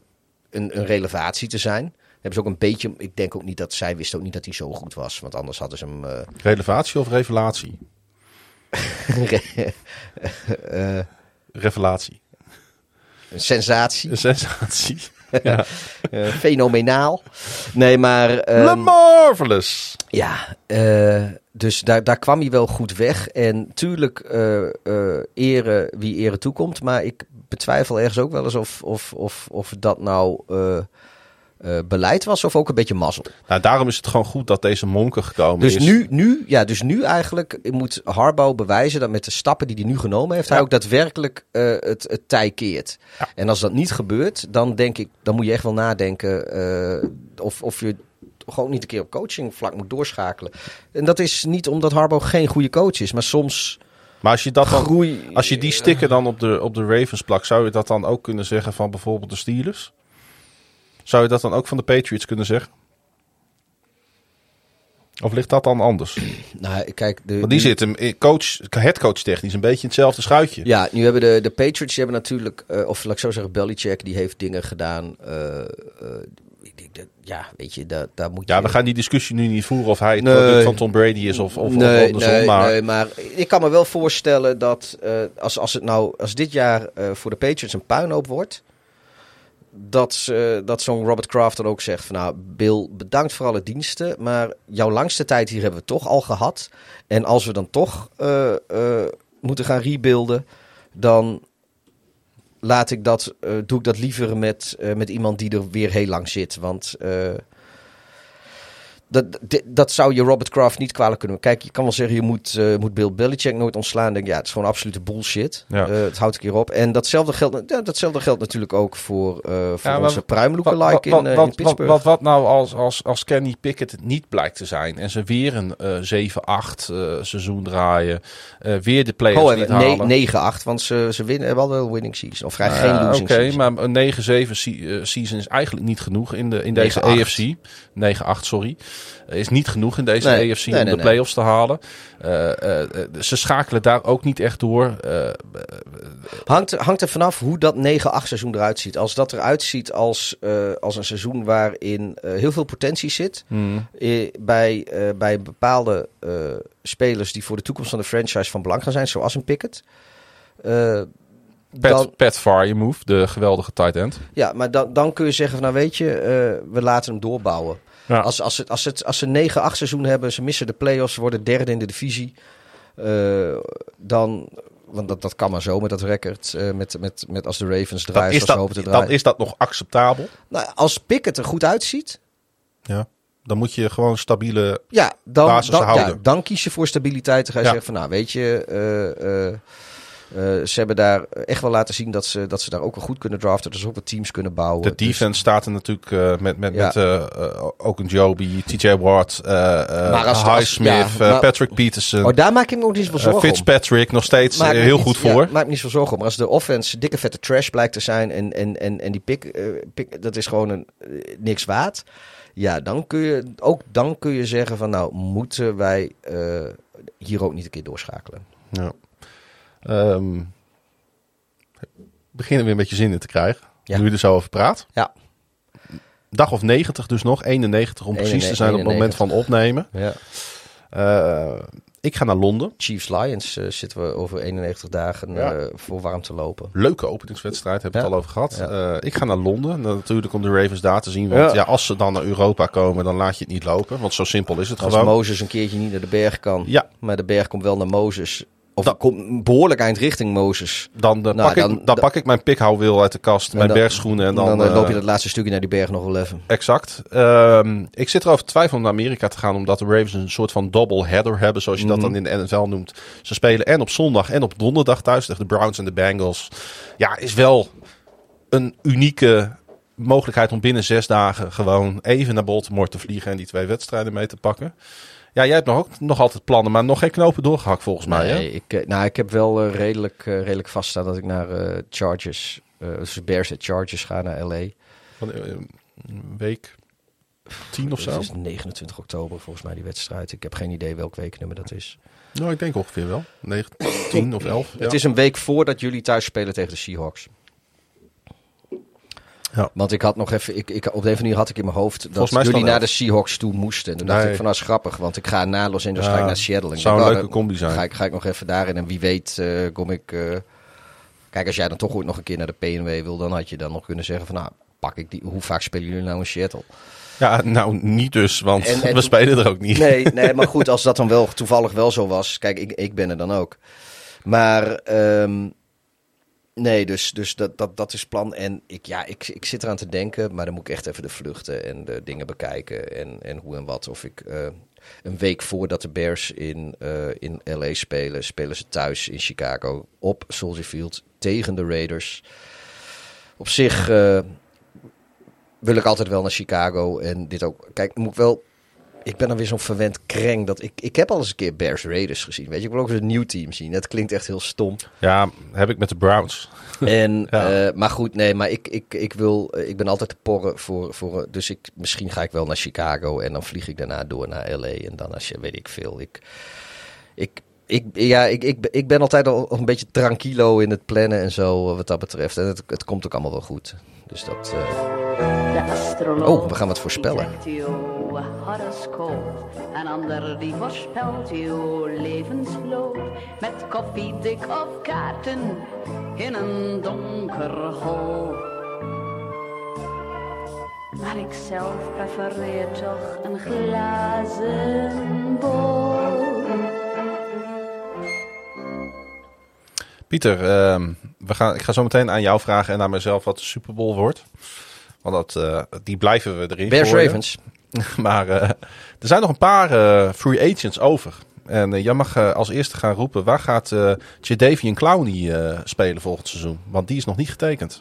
een, een relevatie te zijn. Hebben ze ook een beetje, ik denk ook niet dat zij wisten ook niet dat hij zo goed was. Want anders hadden ze hem... Uh...
Relevatie of revelatie?
uh,
Revelatie.
Een sensatie.
Een sensatie. Ja.
uh, fenomenaal. Nee, maar... Um,
Le Marvelous.
Ja, uh, dus daar, daar kwam hij wel goed weg. En tuurlijk uh, uh, ere wie ere toekomt. Maar ik betwijfel ergens ook wel eens of, of, of, of dat nou uh, uh, beleid was of ook een beetje mazzel.
Nou, daarom is het gewoon goed dat deze monker gekomen
dus
is.
Nu, nu, ja, dus nu eigenlijk moet Harbaugh bewijzen dat met de stappen die hij nu genomen heeft, ja. hij ook daadwerkelijk uh, het, het tij keert. Ja. En als dat niet gebeurt, dan denk ik, dan moet je echt wel nadenken uh, of, of je gewoon niet een keer op coachingvlak moet doorschakelen. En dat is niet omdat Harbaugh geen goede coach is, maar soms...
Maar als je, dat dan,
groei,
als je die sticker dan op de, op de Ravens plakt, zou je dat dan ook kunnen zeggen van bijvoorbeeld de Steelers? Zou je dat dan ook van de Patriots kunnen zeggen? Of ligt dat dan anders?
Nou, kijk, de,
Want die
nu,
zitten coach, headcoach technisch een beetje in hetzelfde schuitje.
Ja, nu hebben de, de Patriots, die hebben natuurlijk, uh, of laat ik zo zeggen, Belichick, die heeft dingen gedaan. Uh, uh, ja, weet je, daar, daar moet je...
Ja, we gaan die discussie nu niet voeren of hij het
nee.
product van Tom Brady is of, of,
nee,
of andersom.
Nee,
maar...
nee, maar ik kan me wel voorstellen dat uh, als, als, het nou, als dit jaar uh, voor de Patriots een puinhoop wordt, dat, uh, dat zo'n Robert Kraft dan ook zegt van nou, Bill, bedankt voor alle diensten, maar jouw langste tijd hier hebben we toch al gehad. En als we dan toch uh, uh, moeten gaan rebuilden, dan laat ik dat, uh, doe ik dat liever met, uh, met iemand die er weer heel lang zit. Want uh, dat, dat, dat zou je Robert Kraft niet kwalijk kunnen. Kijk, je kan wel zeggen, je moet, uh, moet Bill Belichick nooit ontslaan. Denk, ja, het is gewoon absolute bullshit.
Ja. Uh,
het houdt een keer op. En datzelfde geldt, ja, datzelfde geldt natuurlijk ook voor, uh, voor ja, onze pruimlookalike in, uh,
wat,
in Pittsburgh.
Wat, wat, wat nou als, als, als Kenny Pickett niet blijkt te zijn en ze weer een uh, zeven acht uh, seizoen draaien, uh, weer de playoffs oh, niet ne- halen.
negen acht, want ze, ze winnen, hebben wel een winning season. Of uh, geen losing
okay,
season.
Maar een negen zeven se- uh, season is eigenlijk niet genoeg in, de, in deze A F C. negen acht, sorry. Uh, is niet genoeg in deze nee, A F C nee, om nee, de nee. playoffs te halen. Uh, uh, uh, ze schakelen daar ook niet echt door. Uh, uh,
hangt, hangt er vanaf hoe dat negen acht seizoen eruit ziet. Als dat eruit ziet als, uh, als een seizoen waarin uh, heel veel potentie zit.
Hmm.
Uh, bij, uh, bij bepaalde uh, spelers die voor de toekomst van de franchise van belang gaan zijn. Zoals een Pickett. Uh,
Pat,
dan,
Pat Frymouth, de geweldige tight end.
Ja, maar dan, dan kun je zeggen van nou weet je, uh, we laten hem doorbouwen. Ja. Als, als, het, als, het, als ze negen acht seizoen hebben, ze missen de play-offs, ze worden derde in de divisie. Uh, dan, want dat, dat kan maar zo met dat record. Uh, met, met, met als de Ravens draaien zoals ze hopen te draaien.
Dan is dat nog acceptabel?
Nou, als Pickett er goed uitziet.
Ja, dan moet je gewoon stabiele
ja, dan,
basis
dan,
houden.
Ja, dan kies je voor stabiliteit. Dan ga je ja. zeggen van, nou weet je... Uh, uh, Uh, ze hebben daar echt wel laten zien dat ze, dat ze daar ook wel goed kunnen draften. Dat ze ook wat teams kunnen bouwen.
De defense dus... staat er natuurlijk uh, met, met, ja. met uh, uh, ook een Joby, T J Watt, uh, uh, Highsmith, ja, uh, maar,
Patrick
Peterson.
Oh, daar maak ik me ook niet zoveel zorgen
uh, Fitzpatrick
om.
nog steeds uh, heel
niet,
goed voor.
Ja, maak me niet zo zorgen om. Maar als de offense dikke vette trash blijkt te zijn en, en, en, en die pick, uh, pick, dat is gewoon een, uh, niks waard. Ja, dan kun je, ook dan kun je zeggen van nou, moeten wij uh, hier ook niet een keer doorschakelen.
Ja. Um, beginnen weer een beetje zin in te krijgen. Ja. Nu je er zo over praat.
Ja.
Dag of negentig dus nog. eenennegentig om precies te zijn op het moment van opnemen.
Ja.
Uh, ik ga naar Londen.
Chiefs Lions uh, zitten we over eenennegentig dagen ja. uh, voor warm te lopen.
Leuke openingswedstrijd, heb ik ja. het al over gehad. Ja. Uh, ik ga naar Londen. Natuurlijk om de Ravens daar te zien. Want ja. Ja, als ze dan naar Europa komen, dan laat je het niet lopen. Want zo simpel is het
als
gewoon.
Als Mozes een keertje niet naar de berg kan.
Ja.
Maar de berg komt wel naar Mozes. Of dan, komt behoorlijk eind richting Mozes.
Dan, uh, nou, pak, dan, ik, dan pak ik mijn pikhouwil uit de kast, mijn
dan,
bergschoenen. En dan,
dan uh,
uh,
loop je dat laatste stukje naar die berg nog wel even.
Exact. Um, ik zit erover te twijfelen om naar Amerika te gaan, omdat de Ravens een soort van double header hebben, zoals je mm-hmm. dat dan in de N F L noemt. Ze spelen en op zondag en op donderdag thuis tegen de Browns en de Bengals. Ja, is wel een unieke mogelijkheid om binnen zes dagen gewoon even naar Baltimore te vliegen en die twee wedstrijden mee te pakken. Ja, jij hebt nog, ook, nog altijd plannen, maar nog geen knopen doorgehakt volgens mij.
Nee,
hè?
Ik, nou, ik heb wel uh, redelijk, uh, redelijk vaststaan dat ik naar uh, Chargers, uh, dus Bears en Chargers ga naar L A.
Van uh, week tien of zo?
Het is negenentwintig oktober volgens mij die wedstrijd. Ik heb geen idee welk weeknummer dat is.
Nou, ik denk ongeveer wel. negentien of elf.
Het ja. is een week voordat jullie thuis spelen tegen de Seahawks. Ja. Want ik had nog even, ik, ik, op de een of andere manier had ik in mijn hoofd dat jullie naar de Seahawks toe moesten. En toen nee. dacht ik van, nou is grappig, want ik ga na Los Angeles, ja, ga ik naar Seattle. Het
zou
denk,
een leuke combi zijn.
Ga ik, ga ik nog even daarin en wie weet uh, kom ik... Uh, kijk, als jij dan toch ooit nog een keer naar de P N W wil, dan had je dan nog kunnen zeggen van, nou, pak ik die, hoe vaak spelen jullie nou in Seattle?
Ja, nou niet dus, want en, en, we spelen er ook niet.
Nee, nee, maar goed, als dat dan wel toevallig wel zo was. Kijk, ik, ik ben er dan ook. Maar... Um, Nee, dus, dus dat, dat, dat is plan. En ik, ja, ik, ik zit eraan te denken, maar dan moet ik echt even de vluchten en de dingen bekijken. En, en hoe en wat. Of ik uh, een week voordat de Bears in, uh, in L A spelen, spelen ze thuis in Chicago op Soldier Field tegen de Raiders. Op zich uh, wil ik altijd wel naar Chicago. En dit ook. Kijk, moet ik wel... Ik ben dan weer zo'n verwend kreng dat ik... Ik heb al eens een keer Bears Raiders gezien. Weet je, ik wil ook eens een nieuw team zien. Dat klinkt echt heel stom.
Ja, heb ik met de Browns.
En, ja. uh, maar goed, nee, maar ik, ik, ik wil... Ik ben altijd te porren voor... voor dus ik, misschien ga ik wel naar Chicago en dan vlieg ik daarna door naar L A. En dan als je, weet ik veel. Ik, ik, ik, ja, ik, ik, ik ben altijd al een beetje tranquilo in het plannen en zo, wat dat betreft. En het, het komt ook allemaal wel goed. Dus dat... Uh... Oh, we gaan wat voorspellen.
Horoscoop. Een ander die voorspelt uw levensloop. Met koffie, dik of kaarten in een donker hol. Maar ik zelf prefereer toch een glazen bol.
Pieter, uh, we gaan, ik ga zo meteen aan jou vragen en aan mezelf wat de Super Bowl wordt. Want dat, uh, die blijven we erin
Bears gooien. Ravens.
Maar uh, er zijn nog een paar uh, free agents over. En uh, jij mag uh, als eerste gaan roepen, waar gaat uh, Jadeveon Clowney uh, spelen volgend seizoen? Want die is nog niet getekend.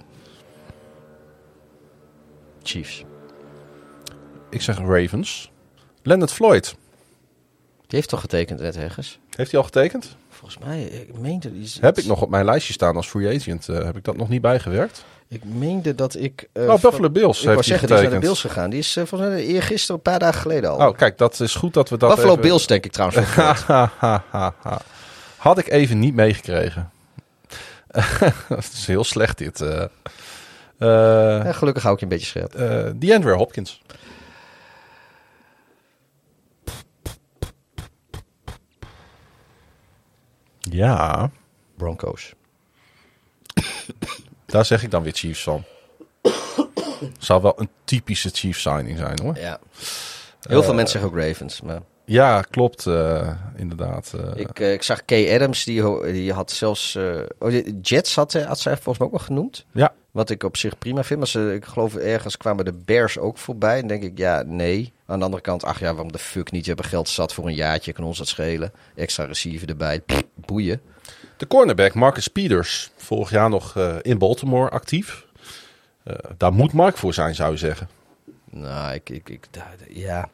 Chiefs.
Ik zeg Ravens. Leonard Floyd.
Die heeft toch getekend, Ed Hegges?
Heeft hij al getekend?
Volgens mij, ik meende... Die
heb ik nog op mijn lijstje staan als free agent. Uh, heb ik dat nog niet bijgewerkt?
Ik meende dat ik... Uh,
oh, Buffalo Bills
ik
heeft
zeggen,
getekend.
Die is naar de Bills gegaan. Die is uh, volgens mij eergisteren, een paar dagen geleden al.
Oh, kijk, dat is goed dat we dat
Buffalo
even...
Bills denk ik trouwens.
Had ik even niet meegekregen. Dat is heel slecht dit. Uh, uh,
ja, gelukkig hou ik je een beetje scherp.
Uh, DeAndre Hopkins. Ja.
Broncos.
Daar zeg ik dan weer Chiefs van. Zou wel een typische Chiefs signing zijn, hoor.
Ja. Heel
Uh,
veel mensen zeggen ook Ravens. Maar
Ja, klopt. Uh, inderdaad. Uh,
ik, uh, ik zag Kay Adams, die, die had zelfs... Uh, oh, de Jets had, had zij volgens mij ook wel genoemd.
Ja.
Wat ik op zich prima vind. Maar ze, ik geloof ergens kwamen de Bears ook voorbij. En denk ik, ja, nee. Aan de andere kant, ach ja, waarom de fuck niet? Je hebt geld zat voor een jaartje, kan ons dat schelen. Extra receiver erbij. Pff, boeien.
De cornerback Marcus Peters, vorig jaar nog uh, in Baltimore actief. Uh, daar moet Mark voor zijn, zou je zeggen.
Nou, ik... ik, ik ja...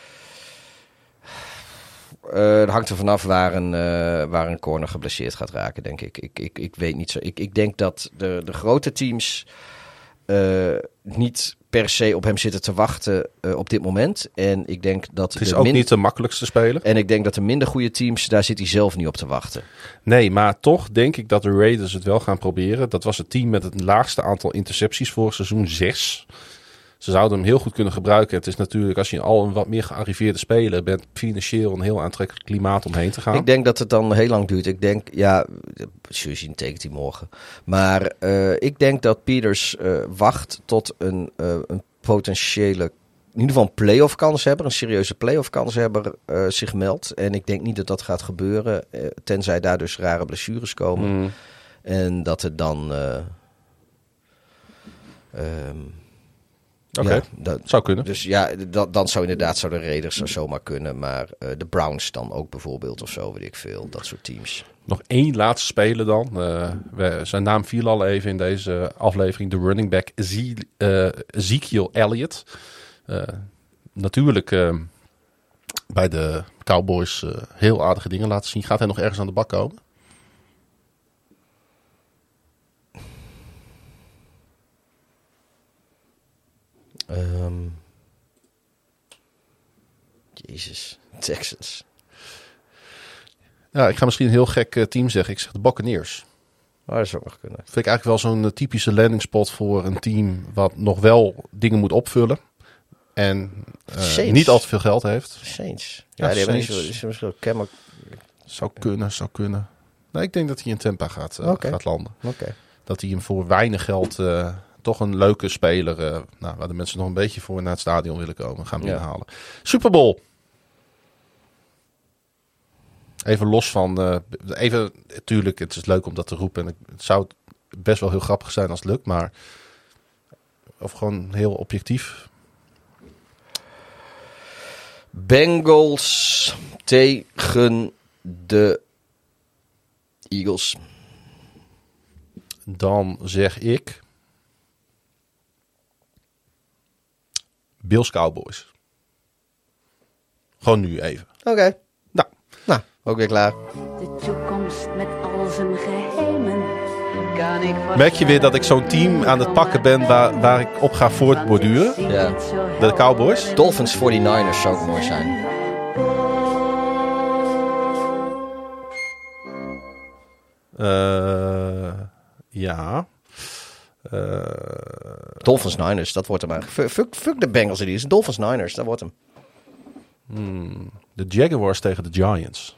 Uh, het hangt er vanaf waar een, uh, waar een corner geblesseerd gaat raken, denk ik. Ik, ik, ik weet niet zo. Ik, ik denk dat de, de grote teams uh, niet per se op hem zitten te wachten uh, op dit moment. En ik denk dat
het is
de
ook
min-
niet de makkelijkste speler.
En ik denk dat de minder goede teams, daar zit hij zelf niet op te wachten.
Nee, maar toch denk ik dat de Raiders het wel gaan proberen. Dat was het team met het laagste aantal intercepties vorig seizoen, zes. Ze zouden hem heel goed kunnen gebruiken. Het is natuurlijk, als je al een wat meer gearriveerde speler bent, financieel een heel aantrekkelijk klimaat om heen te gaan.
Ik denk dat het dan heel lang duurt. Ik denk, ja, zul zien, tekent hij morgen. Maar uh, ik denk dat Peters uh, wacht tot een, uh, een potentiële, in ieder geval een playoff kanshebber, een serieuze playoff kanshebber uh, zich meldt. En ik denk niet dat dat gaat gebeuren, uh, tenzij daar dus rare blessures komen.
Mm.
En dat het dan... Uh, um,
Oké, okay.
Ja, dat
zou kunnen.
Dus ja, dat, dan zou inderdaad zou de Raiders zo zomaar kunnen. Maar uh, de Browns dan ook bijvoorbeeld of zo, weet ik veel. Dat soort teams.
Nog één laatste speler dan. Uh, we, zijn naam viel al even in deze aflevering. De running back Zie, uh, Ezekiel Elliott. Uh, natuurlijk uh, bij de Cowboys uh, heel aardige dingen laten zien. Gaat hij nog ergens aan de bak komen?
Um, Jezus, Texans.
Ja, ik ga misschien een heel gek uh, team zeggen. Ik zeg de Buccaneers.
Oh, dat zou nog kunnen.
Vind ik eigenlijk wel zo'n uh, typische landing spot voor een team wat nog wel dingen moet opvullen. En uh, niet al te veel geld heeft.
Saints. Ja,
Ja,
die
Saints.
hebben niet zo, misschien Cam-
Zou kunnen, zou kunnen. Nee, ik denk dat hij in Tampa gaat, uh,
Oké.
gaat landen.
Oké.
Dat hij hem voor weinig geld... Uh, toch een leuke speler, uh, nou, waar de mensen nog een beetje voor naar het stadion willen komen, gaan binnenhalen. Ja. Super Bowl. Even los van, uh, even, natuurlijk, het is leuk om dat te roepen. En het zou best wel heel grappig zijn als het lukt, maar of gewoon heel objectief.
Bengals tegen de Eagles.
Dan zeg ik Bills Cowboys. Gewoon nu even.
Oké. Okay.
Nou.
Nou, ook weer klaar.
De toekomst met al zijn geheimen. Kan ik
merk je weer dat ik zo'n team aan het pakken ben waar, waar ik op ga voortborduren?
Ja.
De Cowboys?
Dolphins forty-niners zou ook mooi zijn.
Uh, ja. Uh,
Dolphins Niners, dat wordt hem eigenlijk. Fuck, fuck de Bengals en die. Dolphins Niners, dat wordt hem.
Hmm, de Jaguars tegen de Giants.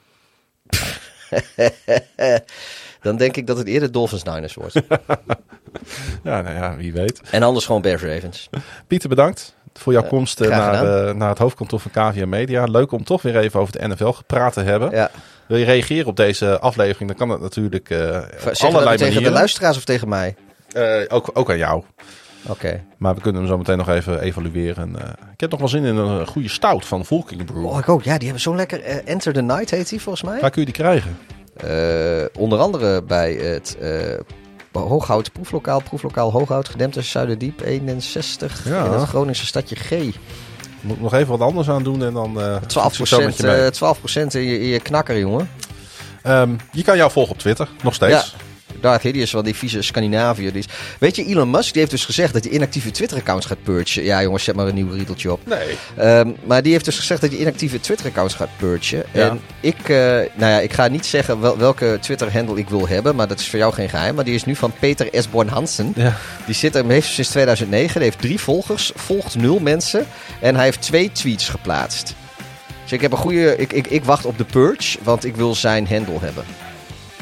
Dan denk ik dat het eerder Dolphins Niners wordt.
Ja, nou ja, wie weet.
En anders gewoon Bears Ravens.
Pieter, bedankt voor jouw uh, komst uh, naar, uh, naar het hoofdkantoor van K V M Media. Leuk om toch weer even over de N F L gepraat te hebben. Ja. Wil je reageren op deze aflevering, dan kan dat natuurlijk uh, op
zeggen
allerlei
we tegen
manieren.
De luisteraars of tegen mij?
Uh, ook, ook aan jou.
Oké. Okay.
Maar we kunnen hem zo meteen nog even evalueren. Uh, ik heb nog wel zin in een goede stout van Volking Brew.
Oh, ik ook. Ja, die hebben zo'n lekker... Uh, Enter the Night heet die volgens mij.
Waar kun je die krijgen?
Uh, onder andere bij het uh, Hooghout proeflokaal. Proeflokaal Hooghout, Gedempte Zuiderdiep eenenzestig. Ja. In het Groningse stadje G.
Moet ik nog even wat anders aan doen en dan... Uh,
twaalf procent, uh, twaalf procent in je, in je knakker, jongen.
Um, je kan jou volgen op Twitter, nog steeds.
Ja. Darth Hideous, wel die vieze Scandinaviër. Die is... Weet je, Elon Musk die heeft dus gezegd dat hij inactieve Twitter-accounts gaat purgen. Ja, jongens, zet maar een nieuw riedeltje op.
Nee.
Um, maar die heeft dus gezegd dat hij inactieve Twitter-accounts gaat purgen.
Ja.
En ik, uh, nou ja, ik ga niet zeggen wel, welke Twitter-handle ik wil hebben, maar dat is voor jou geen geheim. Maar die is nu van Peter S. Born Hansen.
Ja.
Die zit er, heeft sinds tweeduizend negen, die heeft drie volgers, volgt nul mensen en hij heeft twee tweets geplaatst. Dus ik heb een goede, ik, ik, ik wacht op de purge, want ik wil zijn handle hebben.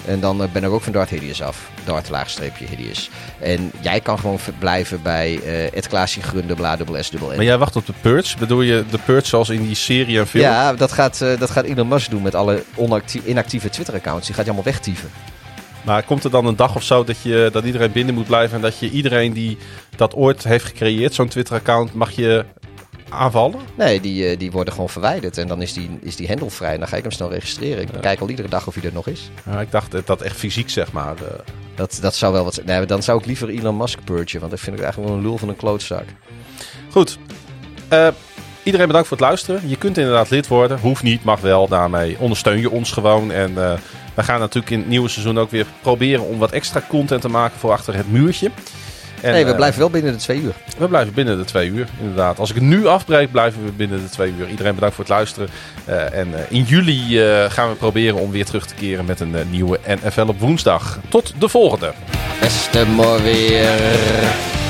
En dan uh, ben ik ook van Dart Hideous af. Dart laagstreepje Hideous. En jij kan gewoon blijven bij uh, het Klaasje Grunde, bla, dubbel S, dubbel N.
Maar jij wacht op de Purge? Bedoel je de Purge zoals in die serie en film?
Ja, dat gaat, uh, dat gaat Elon Musk doen met alle onactie- inactieve Twitter-accounts. Die gaat je allemaal wegtieven.
Maar komt er dan een dag of zo dat, je, dat iedereen binnen moet blijven... en dat je iedereen die dat ooit heeft gecreëerd, zo'n Twitter-account, mag je aanvallen?
Nee, die, uh, die worden gewoon verwijderd. En dan is die, is die handle vrij. En dan ga ik hem snel registreren. Ik ja. kijk al iedere dag of hij er nog is.
Ja, ik dacht dat, dat echt fysiek, zeg maar... Uh...
Dat, dat zou wel wat zijn. Nee, dan zou ik liever Elon Musk purgen. Want dat vind ik eigenlijk wel een lul van een klootzak.
Goed. Uh, iedereen bedankt voor het luisteren. Je kunt inderdaad lid worden. Hoeft niet, mag wel. Daarmee ondersteun je ons gewoon. En uh, we gaan natuurlijk in het nieuwe seizoen ook weer proberen... om wat extra content te maken voor achter het muurtje. En,
nee, we
uh,
blijven wel binnen de twee uur.
We blijven binnen de twee uur, inderdaad. Als ik het nu afbreek, blijven we binnen de twee uur. Iedereen bedankt voor het luisteren. Uh, en uh, in juli uh, gaan we proberen om weer terug te keren met een uh, nieuwe N F L op woensdag. Tot de volgende.
Beste mooi weer.